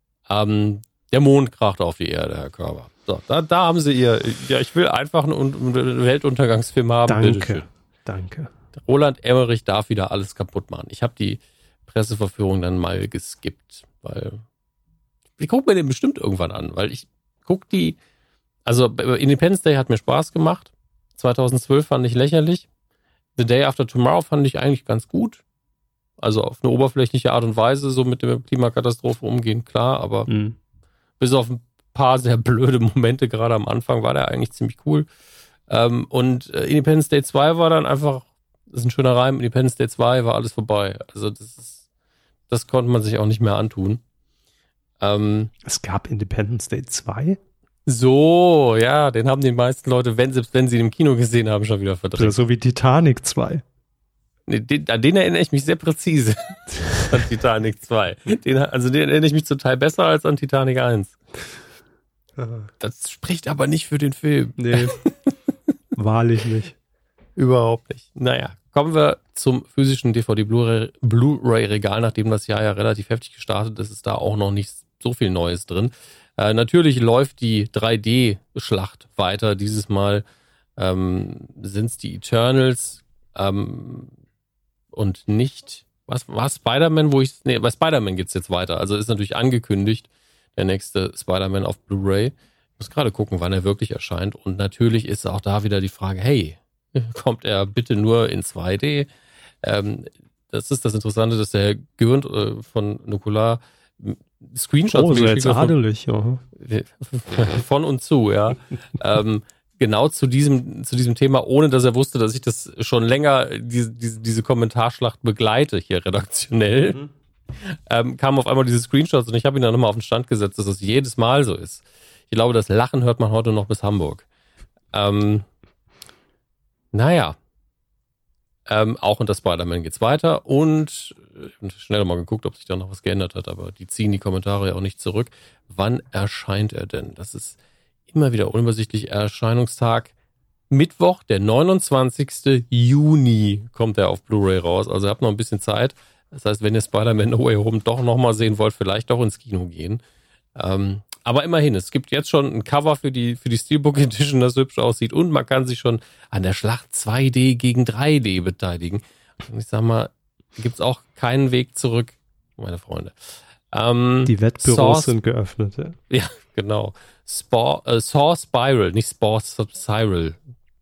Der Mond kracht auf die Erde, Herr Körber. So, da haben Sie ich will einfach einen Weltuntergangsfilm haben. Danke. Roland Emmerich darf wieder alles kaputt machen. Ich habe die Presseverführung dann mal geskippt, weil ich gucke mir den bestimmt irgendwann an, weil ich gucke also Independence Day hat mir Spaß gemacht. 2012 fand ich lächerlich. The Day After Tomorrow fand ich eigentlich ganz gut. Also auf eine oberflächliche Art und Weise so mit der Klimakatastrophe umgehen, klar, aber bis auf ein paar sehr blöde Momente gerade am Anfang war der eigentlich ziemlich cool. Und Independence Day 2 war dann einfach, das ist ein schöner Reim, Independence Day 2 war alles vorbei. Also das konnte man sich auch nicht mehr antun. Es gab Independence Day 2? So, ja, den haben die meisten Leute, selbst wenn sie ihn im Kino gesehen haben, schon wieder verdrängt. So wie Titanic 2. Nee, an den erinnere ich mich sehr präzise. An Titanic 2. Den erinnere ich mich zum Teil besser als an Titanic 1. Das spricht aber nicht für den Film. Nee, wahrlich nicht. Überhaupt nicht. Naja, kommen wir zum physischen DVD-Blu-ray-Regal, nachdem das Jahr ja relativ heftig gestartet ist, ist da auch noch nicht so viel Neues drin. Natürlich läuft die 3D-Schlacht weiter. Dieses Mal sind es die Eternals und nicht, was war Spider-Man, bei Spider-Man geht's jetzt weiter. Also ist natürlich angekündigt, der nächste Spider-Man auf Blu-ray. Ich muss gerade gucken, wann er wirklich erscheint. Und natürlich ist auch da wieder die Frage, hey, kommt er bitte nur in 2D? Das ist das Interessante, dass der Gürnt von Nukular Screenshots jetzt adelig, ja. Von und zu, ja. Genau zu diesem Thema, ohne dass er wusste, dass ich das schon länger, diese Kommentarschlacht begleite hier redaktionell, kamen auf einmal diese Screenshots und ich habe ihn dann nochmal auf den Stand gesetzt, dass das jedes Mal so ist. Ich glaube, das Lachen hört man heute noch bis Hamburg. Auch unter Spider-Man geht's weiter und schnell mal geguckt, ob sich da noch was geändert hat, aber die ziehen die Kommentare ja auch nicht zurück. Wann erscheint er denn? Das ist immer wieder unübersichtlich. Erscheinungstag Mittwoch, der 29. Juni kommt er auf Blu-ray raus. Also ihr habt noch ein bisschen Zeit. Das heißt, wenn ihr Spider-Man No Way Home doch nochmal sehen wollt, vielleicht doch ins Kino gehen. Aber immerhin, es gibt jetzt schon ein Cover für die Steelbook Edition, das hübsch aussieht und man kann sich schon an der Schlacht 2D gegen 3D beteiligen. Und ich sag mal, gibt's auch keinen Weg zurück. meine Freunde. Die Wettbüros sind geöffnet. Ja, genau. Saw Spiral, nicht Spiral,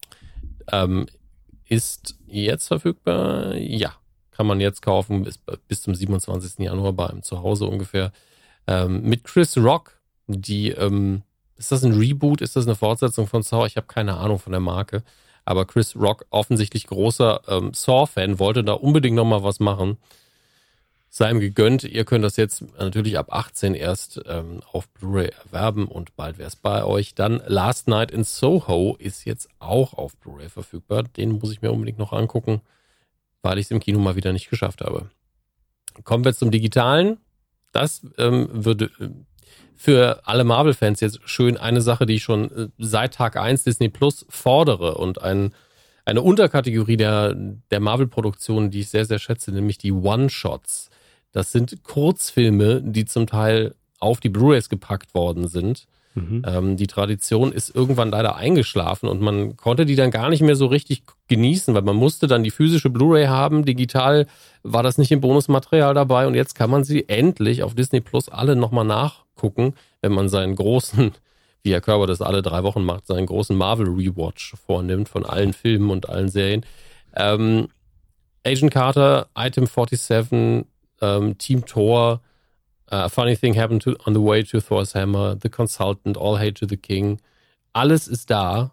ist jetzt verfügbar. Ja, kann man jetzt kaufen, bis zum 27. Januar bei einem Zuhause ungefähr. Mit Chris Rock, ist das ein Reboot? Ist das eine Fortsetzung von Saw? Ich habe keine Ahnung von der Marke. Aber Chris Rock, offensichtlich großer Saw-Fan, wollte da unbedingt nochmal was machen. Sei ihm gegönnt. Ihr könnt das jetzt natürlich ab 18 erst auf Blu-ray erwerben und bald wäre es bei euch. Dann Last Night in Soho ist jetzt auch auf Blu-ray verfügbar. Den muss ich mir unbedingt noch angucken, weil ich es im Kino mal wieder nicht geschafft habe. Kommen wir zum Digitalen. Das würde für alle Marvel-Fans jetzt schön eine Sache, die ich schon seit Tag 1 Disney Plus fordere und eine Unterkategorie der Marvel-Produktionen, die ich sehr, sehr schätze, nämlich die One-Shots. Das sind Kurzfilme, die zum Teil auf die Blu-rays gepackt worden sind. Die Tradition ist irgendwann leider eingeschlafen und man konnte die dann gar nicht mehr so richtig genießen, weil man musste dann die physische Blu-ray haben. Digital war das nicht im Bonusmaterial dabei und jetzt kann man sie endlich auf Disney Plus alle nochmal nachgucken, wenn man seinen großen, wie Herr Körber das alle 3 Wochen macht, seinen großen Marvel-Rewatch vornimmt von allen Filmen und allen Serien. Agent Carter, Item 47, Team Thor, A Funny Thing Happened on the Way to Thor's Hammer, The Consultant, All Hail to the King. Alles ist da.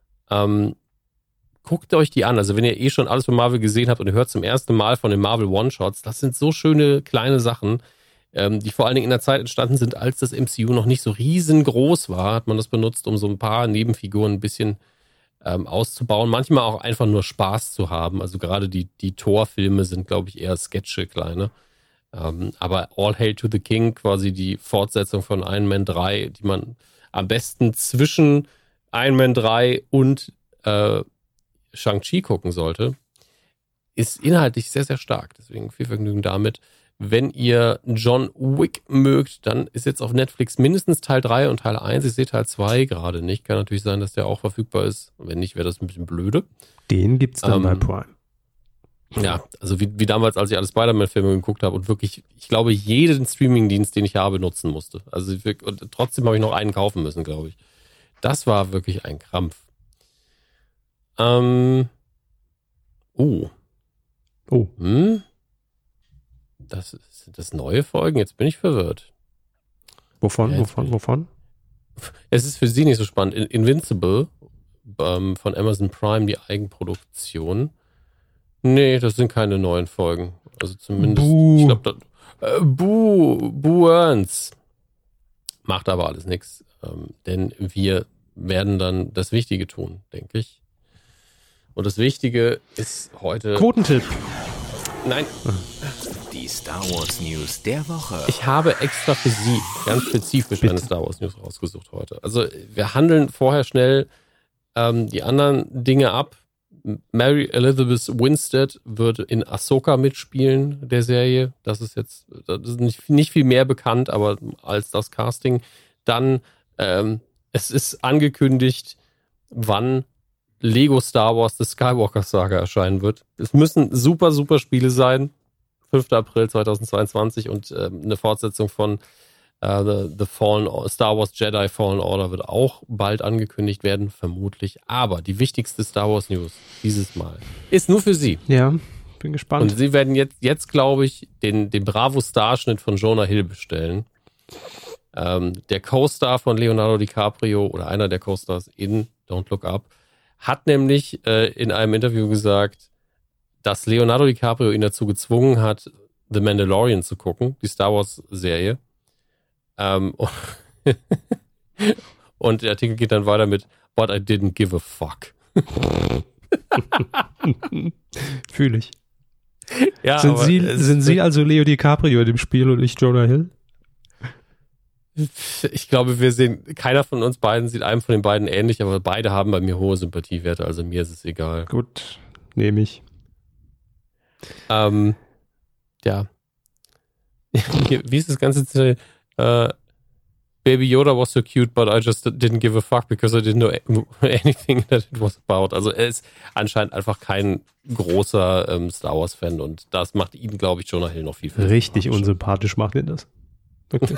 Guckt euch die an. Also wenn ihr schon alles von Marvel gesehen habt und ihr hört zum ersten Mal von den Marvel One-Shots, das sind so schöne kleine Sachen, die vor allen Dingen in der Zeit entstanden sind, als das MCU noch nicht so riesengroß war, hat man das benutzt, um so ein paar Nebenfiguren ein bisschen auszubauen. Manchmal auch einfach nur Spaß zu haben. Also gerade die Thor-Filme sind, glaube ich, eher Sketche, kleine. Aber All Hail to the King, quasi die Fortsetzung von Iron Man 3, die man am besten zwischen Iron Man 3 und Shang-Chi gucken sollte, ist inhaltlich sehr, sehr stark. Deswegen viel Vergnügen damit. Wenn ihr John Wick mögt, dann ist jetzt auf Netflix mindestens Teil 3 und Teil 1. Ich sehe Teil 2 gerade nicht. Kann natürlich sein, dass der auch verfügbar ist. Wenn nicht, wäre das ein bisschen blöde. Den gibt's dann bei Prime. Ja, also wie damals, als ich alle Spider-Man-Filme geguckt habe und wirklich, ich glaube, jeden Streaming-Dienst, den ich habe, nutzen musste. Also und trotzdem habe ich noch einen kaufen müssen, glaube ich. Das war wirklich ein Krampf. Sind das neue Folgen? Jetzt bin ich verwirrt. Wovon? Es ist für Sie nicht so spannend. Invincible von Amazon Prime, die Eigenproduktion. Nee, das sind keine neuen Folgen. Also zumindest, ich glaube, Earns. Macht aber alles nichts. Denn wir werden dann das Wichtige tun, denke ich. Und das Wichtige ist heute... Quotentipp. Nein. Die Star Wars News der Woche. Ich habe extra für Sie ganz spezifisch eine Star Wars News rausgesucht heute. Also wir handeln vorher schnell die anderen Dinge ab. Mary Elizabeth Winstead wird in Ahsoka mitspielen, der Serie. Das ist nicht viel mehr bekannt, aber als das Casting. Dann, es ist angekündigt, wann Lego Star Wars The Skywalker Saga erscheinen wird. Es müssen super, super Spiele sein. 5. April 2022 und eine Fortsetzung von The Star Wars Jedi Fallen Order wird auch bald angekündigt werden, vermutlich. Aber die wichtigste Star Wars News dieses Mal ist nur für Sie. Ja, bin gespannt. Und Sie werden jetzt glaube ich, den Bravo-Starschnitt von Jonah Hill bestellen. Der Co-Star von Leonardo DiCaprio oder einer der Co-Stars in Don't Look Up hat nämlich in einem Interview gesagt, dass Leonardo DiCaprio ihn dazu gezwungen hat, The Mandalorian zu gucken, die Star Wars-Serie. Und der Artikel geht dann weiter mit But I didn't give a fuck. Fühle ich. Ja, sind Sie also Leo DiCaprio in dem Spiel und nicht Jonah Hill? Ich glaube, keiner von uns beiden sieht einem von den beiden ähnlich, aber beide haben bei mir hohe Sympathiewerte, also mir ist es egal. Gut, nehme ich. Ja. Wie ist das Ganze? Baby Yoda was so cute, but I just didn't give a fuck because I didn't know anything that it was about. Also er ist anscheinend einfach kein großer Star Wars-Fan und das macht ihn, glaube ich, Jonah Hill noch viel richtig unsympathisch macht ihn das. Wirklich.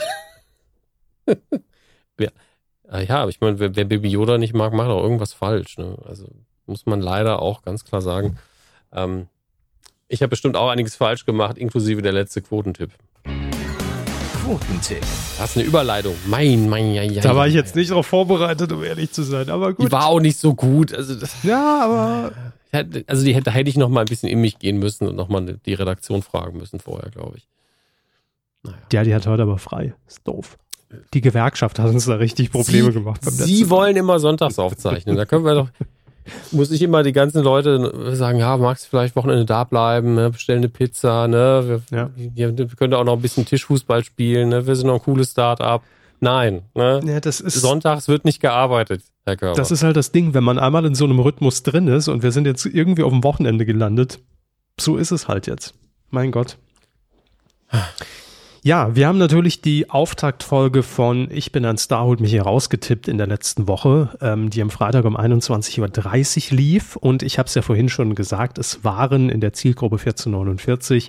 Ja, aber ich meine, wer Baby Yoda nicht mag, macht auch irgendwas falsch. Ne? Also muss man leider auch ganz klar sagen. Ich habe bestimmt auch einiges falsch gemacht, inklusive der letzte Quotentipp. Quotentipp. Das ist eine Überleitung. Da war ich jetzt nicht drauf vorbereitet, um ehrlich zu sein, aber gut. Die war auch nicht so gut. Also aber... Also da hätte ich noch mal ein bisschen in mich gehen müssen und noch mal die Redaktion fragen müssen vorher, glaube ich. Naja. Ja, die hat heute aber frei. Ist doof. Die Gewerkschaft hat uns da richtig Probleme gemacht. Sie wollen immer sonntags aufzeichnen. Da können wir doch... Muss ich immer die ganzen Leute sagen, ja, magst du vielleicht Wochenende da bleiben, ne? Bestellen eine Pizza, ne? Wir können auch noch ein bisschen Tischfußball spielen, ne? Wir sind noch ein cooles Start-up. Nein, ne? Ja, das ist, sonntags wird nicht gearbeitet, Herr Körber. Das ist halt das Ding, wenn man einmal in so einem Rhythmus drin ist und wir sind jetzt irgendwie auf dem Wochenende gelandet, so ist es halt jetzt. Mein Gott. Ja, wir haben natürlich die Auftaktfolge von Ich bin ein Star, holt mich hier rausgetippt in der letzten Woche, die am Freitag um 21.30 Uhr lief und ich habe es ja vorhin schon gesagt, es waren in der Zielgruppe 1449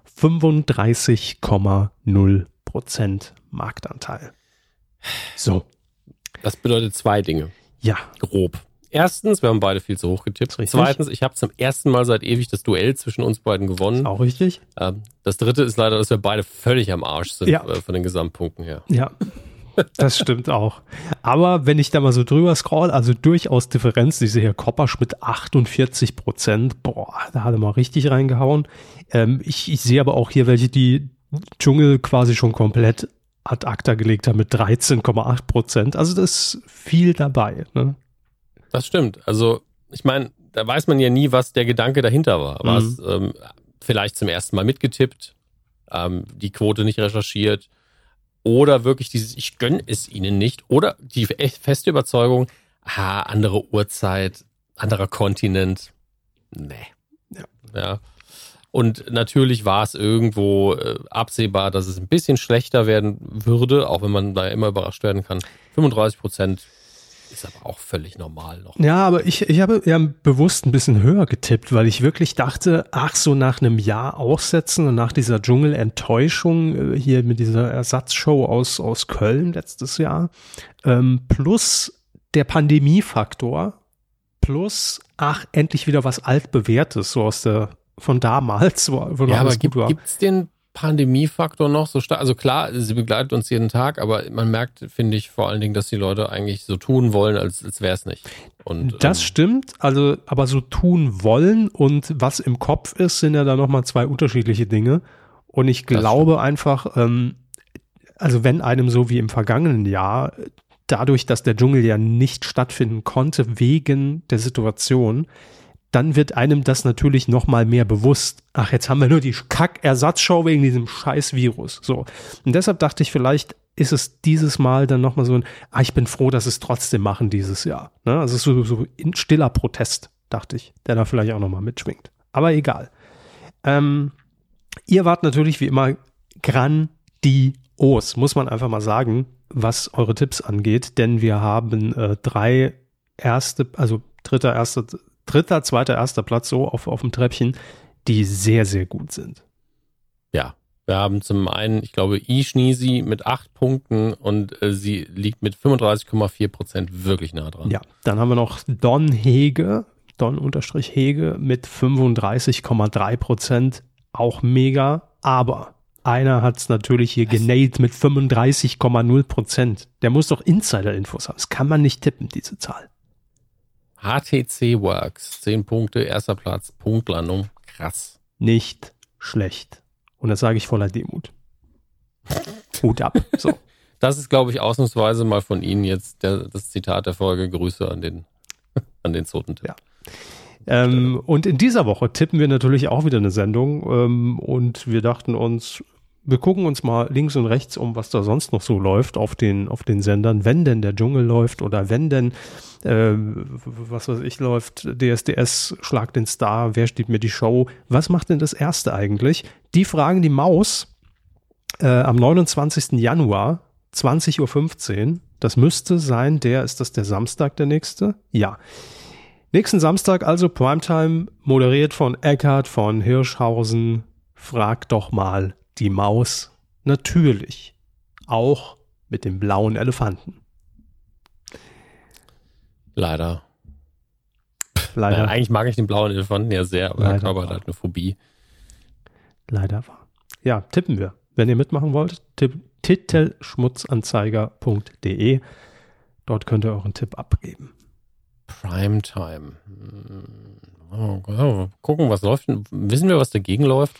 35,0% Marktanteil. So. Das bedeutet zwei Dinge. Ja. Grob. Erstens, wir haben beide viel zu hoch getippt. Zweitens, ich habe zum ersten Mal seit ewig das Duell zwischen uns beiden gewonnen. Ist auch richtig. Das dritte ist leider, dass wir beide völlig am Arsch sind, von den Gesamtpunkten her. Ja, das stimmt auch. Aber wenn ich da mal so drüber scroll, also durchaus Differenz. Ich sehe hier Koppersch mit 48%. Boah, da hat er mal richtig reingehauen. Ich sehe aber auch hier welche, die Dschungel quasi schon komplett ad acta gelegt haben mit 13,8%. Also das ist viel dabei, ne? Das stimmt. Also, ich meine, da weiß man ja nie, was der Gedanke dahinter war. War es vielleicht zum ersten Mal mitgetippt, die Quote nicht recherchiert oder wirklich dieses Ich gönne es ihnen nicht oder die feste Überzeugung, andere Uhrzeit, anderer Kontinent. Nee. Ja. Und natürlich war es irgendwo absehbar, dass es ein bisschen schlechter werden würde, auch wenn man da immer überrascht werden kann. 35% ist aber auch völlig normal noch. Ja, aber ich habe ja bewusst ein bisschen höher getippt, weil ich wirklich dachte, so nach einem Jahr aussetzen und nach dieser Dschungel-Enttäuschung hier mit dieser Ersatzshow aus Köln letztes Jahr, plus der Pandemiefaktor, plus, endlich wieder was Altbewährtes, so von damals. Ja, aber gibt's den Pandemiefaktor noch so stark? Also klar, sie begleitet uns jeden Tag, aber man merkt, finde ich, vor allen Dingen, dass die Leute eigentlich so tun wollen, als wäre es nicht. Und, das stimmt, also aber so tun wollen und was im Kopf ist, sind ja da nochmal zwei unterschiedliche Dinge. Und ich glaube einfach, also wenn einem so wie im vergangenen Jahr, dadurch, dass der Dschungel ja nicht stattfinden konnte wegen der Situation, dann wird einem das natürlich noch mal mehr bewusst. Jetzt haben wir nur die Kack-Ersatzshow wegen diesem scheiß Virus. So. Und deshalb dachte ich, vielleicht ist es dieses Mal dann noch mal so ich bin froh, dass es trotzdem machen dieses Jahr. Ne? Also es ist so ein stiller Protest, dachte ich, der da vielleicht auch noch mal mitschwingt. Aber egal. Ihr wart natürlich wie immer grandios, muss man einfach mal sagen, was eure Tipps angeht, denn wir haben dritter, zweiter, erster Platz so auf dem Treppchen, die sehr, sehr gut sind. Ja, wir haben zum einen, ich glaube, Schneezy mit 8 Punkten und sie liegt mit 35,4% wirklich nah dran. Ja, dann haben wir noch Don-Hege mit 35,3%, auch mega, aber einer hat es natürlich hier genailt mit 35,0%. Der muss doch Insider-Infos haben. Das kann man nicht tippen, diese Zahl. HTC Works, 10 Punkte, erster Platz, Punktlandung, krass. Nicht schlecht. Und das sage ich voller Demut. Hut ab. So. Das ist, glaube ich, ausnahmsweise mal von Ihnen jetzt das Zitat der Folge. Grüße an den Zotentipp. Ja. Und in dieser Woche tippen wir natürlich auch wieder eine Sendung und wir dachten uns, wir gucken uns mal links und rechts um, was da sonst noch so läuft auf den Sendern, wenn denn der Dschungel läuft oder wenn denn, was weiß ich, läuft, DSDS, Schlag den Star, wer steht mir die Show, was macht denn das Erste eigentlich? Die fragen die Maus am 29. Januar 20.15 Uhr. Das müsste sein, ist das der Samstag, der nächste? Ja. Nächsten Samstag also Primetime, moderiert von Eckhard von Hirschhausen. Frag doch mal die Maus. Natürlich. Auch mit dem blauen Elefanten. Leider. Eigentlich mag ich den blauen Elefanten ja sehr, aber der Körper hat halt eine Phobie. Leider wahr. Ja, tippen wir. Wenn ihr mitmachen wollt, titelschmutzanzeiger.de. Dort könnt ihr euren Tipp abgeben. Primetime. Gucken, was läuft. Wissen wir, was dagegen läuft?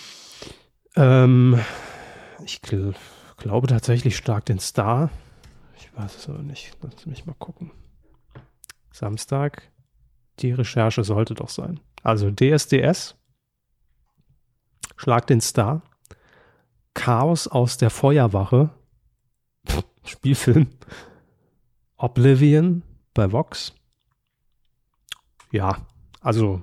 Ich glaube tatsächlich stark den Star. Ich weiß es aber nicht. Lass mich mal gucken. Samstag. Die Recherche sollte doch sein. Also DSDS. Schlag den Star. Chaos aus der Feuerwache. Spielfilm. Oblivion bei Vox. Ja, also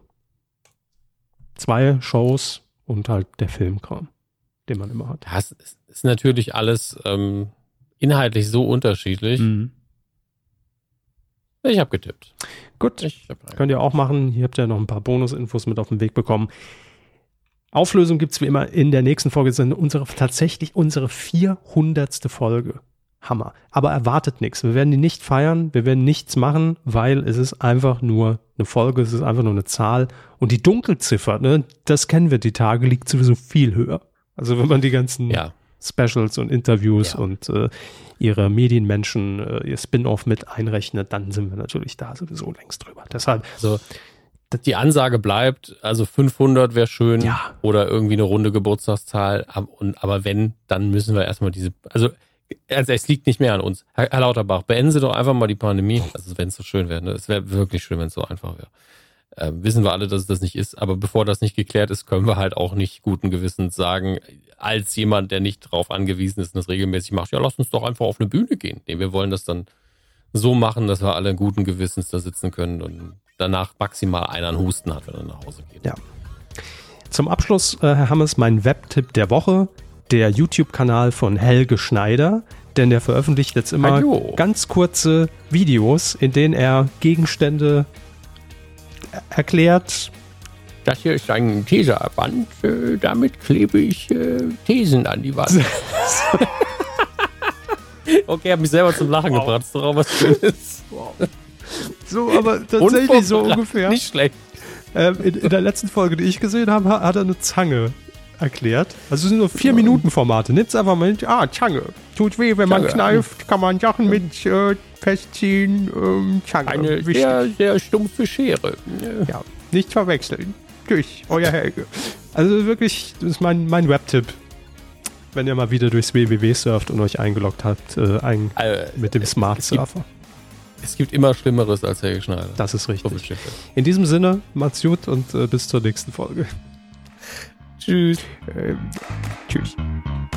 2 Shows und halt der Filmkram, den man immer hat. Das ist natürlich alles inhaltlich so unterschiedlich. Mhm. Ich habe getippt. Gut, könnt ihr auch machen. Hier habt ihr noch ein paar Bonusinfos mit auf den Weg bekommen. Auflösung gibt es wie immer in der nächsten Folge. Das ist tatsächlich unsere 400. Folge. Hammer. Aber erwartet nichts. Wir werden die nicht feiern. Wir werden nichts machen, weil es ist einfach nur eine Folge. Es ist einfach nur eine Zahl. Und die Dunkelziffer, ne, das kennen wir die Tage, liegt sowieso viel höher. Also wenn man die ganzen Specials und Interviews und ihre Medienmenschen, ihr Spin-Off mit einrechnet, dann sind wir natürlich da sowieso längst drüber. Deshalb. Also, die Ansage bleibt, also 500 wäre schön oder irgendwie eine runde Geburtstagszahl. Aber wenn, dann müssen wir erstmal also es liegt nicht mehr an uns. Herr Lauterbach, beenden Sie doch einfach mal die Pandemie. Also wenn es so schön wäre. Ne? Es wäre wirklich schön, wenn es so einfach wäre. Wissen wir alle, dass es das nicht ist. Aber bevor das nicht geklärt ist, können wir halt auch nicht guten Gewissens sagen, als jemand, der nicht darauf angewiesen ist und das regelmäßig macht, ja, lass uns doch einfach auf eine Bühne gehen. Nee, wir wollen das dann so machen, dass wir alle guten Gewissens da sitzen können und danach maximal einer einen Husten hat, wenn er nach Hause geht. Ja. Zum Abschluss, Herr Hammes, mein Webtipp der Woche. Der YouTube-Kanal von Helge Schneider, denn der veröffentlicht jetzt immer ganz kurze Videos, in denen er Gegenstände erklärt. Das hier ist ein Tesaband, damit klebe ich Thesen an die Wand. Okay, habe mich selber zum Lachen gebracht. Das ist doch auch was Schönes. Wow. So, aber tatsächlich so ungefähr. Nicht schlecht. In der letzten Folge, die ich gesehen habe, hat er eine Zange erklärt. Also es sind nur 4-Minuten-Formate. Nimm's einfach mal mit. Zange. Tut weh, wenn man kneift, kann man Sachen mit festziehen. Zange. Eine sehr, sehr stumpfe Schere. Ja, nicht verwechseln. Tschüss, euer Helge. Also wirklich, das ist mein Webtipp. Wenn ihr mal wieder durchs www surft und euch eingeloggt habt, mit dem Smart Surfer. Es gibt immer Schlimmeres als Helge Schneider. Das ist richtig. In diesem Sinne, macht's gut und bis zur nächsten Folge. Tschüss. Tschüss.